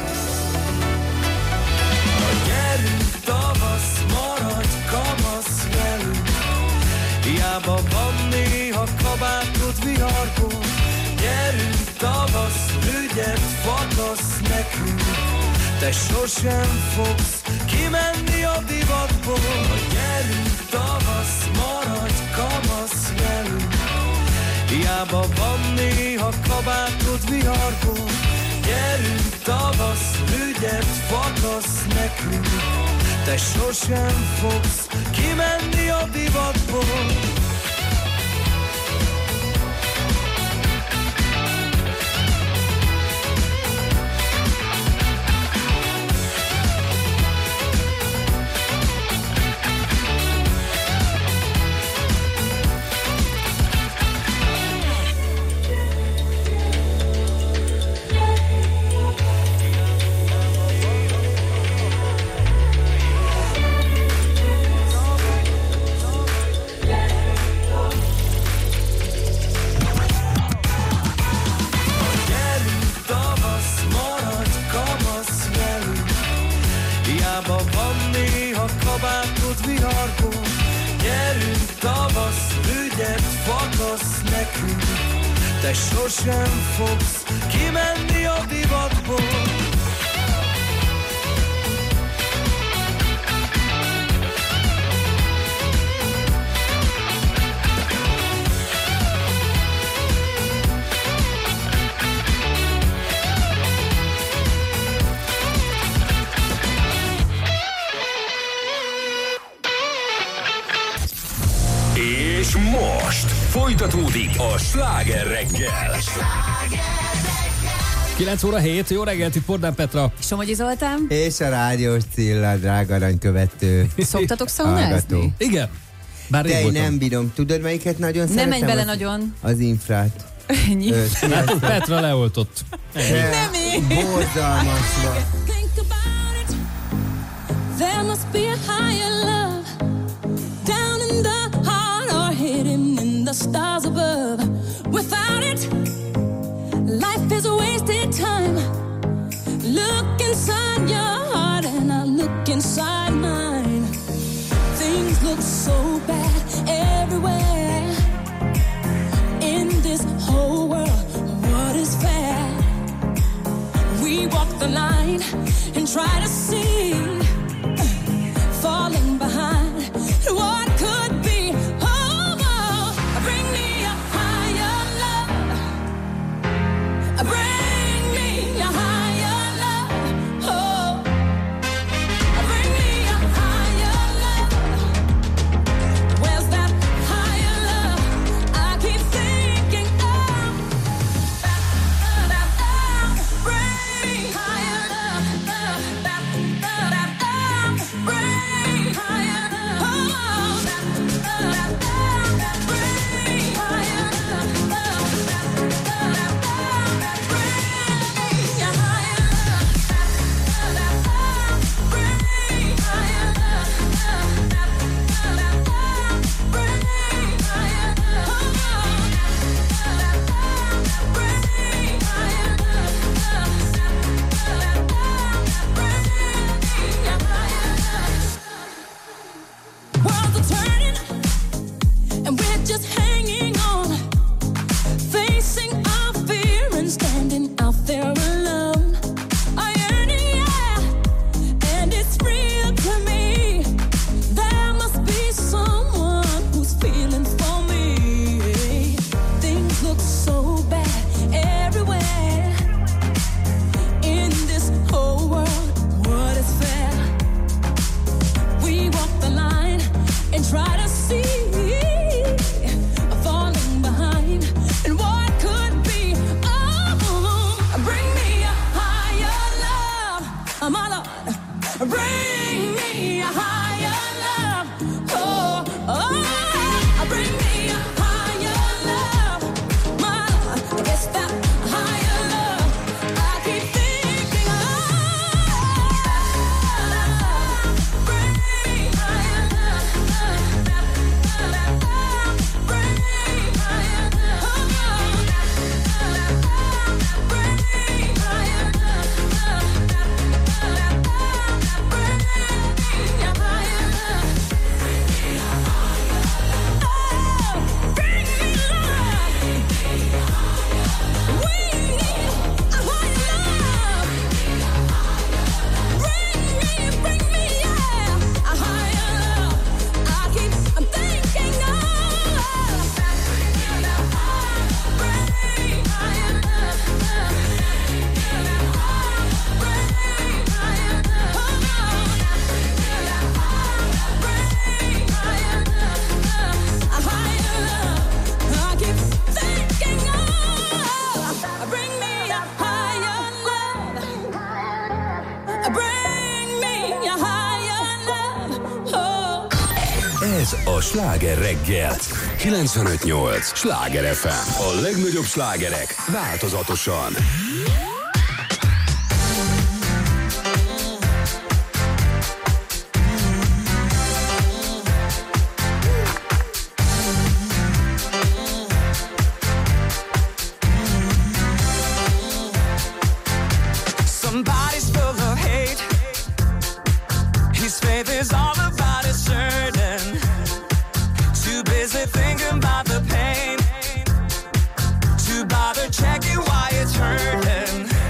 Ha gyerünk tavasz, maradj kamasz velünk, hiába van néha kabátod viharból. Gyerünk tavasz, rügyet fakasz nekünk, te sosem fogsz kimenni a divatból. Ha gyerünk tavasz, maradj kamasz velünk, hiába van néha kabátod viharból. Gyerünk tavasz, rügyet fakasz nekünk, te sosem fogsz kimenni a divatból. Te sosem fogsz kimenni a divatból.
És most folytatódik a Sláger reggel.
kilenc óra hét, jó reggelt, itt Pordán Petra.
Somogyi Zoltán.
És a rádiós Cilla, drága aranykövető.
Szoktatok szaunázni?
Igen. Bár
de én nem bírom. Tudod, melyiket nagyon szeretem?
Nem menj bele
az,
nagyon.
Az infrát.
Ennyi.
Ö,
Petra leoltott.
Nem én.
Borzalmas vagy.
There must be a higher love down in the
time. Look inside your heart and I look inside mine. Things look so bad everywhere. In this whole world, what is fair? We walk the line and try to see, falling behind what could be. Oh, oh, bring me a higher love. Bring me a higher love. Oh, bring me a higher love. Where's that higher love? I keep thinking of. Bring me higher love. Bring higher love. Oh, worlds are turning, and we're just hanging on, facing our fear and standing out there alone. I yearning, yeah, and it's real to me. There must be someone who's feeling for me. Things look so bad everywhere. In this whole world, what is fair? We walk the line and try to see, falling behind and what could be. Oh, bring me a higher love, my Lord. Bring me a higher love. Oh, oh, bring me a higher love, my Lord. It's that higher love I keep thinking of. Bring me higher love. Bring higher love. Bring higher
Ez a Sláger reggel. kilencvenöt nyolc Sláger ef em. A legnagyobb slágerek változatosan.
Somebody's full of hate. His faith is all about his certain. Too busy thinking about the pain. Too bother checking why it's hurting.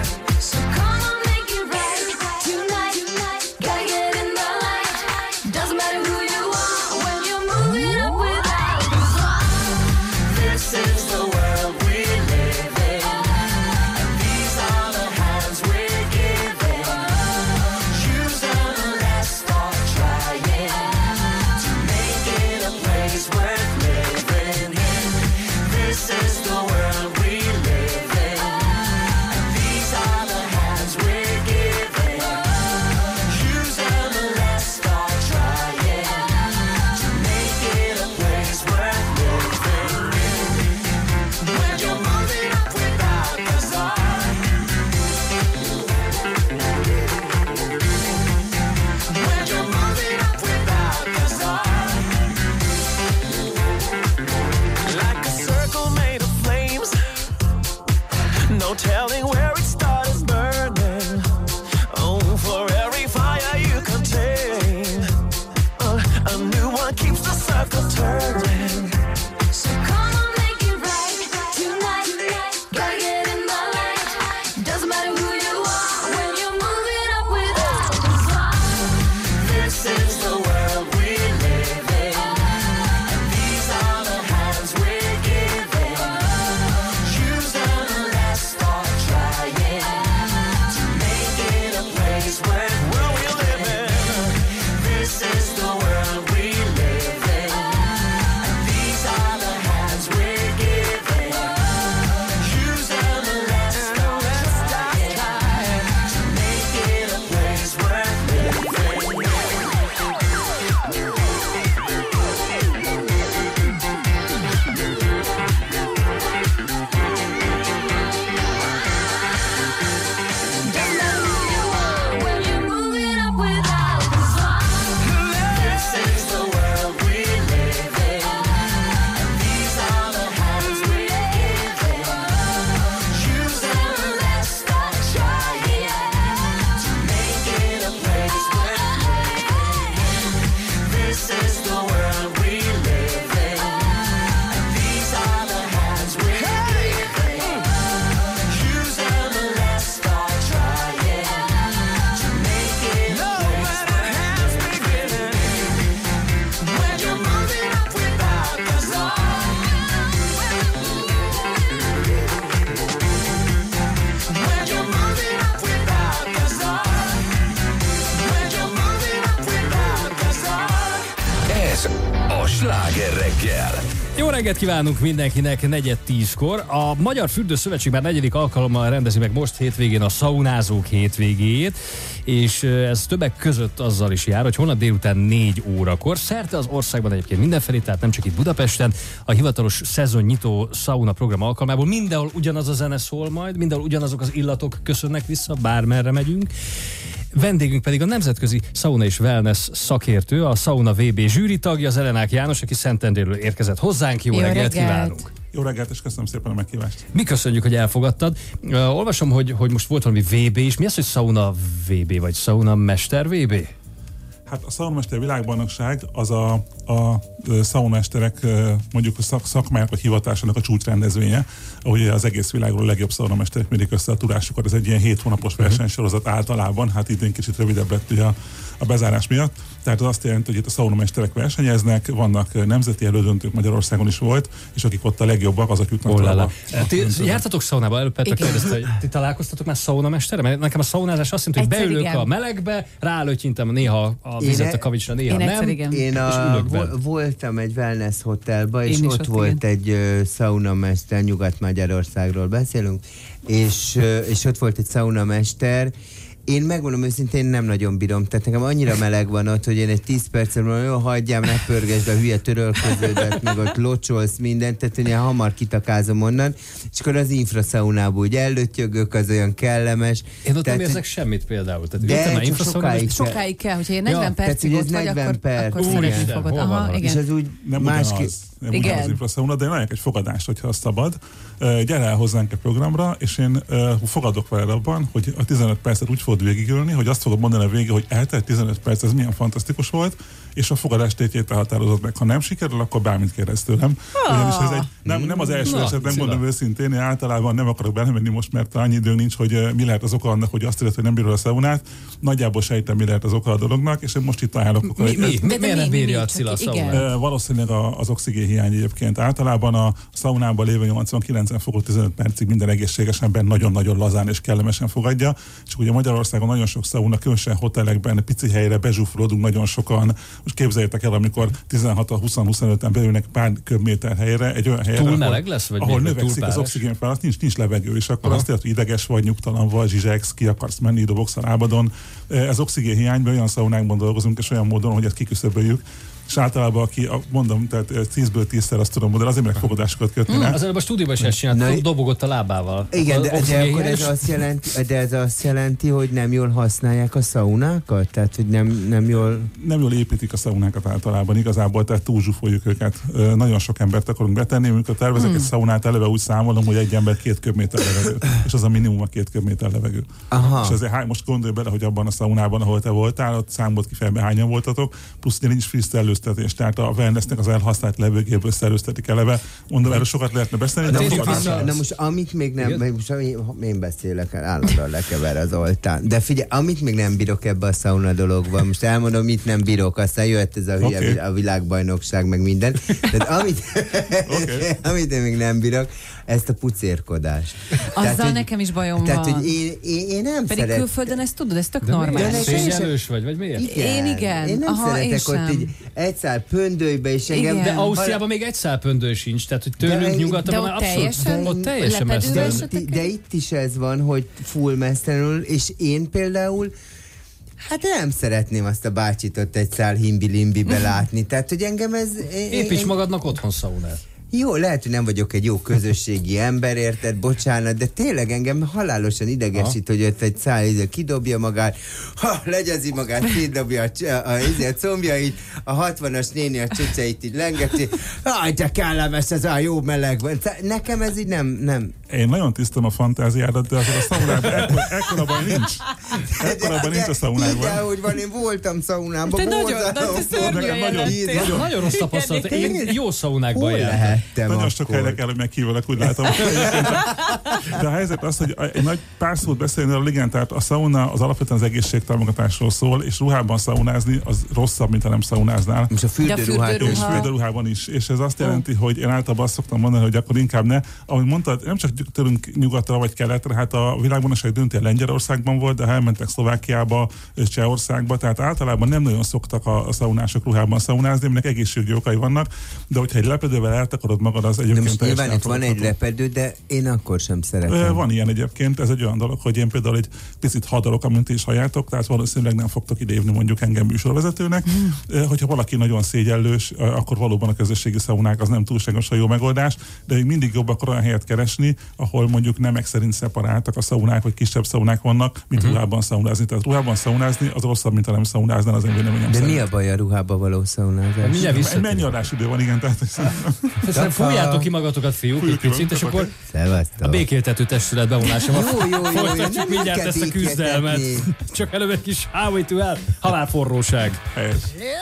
Sláger reggel!
Jó reggelt kívánunk mindenkinek negyed tízkor. A Magyar Fürdőszövetség már negyedik alkalommal rendezi meg most hétvégén a szaunázók hétvégéjét, és ez többek között azzal is jár, hogy holnap délután négy órakor szerte az országban egyébként mindenfelé, tehát nem csak itt Budapesten, a hivatalos szezonnyitó szauna program alkalmából mindenhol ugyanaz a zene szól majd, mindenhol ugyanazok az illatok köszönnek vissza, bármerre megyünk. Vendégünk pedig a nemzetközi sauna és wellness szakértő, a Sauna vé bé zsűri tagja, az Elenák János, aki Szentendréről érkezett hozzánk. Jó, Jó reggelt, reggelt kívánunk!
Jó reggelt, és köszönöm szépen a meghívást.
Mi köszönjük, hogy elfogadtad. Uh, olvasom, hogy, hogy most volt valami vé bé is. Mi az, hogy Sauna vé bé, vagy Sauna Mester vé bé?
Hát a Saunamester világbajnokság az a, a szaunamesterek mondjuk a szak, szakmájának vagy hivatásának a csúcsrendezvénye, ahogy az egész világról a legjobb szaunamesterek mérik össze a tudásukat. Ez egy ilyen hét hónapos versenysorozat általában, hát idén kicsit rövidebb lett ugye a, a bezárás miatt. Tehát az azt jelenti, hogy itt a szaunamesterek versenyeznek, vannak nemzeti elődöntők, Magyarországon is volt, és akik ott a legjobbak, azok jutnak
oh,
tovább.
Ti jártatok szaunába? Előbb Petra kérdezte, hogy ti találkoztatok már szaunamesterre? Mert nekem a szaunázás azt jelenti, hogy beülök a melegbe, rálötyíntem néha a vizet a kavicsra, néha
én
nem,
igen. Én a, vo- voltam egy wellness hotelba, és ott, ott volt igen. egy uh, szaunamester, Nyugat-Magyarországról beszélünk, és, uh, és ott volt egy szaunamester. Én megmondom őszintén, nem nagyon bírom. Tehát nekem annyira meleg van ott, hogy én egy tíz percen mondom, jó, hagyjám, ne pörgesd a hülye törölköződet, meg ott locsolsz mindent, tehát én hamar kitakázom onnan, és akkor az infraszaunából úgy ellötyögök, az olyan kellemes.
Én ott
tehát,
nem érzek semmit például. Tehát
de
már
sokáig,
sokáig kell, hogyha én negyven ja, percig ott vagy, akkor,
perc.
akkor szeretni fogod. Aha, igen.
És az úgy
nem
másképp.
Ugyanaz, nem ugyanaz az infraszauna, de én ajánlok egy fogadást, hogyha az szabad. Uh, gyere el hozzánk egy programra, és én uh, fogadok veled abban, hogy a tizenöt percet úgy fogod végigülni, hogy azt fogod mondani a végig, hogy eltelt tizenöt perc, ez milyen fantasztikus volt, és a fogadás tétjét határozod meg. Ha nem sikerül, akkor bármit kérdez tőlem. Ugyanis ez egy, nem, nem az első eset, nem mondom őszintén, én általában nem akarok belemenni most, mert annyi időnk nincs, hogy uh, mi lehet az oka annak, hogy azt illet, hogy nem bírod a szaunát. Nagyjából sejtem, mi lehet az oka a dolognak, és én most itt ajánlok.
Mi, mi? mi? Miért nem bírja a Cilla a szaunát?
Uh, valószínűleg a, az oxigénhiány egyébként. Általában a szaunában lévő nyolcvankilencven fokot tizenöt percig minden egészséges ember nagyon-nagyon lazán és kellemesen fogadja. És ugye Magyarországon nagyon sok szauna, különösen hotelekben, pici helyre bezsúfolódunk nagyon sokan. Most képzeljétek el, amikor tizenhat-húsz-huszonöten belülnek pár köbméter helyre, egy olyan helyre,
túl meleg lesz, vagy
ahol növekszik az oxigénfelhasználás, nincs, nincs levegő, és akkor Aha. azt jelenti, hogy ideges vagy, nyugtalan vagy, zsizsegsz, ki akarsz menni, dobogsz a lábadon. Ez oxigénhiányban olyan szaunákban dolgozunk, és olyan módon, hogy ezt kiküszöböljük. És általában, aki, mondom, tehát tízből tízszer azt tudom mondani, azért meg fogadásokat kötni.
Hmm, az előbb a stúdióban is ezt csinált, dobogott a lábával.
Igen, de, de akkor ez azt, jelenti, de ez azt jelenti, hogy nem jól használják a szaunákat? Tehát, hogy nem, nem jól...
Nem jól építik a szaunákat általában, igazából, tehát túlzsúfoljuk őket. Nagyon sok embert akarunk betenni, amikor tervezek hmm. egy szaunát, eleve úgy számolom, hogy egy ember két köbméter levegő. És az a minimum a két köbméter levegő.
Aha.
És azért hát most gondolj bele, hogy abban a szaunában, ahol te voltál, ott számolt ki fel, hányan voltatok, plusz nincs friss szellőztetés, tehát a wellnessnek az elhasznált levegőből szellőztetik eleve. Mondom, erről sokat lehetne beszélni.
Na, de most, na most amit még nem, most én beszélek, állandóan lekever az oltán. De figyelj, amit még nem bírok ebbe a szauna dologban, most elmondom, mit nem bírok, aztán jöhet ez a, hülye, okay. a világbajnokság, meg minden. Tehát amit, okay. amit én még nem bírok, ezt a pucérkodást.
Azzal tehát, hogy, nekem is bajom
tehát,
van.
Hogy én, én, én nem
Pedig
szeret...
külföldön ezt tudod, ez tök
de
normális.
Szégyenlős vagy, vagy miért?
Igen. Én igen.
Én nem
Aha,
szeretek ott így egy szál pöndőjbe, és engem...
De Ausztriában még egy szál pöndő sincs, tehát hogy tőlünk nyugaton van abszolút. Ott teljesen mesztelenül.
De, de itt is ez van, hogy full mesztelenül, és én például hát nem szeretném azt a bácsit ott egy szál himbi-limbibe látni. Tehát, hogy engem ez...
Építs magadnak otthon szaunát.
Jó, lehet, hogy nem vagyok egy jó közösségi ember, érted, bocsánat, de tényleg engem halálosan idegesít, ha. hogy ott egy szál ide kidobja magát, ha, legyezi magát, szétdobja a, a, a, a combjait, a hatvanas néni a csöcseit így lengeti, aj, de kellemes, ez a jó meleg van. Nekem ez így nem, nem.
Én nagyon tisztem a fantáziádat, de azért a szaunában ekkor, ekkora baj nincs. Ekkora baj nincs a szaunában.
De hogy van, én voltam szaunában.
Te nagyon, nagyon,
nagyon, nagyon rossz tapasztalat. Én jó szaunákban jártam.
Nagyon sok helyre kell, hogy meghívlak, úgy látom. De a helyzet az, hogy egy nagy pár szót beszélni a igen, tehát a szauna az alapvetően az egészségtámogatásról szól, és ruhában szaunázni az rosszabb, mint ha nem szaunáznál.
És a fürdőruhában
és fürdőruhában is. És ez azt jelenti, hogy én általában azt szoktam mondani, hogy akkor inkább ne, ahogy mondtad, nem csak tőlünk nyugatra vagy keletre, hát a világbajnokság döntője Lengyelországban volt, de ha elmentek Szlovákiába, Csehországba, tehát általában nem nagyon szoktak a, a szaunások ruhában szaunázni, aminek egészségügyi okai vannak, de hogyha egy lepedővel eltakarod magad, az egyébként
most
teljesen
nyilván itt van egy lepedő, de én akkor sem szeretem.
Van ilyen egyébként, ez egy olyan dolog, hogy én például egy picit hadarok, amint is halljátok, tehát valószínűleg nem fogtok idévni mondjuk engem műsorvezetőnek. Hmm. Hogyha valaki nagyon szégyellős, akkor valóban a közösségi szaunák az nem túlságosan jó megoldás, de még mindig jobb akkor olyan helyet keresni, ahol mondjuk nemek szerint szeparáltak a szaunák, vagy kisebb szaunák vannak, mint uh-huh. ruhában szaunázni. Tehát ruhában szaunázni az rosszabb, mint ha nem szaunáznál, az én véleményem
de
szerint.
Mi a baj a ruhába való szaunázás?
Mennyi adásidő van, igen, tehát
Aztán fújjátok ki magatokat, fiúk, egy picit, és akkor a békéltető testület bevonása. Folytatjuk mindjárt ezt a küzdelmet. Csak előbb egy kis Highway to Hell, halálforróság.
Helyes.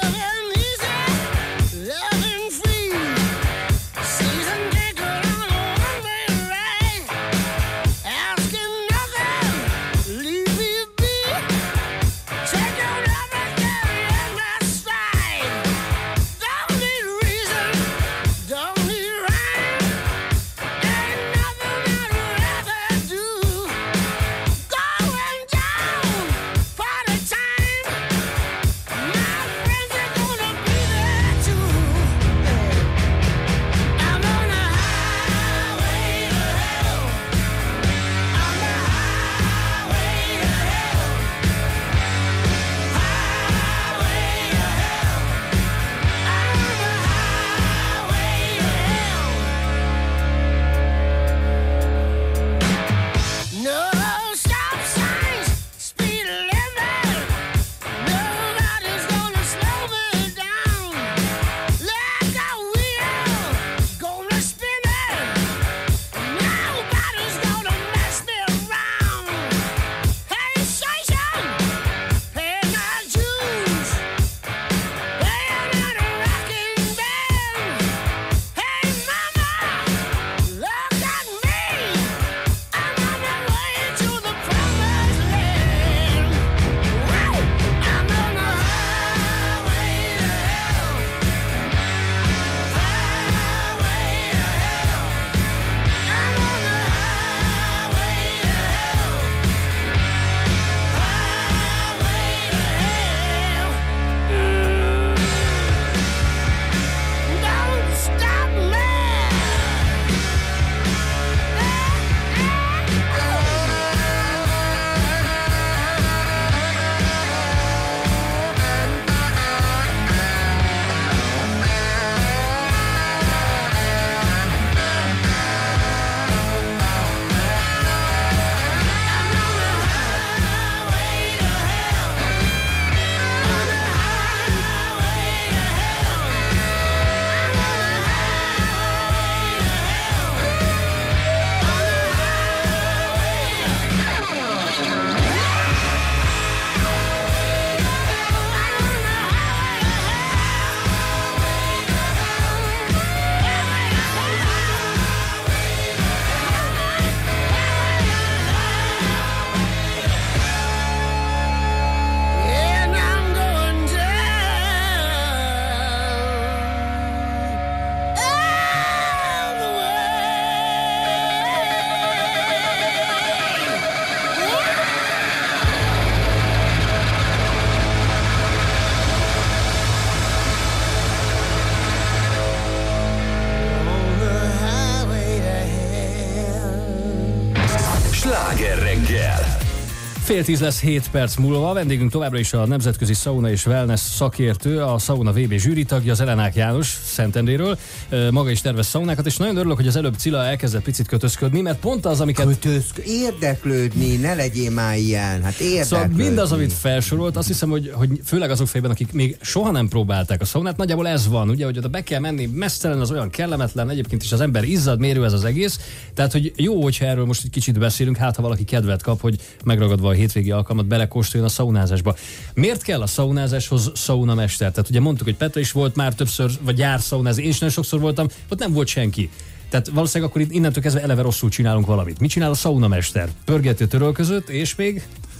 Sláger reggel!
Fél tíz lesz hét perc múlva. A vendégünk továbbra is a nemzetközi szauna és wellness szakértő, a Sauna vé bé zsűritagja, az Elenák János Szentendréről. Maga is tervez szaunákat, és nagyon örülök, hogy az előbb Cilla elkezdett picit kötözködni, mert pont az, amiket...
Kötözk... Érdeklődni, ne legyél már ilyen, hát érdeklődni.
Szóval mindaz, amit felsorolt, azt hiszem, hogy, hogy főleg azok fejben, akik még soha nem próbálták a szaunát, nagyjából ez van, ugye, hogy oda be kell menni, mesztelen, az olyan kellemetlen, egyébként is az ember izzad, mérő ez az egész. Tehát, hogy jó, hogyha erről most egy kicsit beszélünk, hát ha valaki kedvet kap, hogy megragadva a hétvégi alkalmat belekóstoljon a szaunázásba. Miért kell a szaunázáshoz szaunamester? Tehát ugye mondtuk, hogy Petra is volt már többször, vagy jár szaunázni, én is nagyon sokszor voltam, ott nem volt senki. Tehát valószínűleg akkor innentől kezdve eleve rosszul csinálunk valamit. Mit csinál a szaunamester? Pörgető törölközött, és még...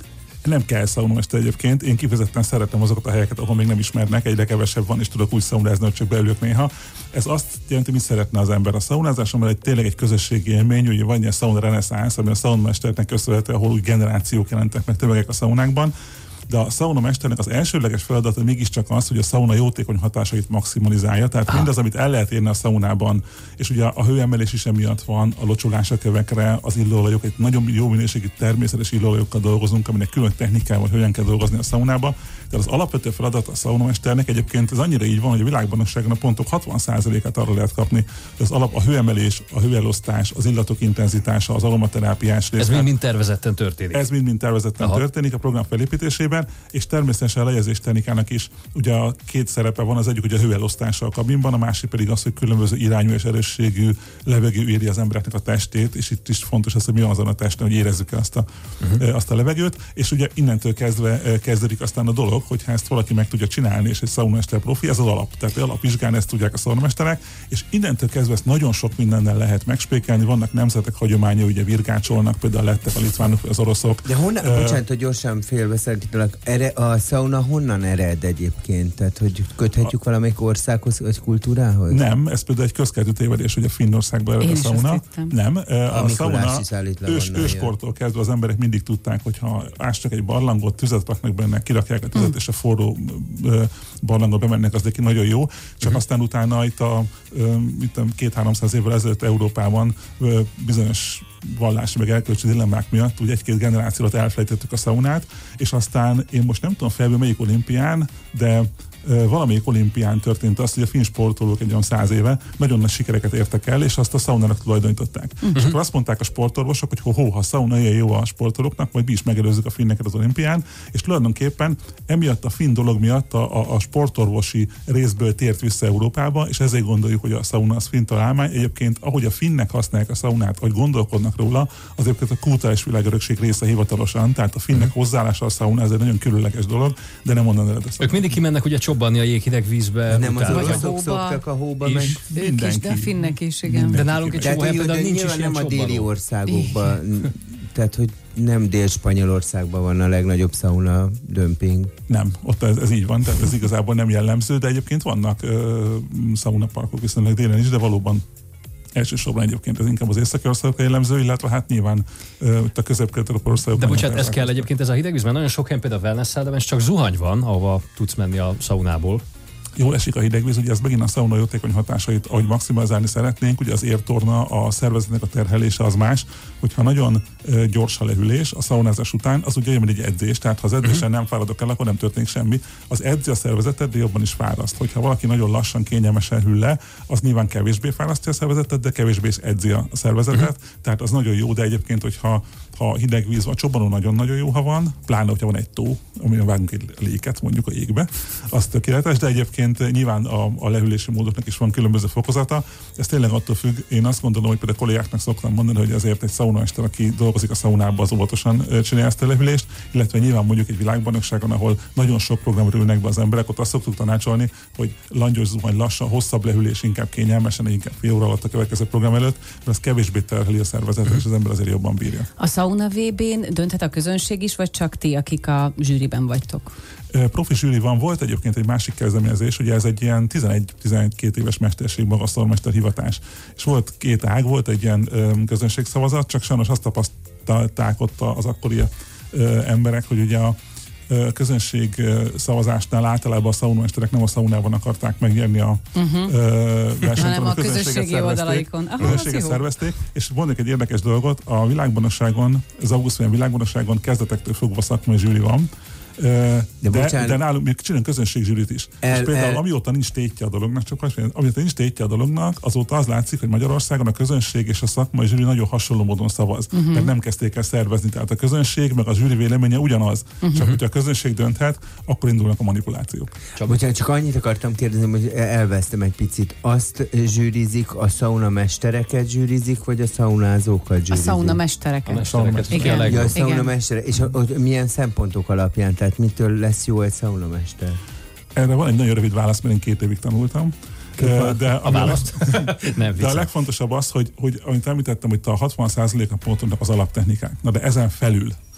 Nem kell szaunamester egyébként, én kifejezetten szeretem azokat a helyeket, ahol még nem ismernek, egyre kevesebb van, és tudok úgy szaunázni, hogy csak beülök néha. Ez azt jelenti, mit szeretne az ember. A szaunázás, amely egy, tényleg egy közösségi élmény, ugye van ilyen sauna reneszánsz, ami a szaunamesternek köszönhető, ahol úgy generációk jelentek meg tömegek a szaunákban. De a szaunamesternek az elsődleges feladata mégiscsak az, hogy a szauna jótékony hatásait maximalizálja. Tehát ah. mindaz, amit el lehet érni a szaunában, és ugye a hőemelés is emiatt van, a locsolás a kövekre, az illóolajok, egy nagyon jó minőségű természetes illóolajokkal dolgozunk, aminek külön technikával, hogyan kell dolgozni a szaunába. Tehát az alapvető feladat a szaunamesternek egyébként ez annyira így van, hogy a világbajnokságon a pontok hatvan százalékát arra lehet kapni, hogy az alap a hőemelés, a hőelosztás, az illatok intenzitása, az aromaterápiás rész.
Ez mind-mind tervezetten történik.
Ez mind-mind tervezetten Aha. történik a program felépítésében, és természetesen a lejegyzés technikának is ugye a két szerepe van, az egyik ugye a hőelosztása a kabinban, a másik pedig az, hogy különböző irányú és erősségű levegő éri az embereknek a testét, és itt is fontos az, hogy mi van azon a testen, hogy érezzük azt a, uh-huh. azt a levegőt, és ugye innentől kezdve kezdődik aztán a dolog, hogyha ezt valaki meg tudja csinálni, és egy szaunamester profi, ez az alap. Tehát alapvizsgán ezt tudják a szaunamesterek, és innentől kezdve ezt nagyon sok mindennel lehet megspékelni. Vannak nemzetek hagyománya, ugye virgácsolnak, például lettek a litvánok, az oroszok.
De honnan, uh, bocsánat, hogy gyorsan félbeszélgetek, a szauna honnan ered egyébként? Tehát, hogy köthetjük a, valamelyik országhoz, vagy kultúrához?
Nem, ez például egy közkeltő tévedés, hogy a Finnországban ered a szauna. Nem, a, a szauna ős, őskortól kezdve az emberek mindig tudták, hogyha ástak egy barlangot, tüzet raknak benne, kirakják a tüzet, mm. és a forró barlangba bemennek, az neki nagyon jó. Csak uh-huh. aztán utána itt a két-háromszáz évvel ezelőtt Európában bizonyos vallási meg elkölcsi dilemmák miatt úgy egy-két generáció alatt elfelejtettük a szaunát, és aztán én most nem tudom felből melyik olimpián, de valamelyik olimpián történt az, hogy a finn sportolók egy olyan száz éve nagyon nagy sikereket értek el, és azt a szaunának tulajdonították. Uh-huh. És akkor azt mondták a sportorvosok, hogy hó, ha a szauna ilyen jó a sportolóknak, majd mi is megelőzzük a finneket az olimpián, és tulajdonképpen emiatt a finn dolog miatt a, a, a sportorvosi részből tért vissza Európába, és ezért gondoljuk, hogy a szauna az finn találmány. Egyébként, ahogy a finnek használják a szaunát, ahogy gondolkodnak róla, az egyébként a kulturális világörökség része hivatalosan, tehát a finnek uh-huh. hozzáállása a szauna, ez egy nagyon különleges dolog, de nem onnan ered a szauna.
Ők mindig kimennek ugye csobbanni a jéghideg vízbe.
Nem az oroszok szoktak a hóba meg.
Ők is, de a finnek is, igen.
Mindenki. De nálunk egy csomó például nincs is ilyen
nem a déli országokban. Tehát, hogy nem Dél-Spanyolországban van a legnagyobb szauna dömping.
Nem, ott ez, ez így van, tehát ez igazából nem jellemző, de egyébként vannak ö, szaunaparkok viszonylag délen is, de valóban elsősorban egyébként ez inkább az északi országok jellemző, illetve hát nyilván uh, a közép-kelet-európai országokban.
De bocsánat, ez kell egyébként ez a hidegvíz, mert nagyon sok helyen például a wellness szállodában csak zuhany van, ahova tudsz menni a szaunából.
Jól esik a hidegvíz, ugye ez megint a szauna jótékony hatásait, ahogy maximalizálni szeretnénk, ugye az értorna, a szervezetnek a terhelése az más, hogyha nagyon uh, gyors a lehűlés a szaunázás után, az ugye olyan, egy edzés, tehát ha az edzésen uh-huh. nem fáradok el, akkor nem történik semmi. Az edzi a szervezetet, de jobban is fáraszt. Hogyha valaki nagyon lassan, kényelmesen hűl le, az nyilván kevésbé fárasztja a szervezetet, de kevésbé is edzi a szervezetet, uh-huh. tehát az nagyon jó, de egyébként, hogyha ha hideg víz van, a csobbanó nagyon-nagyon jó, ha van, pláne, hogyha van egy tó, amin vágunk egy léket mondjuk a jégbe, az tökéletes, de egyébként nyilván a, a lehűlési módoknak is van különböző fokozata. Ez tényleg attól függ, én azt gondolom, hogy például kollégáknak szoktam mondani, hogy azért egy szaunaester, aki dolgozik a szaunában, az óvatosan csinálja ezt a lehűlést, illetve nyilván mondjuk egy világbajnokságon, ahol nagyon sok programra ülnek be az emberek, ott azt szoktuk tanácsolni, hogy langyos zuhany, lassan, hosszabb lehűlés, inkább kényelmesen, inkább fél óra alatt a következő program előtt, mert ez kevésbé terheli a szervezetet, és az ember azért jobban bírja.
A sauna vé bén dönthet a közönség is, vagy csak ti, akik a zsűriben vagytok?
Profi zsűri van, volt egyébként egy másik kezdeményezés, ugye ez egy ilyen tizenegy-tizenkét éves mesterség, magasztalmester hivatás. És volt két ág, volt egy ilyen közönségszavazat, csak sajnos azt tapasztalták ott az akkori emberek, hogy ugye a közönség szavazásnál általában a szaunamesterek nem a szaunában akarták megnyerni a uh-huh. versenyt,
hanem a közösségi oldalaikon.
Aha, közösséget szervezték, és mondjuk egy érdekes dolgot, a világbajnokságon, az augusztusi világbajnokságon kezdetektől fogva szakmai zsűri van, De, de, de nálunk még csinálunk közönségzsűrit is. El, és például el... amióta nincs tétje a dolognak, csak azt mondja, amióta nincs tétje a dolognak, azóta az látszik, hogy Magyarországon a közönség és a szakmai zsűri nagyon hasonló módon szavaz. Uh-huh. Mert nem kezdték el szervezni. Tehát a közönség meg a zsűri véleménye ugyanaz. Uh-huh. Csak hogyha a közönség dönthet, akkor indulnak a manipulációk.
Csak, bocsánat, csak annyit akartam kérdezni, hogy elvesztem egy picit. Azt zsűrizik, a szaunamestereket zsűrizik, vagy a szaunázókat zsűrizik?
A szaunamestereket.
A mestereket.
Igen.
Ja, a szaunamesterek. És hogy milyen szempontok alapján? Tehát mitől lesz jó egy szaunamester?
Erre van egy nagyon rövid válasz, mert én két évig tanultam. De
a választ?
Nem, de a legfontosabb az, hogy, hogy amit említettem, hogy a hatvan százalék a pontoknak az alaptechnikák. Na de ezen felül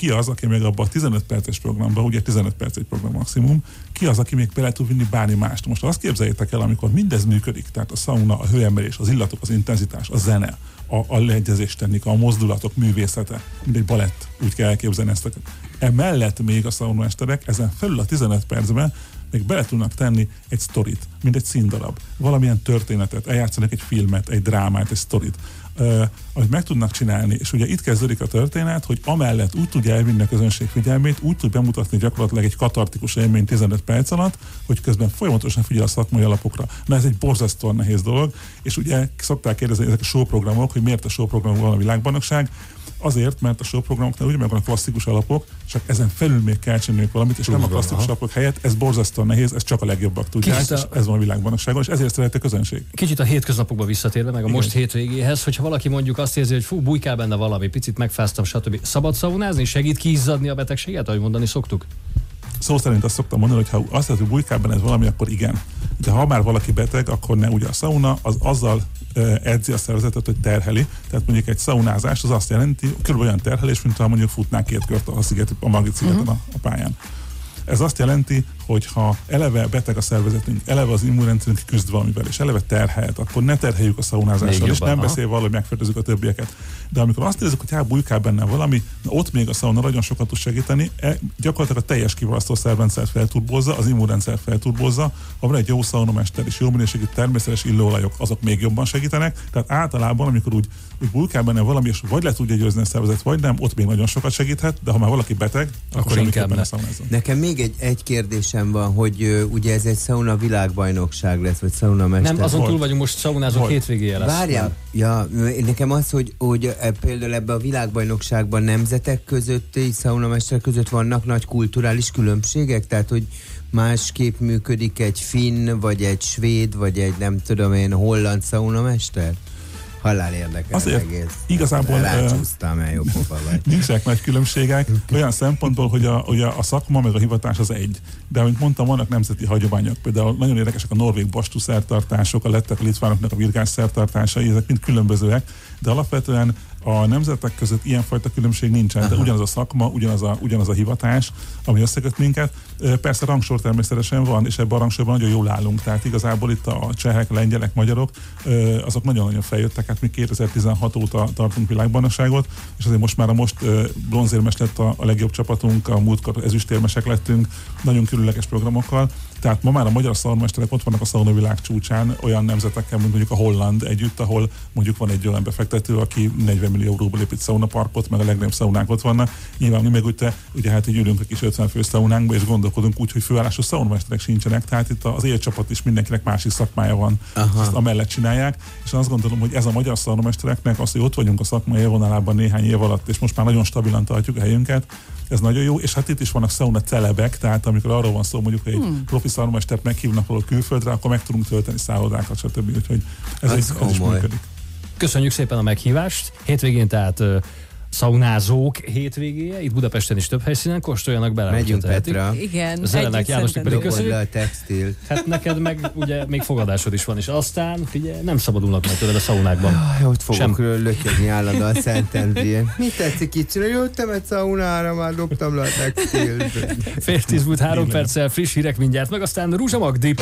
ki az, aki még abban a tizenöt perces programban, ugye tizenöt perc egy program maximum, ki az, aki még bele tud vinni bármi mást. Most azt képzeljétek el, amikor mindez működik, tehát a szauna, a hőemelés, az illatok, az intenzitás, a zene, a, a leegyezés technika, a mozdulatok művészete, mint egy balett, úgy kell elképzelni ezt. Emellett még a szaunamesterek ezen felül a tizenöt percben még bele tudnak tenni egy sztorit, mint egy színdarab, valamilyen történetet, eljátszanak egy filmet, egy drámát, egy sztorit, uh, amit meg tudnak csinálni, és ugye itt kezdődik a történet, hogy amellett úgy tudja elvinni a közönség figyelmét, úgy tud bemutatni gyakorlatilag egy katartikus élmény tizenöt perc alatt, hogy közben folyamatosan figyel a szakmai alapokra. Na ez egy borzasztóan nehéz dolog, és ugye szokták kérdezni ezek a showprogramok, hogy miért a showprogramok van a világbajnokság. Azért, mert a showprogramoknál ugye megvan a klasszikus alapok, csak ezen felül még kell csinálni valamit, és nem a klasszikus alapok helyett, ez borzasztóan nehéz, ez csak a legjobbak tudják, és a... ez van a világbajnokságon, és ezért szereti a közönség.
Kicsit a hétköznapokba visszatérve, meg a igen. most hétvégéhez, hogyha valaki mondjuk azt érzi, hogy fú, bujkál benne valami, picit megfáztam, stb. Szabad szaunázni, segít kiizzadni a betegséget, ahogy mondani szoktuk?
Szó szerint azt szoktam mondani, hogy ha azt mondja, hogy bujkál benne ez valami, akkor igen. De ha már valaki beteg, akkor ne. Ugye a szauna az azzal uh, edzi a szervezetet, hogy terheli. Tehát mondjuk egy szaunázás az azt jelenti, körülbelül olyan terhelés, mint ha mondjuk futnánk két kört a, sziget, a Margit szigeten uh-huh. a, a pályán. Ez azt jelenti, hogy ha eleve beteg a szervezetünk, eleve az immunrendszerünk küzd valamivel, és eleve terhelt, akkor ne terheljük a szaunázással, és nem beszél valahogy megfertőzzük a többieket. De amikor azt érezzük, hogy hát bujkál benne valami, ott még a szauna nagyon sokat tud segíteni, e, gyakorlatilag a teljes kiválasztó szervrendszert felturbozza, az immunrendszer felturbozza, ha van egy jó szaunamester és jó minőségű természetes illóolajok, azok még jobban segítenek. Tehát általában, amikor úgy, úgy bujkál benne valami, és vagy le tudja győzni a szervezet, vagy nem, ott még nagyon sokat segíthet, de ha már valaki beteg, akkor, akkor inkább ne szaunázzon.
Nekem még egy, egy kérdésem van, hogy uh, ugye ez egy szauna világbajnokság lesz, vagy szaunamester.
Nem, azon túl vagyunk, most szaunázók hétvégéje lesz.
Várjál, ja, nekem az, hogy, hogy e, például ebben a világbajnokságban nemzetek közötti szaunamester között vannak nagy kulturális különbségek, tehát hogy másképp működik egy finn, vagy egy svéd, vagy egy nem tudom én holland szaunamester? Halál érdekel az egész.
Igazából
rácsúsztam el, jó pofa vagy.
Nincsenek nagy különbségek, olyan szempontból, hogy a, hogy a szakma meg a hivatás az egy. De ahogy mondtam, vannak nemzeti hagyományok. Például nagyon érdekesek a norvég bastú szertartások, a lettek, a litvánoknak a virgás szertartásai, ezek mind különbözőek, de alapvetően a nemzetek között ilyenfajta különbség nincsen, de ugyanaz a szakma, ugyanaz a, ugyanaz a hivatás, ami összeköt minket. Persze rangsor természetesen van, és ebben a rangsorban nagyon jól állunk. Tehát igazából itt a csehek, lengyelek, magyarok, azok nagyon-nagyon feljöttek, hát mi kétezer-tizenhat óta tartunk világbajnokságot, és azért most már a most bronzérmes lett a, a legjobb csapatunk, a múltkor ezüstérmesek lettünk, nagyon különleges programokkal. Tehát ma már a magyar szaunamesterek ott vannak a szauna világ csúcsán, olyan nemzetekkel, mint mondjuk a holland együtt, ahol mondjuk van egy olyan befektető, aki negyven millió euróból épít szaunaparkot, meg a legnagyobb szaunák ott vannak. Nyilván mi meg ugye, ugye hát így ülünk a kis ötven fő szaunánkba, és gondolkodunk úgy, hogy főállású szaunamesterek sincsenek, tehát itt az élcsapat is mindenkinek másik szakmája van, ezt amellett csinálják, és azt gondolom, hogy ez a magyar szaunamestereknek az, hogy ott vagyunk a szakmai élvonalában néhány év alatt, és most már nagyon stabilan tartjuk a helyünket, ez nagyon jó, és hát itt is vannak szauna celebek, tehát amikor arról van szó, mondjuk, hogy egy hmm. profi szaunamestert meghívnak valahol külföldre, akkor meg tudunk tölteni szállodákat, stb. Úgyhogy ez, ez, ez is működik.
Köszönjük szépen a meghívást. Hétvégén tehát uh, szaunázók hétvégéje, itt Budapesten is több helyszínen, kóstoljanak bele.
Megyünk Petra.
Igen.
Zelenek Jánosnak pedig köszönjük.
Le a textilt.
Hát neked meg ugye még fogadásod is van, és aztán figyelj, nem szabadulnak meg tőled a szaunákban.
Jaj, ott fogok lötyögni állandóan Szentendrén. Mit tetszik itt csinálni? Jöttem egy szaunára, már dobtam le a textilt.
Fél tíz múlt három perccel friss hírek mindjárt, meg aztán Rúzsa Magdi.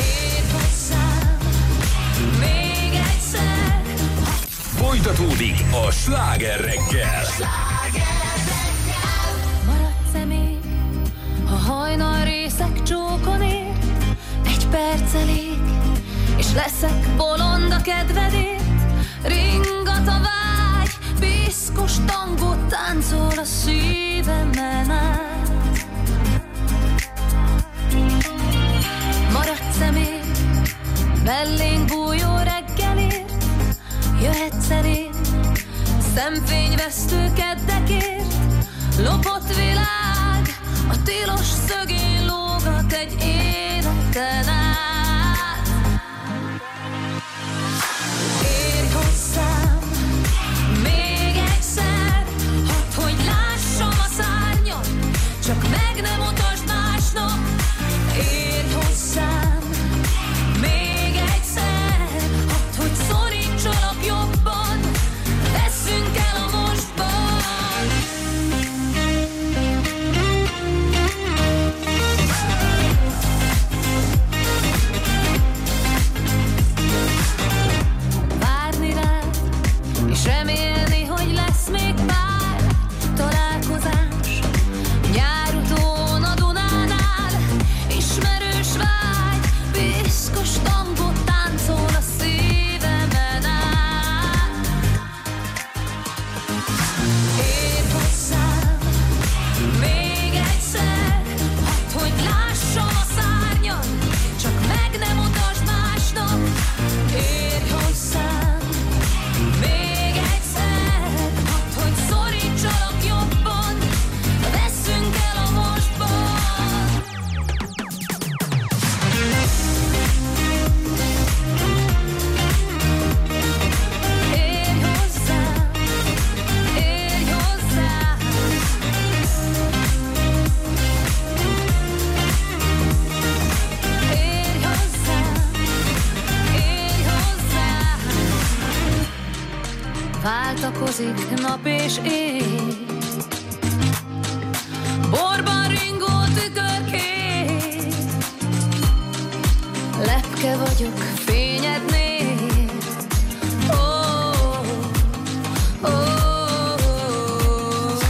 Folytatódik a Sláger reggel.
Maradsz-e még, ha hajnal részek csókon ér? Egy perc elég, és leszek bolond a kedvedért. Ringat a vágy, piszkos tangót táncol a szívemben át. Maradsz-e még, mellénk bújó reggelért? Jöhetsz elém, szemfényvesztő keddekért. Lopott világ, a tilos szögén lógat egy életen át. Érj hozzám, még egyszer, hadd, hogy lássam a szárnyat, csak meg nem mutasd másnak. Érj hozzám, még egyszer, hadd, hogy szorítsalak jobban, veszünk el a mostban.
változik nap és éj. Borban ringó tükörkép, lepke vagyok fényednél. Oh, oh, oh.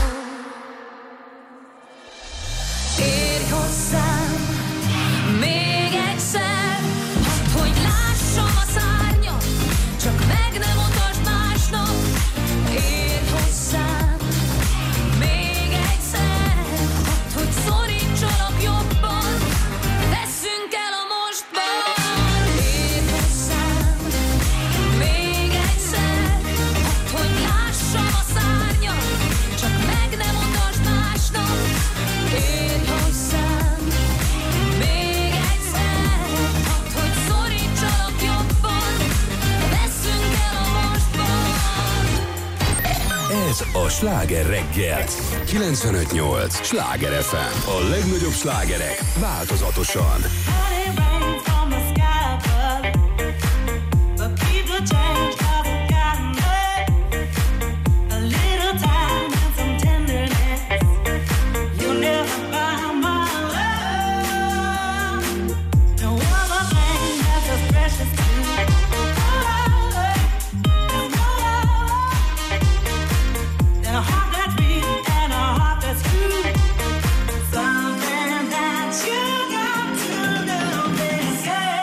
Érj hozzám még egyszer, hadd, hogy lássam a szárnyat, csak meg nem mutasd másnak. Érj hozzám még egyszer, hadd, hogy szorítsalak jobban, veszünk el a mostban. Érj hozzám még egyszer, hadd, hogy lássam a szárnyat, csak meg nem mutasd másnak. Érj hozzám még egyszer, hadd, hogy szorítsalak jobban, veszünk el a mostban.
Ez a Sláger reggel. kilencvenöt nyolc Sláger ef em. A legnagyobb slágerek változatosan.
Something that you got to know, they say.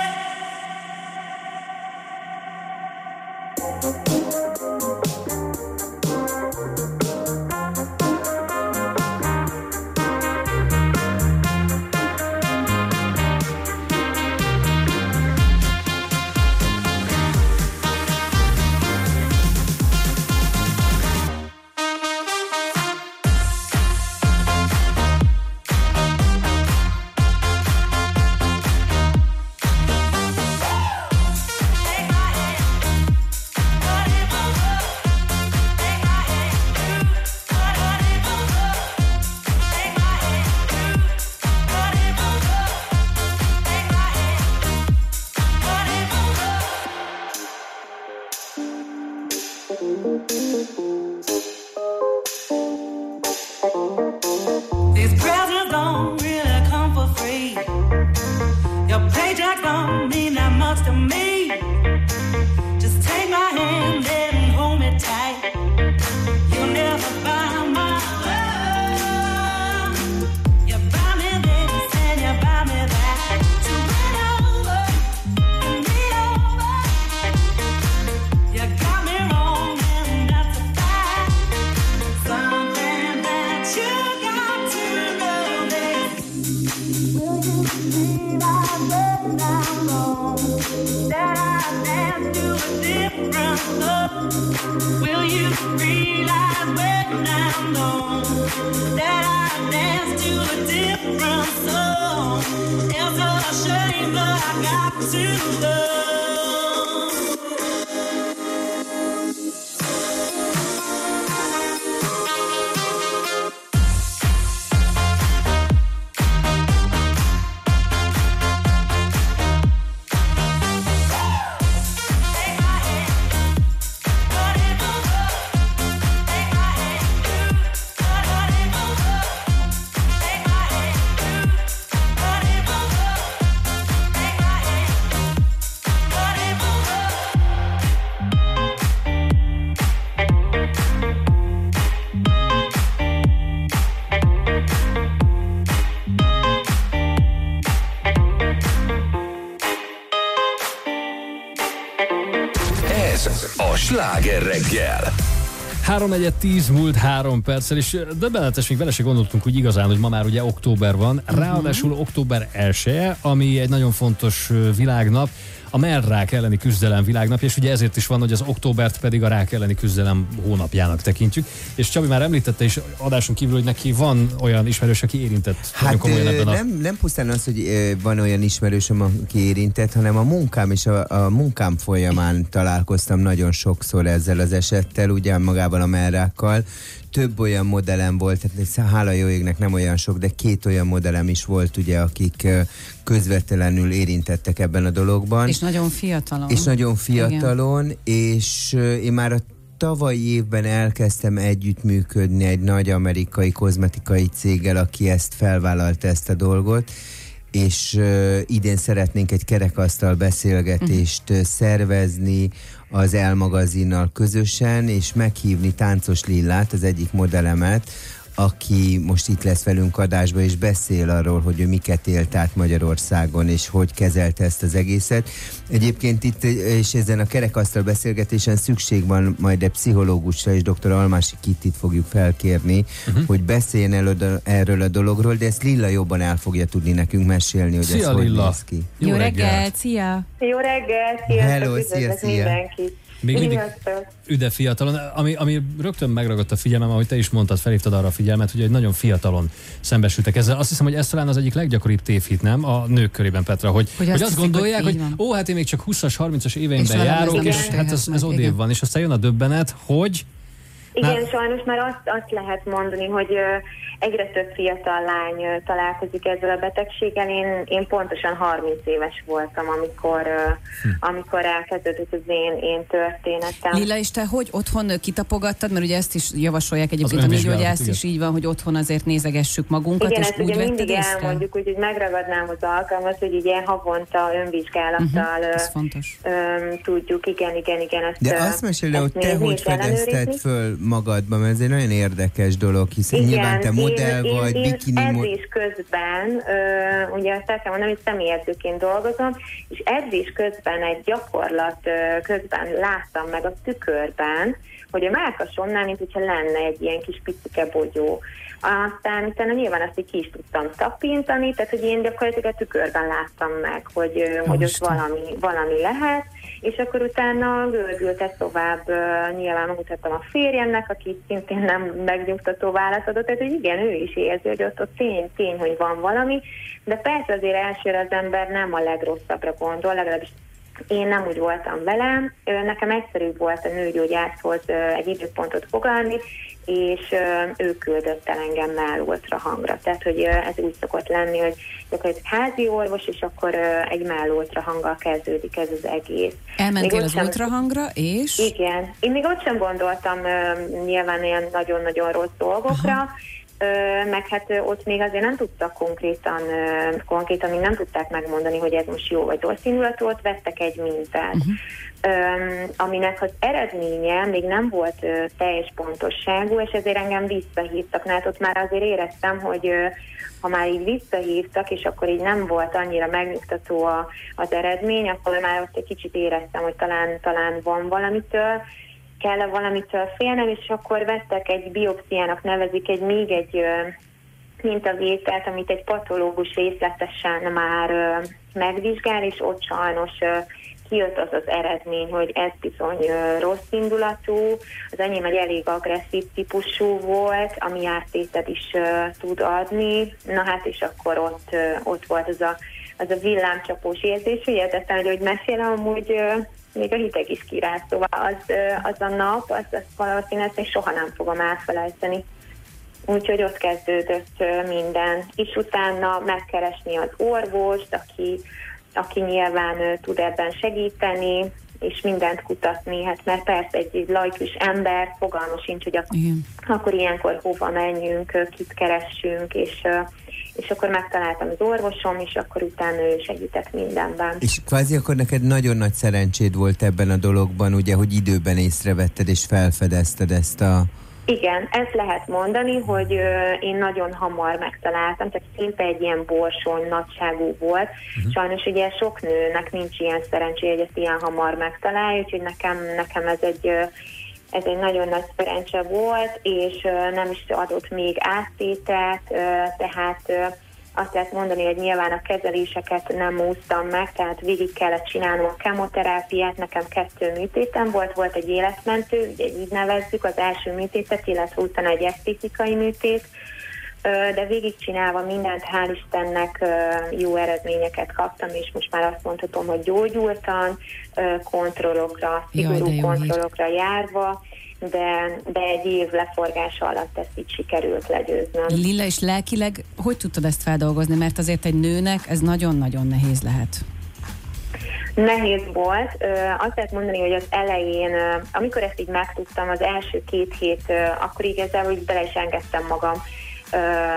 These presents don't really come for free. Your paycheck don't mean that much to me. Just take my hand and hold me tight. You'll never buy my love. You buy me this and you buy me that. To win over and be over. You got me wrong and that's a fact. Something that you got to know this. Will you realize when I'm gone that I dance to a different love? Will you realize when I'm gone that I dance to a different song? It's a shame that I got to love.
A Sláger reggel.
három negyven tíz múlt három perccel, és döbbenetes, még vele se gondoltunk úgy igazán, hogy ma már ugye október van, ráadásul október elseje, ami egy nagyon fontos világnap, a mellrák elleni küzdelem világnapja, és ugye ezért is van, hogy az októbert pedig a rák elleni küzdelem hónapjának tekintjük. És Csabi már említette is adáson kívül, hogy neki van olyan ismerős, aki érintett.
Hát
komolyan ebben a...
nem, nem pusztán az, hogy van olyan ismerősöm, aki érintett, hanem a munkám és a, a munkám folyamán találkoztam nagyon sokszor ezzel az esettel, ugye magával a mellrákkal. Több olyan modellem volt, tehát hála jó égnek nem olyan sok, de két olyan modellem is volt, ugye, akik közvetlenül érintettek ebben a dologban.
És nagyon fiatalon.
És nagyon fiatalon, igen. És én már a tavaly évben elkezdtem együttműködni egy nagy amerikai kozmetikai céggel, aki ezt felvállalta ezt a dolgot, és uh, idén szeretnénk egy kerekasztal beszélgetést uh, szervezni az Elle magazinnal közösen, és meghívni Táncos Lillát, az egyik modellemet, aki most itt lesz velünk adásba, és beszél arról, hogy ő miket élt át Magyarországon, és hogy kezelte ezt az egészet. Egyébként itt, és ezen a kerekasztal beszélgetésen szükség van majd egy pszichológusra, és dr. Almási Kittit fogjuk felkérni, uh-huh. hogy beszéljen el erről a dologról, de ezt Lilla jobban el fogja tudni nekünk mesélni, hogy
szia,
ez
Lilla.
hogy néz ki.
Jó, Jó reggelt, szia!
Jó reggelt, sziasztok,
Hello, szia, szia.
mindenkit!
Még mindig üde fiatalon, ami, ami rögtön megragadta a figyelmem, ahogy te is mondtad, felhívtad arra a figyelmet, hogy egy nagyon fiatalon szembesültek ezzel. Azt hiszem, hogy ez talán az egyik leggyakoribb tévhit, nem? A nők körében, Petra, hogy, hogy, hogy azt, azt gondolják, hogy, hogy ó, hát én még csak húszas, harmincas éveimben járok, és hát ez, ez odébb van. És aztán jön a döbbenet, hogy...
Igen, Na... sajnos már azt, azt lehet mondani, hogy egyre több fiatal lány találkozik ezzel a betegséggel. Én, én pontosan harminc éves voltam, amikor, hm. amikor elkezdődött az én, én történetem.
Lilla, és te hogy otthon kitapogattad? Mert ugye ezt is javasolják egyébként, hogy ugye ezt is így van, hogy otthon azért nézegessük magunkat,
igen,
és
ezt
úgy
ugye
vetted
mindig
észre?
elmondjuk, úgyhogy megragadnám az alkalmat, hogy ugye havonta önvizsgálattal uh-huh, öm, tudjuk, igen, igen, igen. Ezt,
de azt mesélj, hogy te hogy fedezted föl magadban, mert ez egy nagyon érdekes dolog, hiszen igen, nyilván te modell én, vagy,
én,
bikini...
Én edzés közben, ö, ugye azt el kell mondani, hogy személyedzőként dolgozom, és edzés közben, egy gyakorlat ö, közben láttam meg a tükörben, hogy a mellkasomnál, mint hogyha lenne egy ilyen kis picike bogyó. Aztán utána nyilván azt így ki is tudtam tapintani, tehát hogy én gyakorlatilag a tükörben láttam meg, hogy, ö, hogy ott valami, valami lehet, és akkor utána gördült ez tovább, uh, nyilván megmutattam a férjemnek, aki szintén nem megnyugtató választ adott, tehát hogy igen, ő is érzi, hogy ott, ott tény, tény, hogy van valami, de persze azért elsőre az ember nem a legrosszabbra gondol, legalábbis én nem úgy voltam velem, nekem egyszerűbb volt a nőgyógyászhoz egy időpontot foglalni, és ő küldött el engem mellultrahangra. Tehát, hogy ez úgy szokott lenni, hogy gyakorlatilag házi orvos, és akkor egy mellultrahanggal kezdődik ez az egész.
Elmentél az sem... ultrahangra, és?
Igen. Én még ott sem gondoltam nyilván ilyen nagyon-nagyon rossz dolgokra, aha, meg hát ott még azért nem tudtak konkrétan, konkrétan még nem tudták megmondani, hogy ez most jó vagy rossz indulatú, ott vettek egy mintát. Uh-huh. Um, aminek az eredménye még nem volt uh, teljes pontosságú, és ezért engem visszahívtak, mert ott már azért éreztem, hogy uh, ha már így visszahívtak, és akkor így nem volt annyira megnyugtató a, az eredmény, akkor már ott egy kicsit éreztem, hogy talán, talán van valamitől, kell valamitől félnem, és akkor vettek egy biopsziának nevezik egy még egy uh, mintavételt, amit egy patológus részletesen már uh, megvizsgál, és ott sajnos uh, kijött az az eredmény, hogy ez bizony uh, rossz indulatú, az enyém egy elég agresszív típusú volt, ami áttétet is uh, tud adni, na hát és akkor ott, uh, ott volt az a, az a villámcsapós érzés, hogy értettem, hogy, hogy mesélem, amúgy uh, még a hideg is kiráz, szóval az, uh, az a nap, az, az valószínűleg még soha nem fogom elfelejteni. Úgyhogy ott kezdődött uh, minden, és utána megkeresni az orvost, aki aki nyilván uh, tud ebben segíteni, és mindent kutatni, hát mert persze egy, egy laikus ember fogalma sincs, hogy ak- akkor ilyenkor hova menjünk, uh, kit keressünk, és, uh, és akkor megtaláltam az orvosom, és akkor utána ő segített mindenben.
És kvázi akkor neked nagyon nagy szerencséd volt ebben a dologban, ugye, hogy időben észrevetted és felfedezted ezt a...
Igen, ezt lehet mondani, hogy ö, én nagyon hamar megtaláltam, tehát szinte egy ilyen borsony nagyságú volt. Uh-huh. Sajnos ugye sok nőnek nincs ilyen szerencséje, hogy ezt ilyen hamar megtalálja, úgyhogy nekem, nekem ez egy... Ö, ez egy nagyon nagy szerencse volt, és ö, nem is adott még áttételt, ö, tehát ö, azt lehet mondani, hogy nyilván a kezeléseket nem úsztam meg, tehát végig kellett csinálnom a kemoterápiát, nekem kettő műtétem volt, volt egy életmentő, ugye így nevezzük, az első műtétet, illetve utána egy esztétikai műtét, de végigcsinálva mindent, hál' Istennek jó eredményeket kaptam, és most már azt mondhatom, hogy gyógyultan, kontrollokra, szigorú kontrollokra járva, de, de egy év leforgása alatt ezt így sikerült legyőznöm.
Lilla, és lelkileg hogy tudtad ezt feldolgozni? Mert azért egy nőnek ez nagyon-nagyon nehéz lehet.
Nehéz volt. Ö, azt lehet mondani, hogy az elején, ö, amikor ezt így megtudtam, az első két hét, ö, akkor igazából így bele is engedtem magam ö,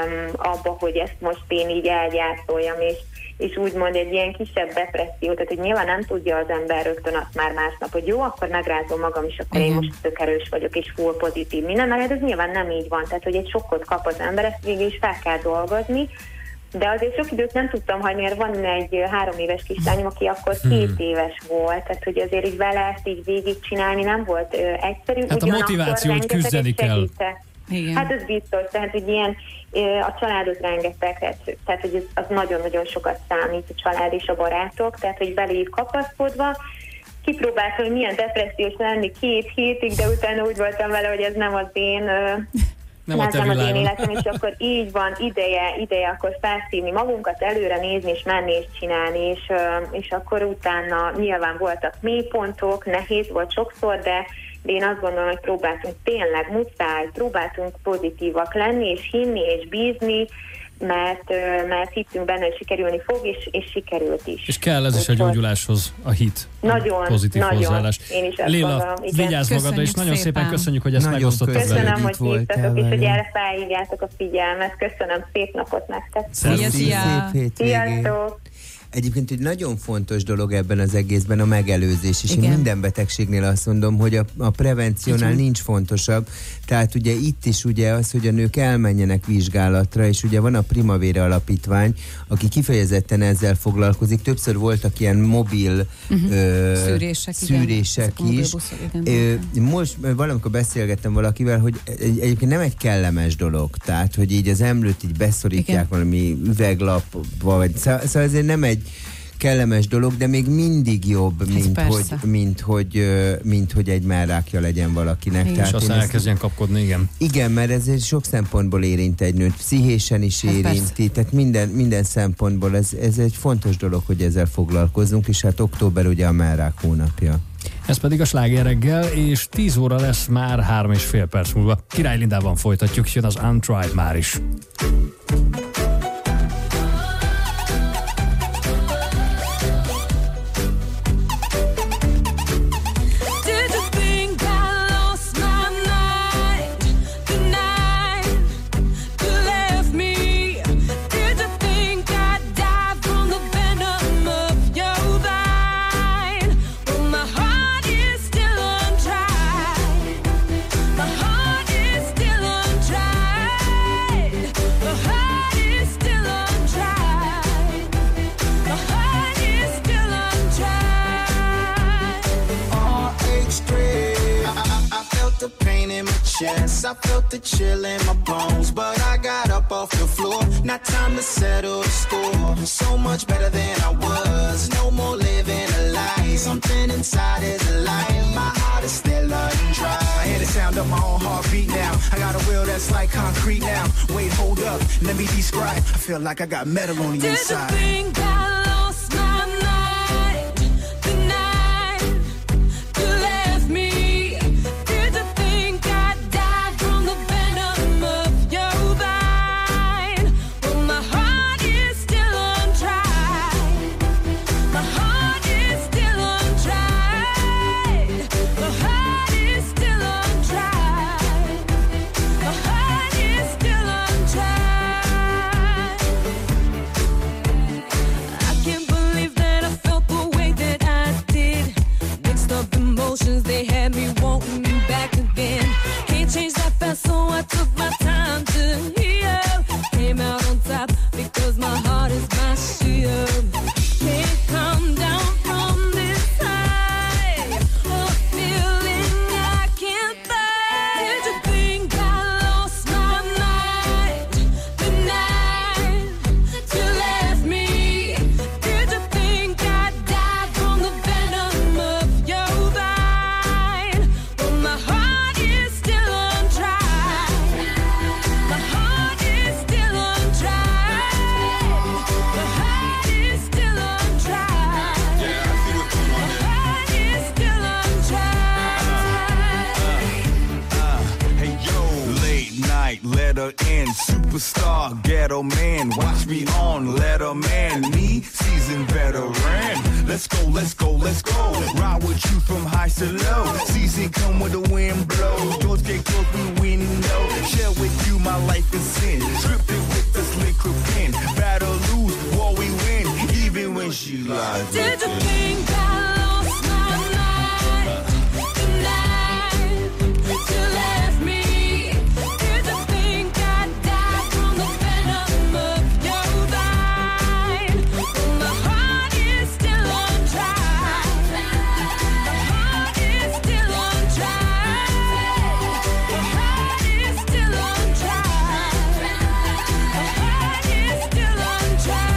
abba, hogy ezt most én így elgyászoljam, és, és úgymond egy ilyen kisebb depresszió, tehát hogy nyilván nem tudja az ember rögtön azt már másnap, hogy jó, akkor megrázom magam, és akkor én most tök erős vagyok, és full pozitív minden, mert ez nyilván nem így van, tehát hogy egy sokkot kap az ember, ezt végül is fel kell dolgozni, de azért sok időt nem tudtam hagyni, mert van egy három éves kislányom, aki akkor
Hmm.
két éves volt, tehát hogy azért így vele ezt így végigcsinálni nem volt ö, egyszerű.
Hát a
ugyanakkor
motiváció, hogy
rengeteget
küzdeni kell.
segített.
Igen.
Hát ez biztos, tehát hogy ilyen ö, a családot rengeteg, tehát, tehát hogy ez, az nagyon-nagyon sokat számít, a család és a barátok, tehát hogy beléjük kapaszkodva, kipróbáltam, hogy milyen depressziós lenni két hétig, de utána úgy voltam vele, hogy ez nem az én ö,
Nem a te
nem az én
világod.
életem, és akkor így van, ideje, ideje akkor felszívni magunkat, előre nézni, és menni, és csinálni, és, ö, és akkor utána nyilván voltak mélypontok, nehéz volt sokszor, de de én azt gondolom, hogy próbáltunk tényleg, muszáj, próbáltunk pozitívak lenni, és hinni, és bízni, mert, ö, mert hittünk benne, hogy sikerülni fog, és, és sikerült is.
És kell ez is a
Úgyhogy
gyógyuláshoz, a hit.
Nagyon,
a pozitív
nagyon.
hozzáállás.
Én is ezt
Léla,
gondolom, igen.
vigyázz magadra, és
Köszönjük
nagyon szépen
szépen.
köszönjük, hogy ezt
Nagyon
megosztottad
Köszönöm,
velünk.
hogy
voltál
hívtatok, és hogy
velünk.
erre felhívjátok a figyelmet. Köszönöm, szép napot nektek.
Szia, szia. Szép hétvégét.
Sziasztok!
Egyébként egy nagyon fontos dolog ebben az egészben a megelőzés, és
Igen.
én minden betegségnél azt mondom, hogy a, a prevenciónál
Igen.
nincs fontosabb. Tehát ugye itt is ugye az, hogy a nők elmenjenek vizsgálatra, és ugye van a Primavera Alapítvány, aki kifejezetten ezzel foglalkozik. Többször voltak ilyen mobil
Mhm.
ö,
Szűrések, igen.
szűrések
Ezek a
is.
mobilbuszok, igen,
Ö, most valamikor beszélgettem valakivel, hogy egy, egyébként nem egy kellemes dolog. Tehát, hogy így az emlőt így beszorítják
Igen.
valami üveglapba, vagy szóval szóval ezért nem egy kellemes dolog, de még mindig jobb, mint hogy,
persze.
mint, hogy, ö, mint hogy egy mellrákja legyen valakinek.
És
én
aztán
ezt-
elkezdjen kapkodni, igen.
igen, mert ez sok szempontból érint egy nőt, pszichésen is
Hát
érinti,
persze.
tehát minden, minden szempontból ez, ez egy fontos dolog, hogy ezzel foglalkozunk, és hát október ugye a mellrák hónapja.
Ez pedig a Sláger reggel, és tíz óra lesz már három és fél perc múlva. Király Lindában folytatjuk, jön az Untried már is.
Did you think I lost my mind the night you left me? Did you think I died from the venom of your vine? Well, my heart is still untried. My heart is still untried. My heart is still untried. My heart is still untried.
R H three. I, I, I felt the pain in my chest. I felt the chill in my bones. But I got up off the floor. Now time to settle the score. So much better than I was. No more living a lie. Something inside is alive. My heart is still untried.
I hear the sound of my own heartbeat now. I got a will that's like concrete now. Wait, hold up, let me describe. I feel like I got metal on the
Did you
inside.
think I lost my mind the night you left me? Did you think I died from the venom of your vine? Well, my heart is still untried. My heart is still untried. My heart is still untried. My heart is still untried. I
superstar, ghetto man. Watch me on, Letterman. Me, seasoned veteran. Let's go, let's go, let's go. Ride with you from high to low. Season come with the wind blow. Doors get closed through window. Share with you my life is sin. Scripted with this liquid pen. Battle lose, war we win. Even when she lies.
Did you think I lost my mind tonight? You left me. Did you think I died from the venom of your vine? My heart is still on trial. My heart is still on trial. My heart is still on trial. My heart is still on trial.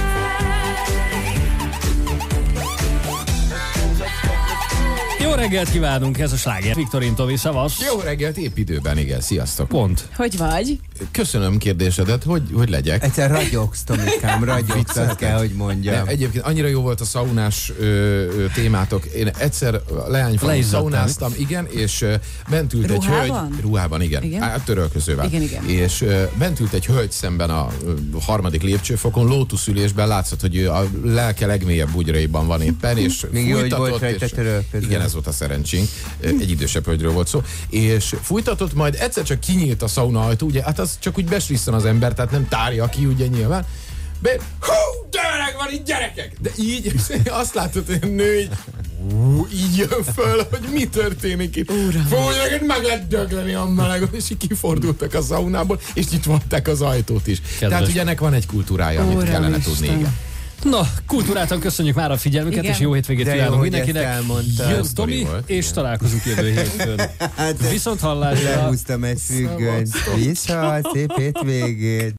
Jó reggelt kívánunk, ez a Sláger. Viktorin Tomi, szavasz.
Jó reggelt, épp időben, igen, sziasztok.
Pont.
Hogy vagy?
Köszönöm kérdésedet, hogy, hogy legyek.
Egyszer ragyogsz, Tomikám, ragyogsz, azt kell, hogy mondjam.
Nem, egyébként annyira jó volt a szaunás ö, ö, témátok. Én egyszer leányfalon szaunáztam, igen, és ö, bent ült egy
Ruhában?
hölgy. Ruhában, igen.
Igen?
Á, törölközővel.
Igen, igen.
És ö, bent ült egy hölgy szemben a ö, harmadik lépcsőfokon, lótuszülésben látszott, hogy ő a lelke legmélyebb bugyraiban van éppen, és
Még jó, hogy
fújtatott,
volt rajta
és-
törölköző.
igen, ez volt a szerencsénk. Egy idősebb hölgyről volt szó. És fújtatott, majd egyszer csak kinyílt a szauna ajtó, ugye, hát az csak úgy beslisszan az ember, tehát nem tárja ki, ugye nyilván. Be, hú, gyerek van itt, gyerekek! De így azt látod, hogy a nő így, hú, így jön föl, hogy mi történik itt. Fúj, meg lehet dögleni a melegon, és így kifordultak a szaunából, és nyitották az ajtót is.
Kedves.
Tehát ugye ennek van egy kultúrája, amit
Uram
kellene
Isten.
tudni, igen.
Na, kultúráltan köszönjük már a figyelmüket,
Igen.
és jó hétvégét
De jó,
kívánunk
hogy
mindenkinek.
ezt elmondtad.
Jön
Sztori
Tomi,
volt,
és találkozunk jövő hétfőn.
Hát,
Viszont hallásra.
lehúztam egy függönyt. Vissza, szép hétvégét.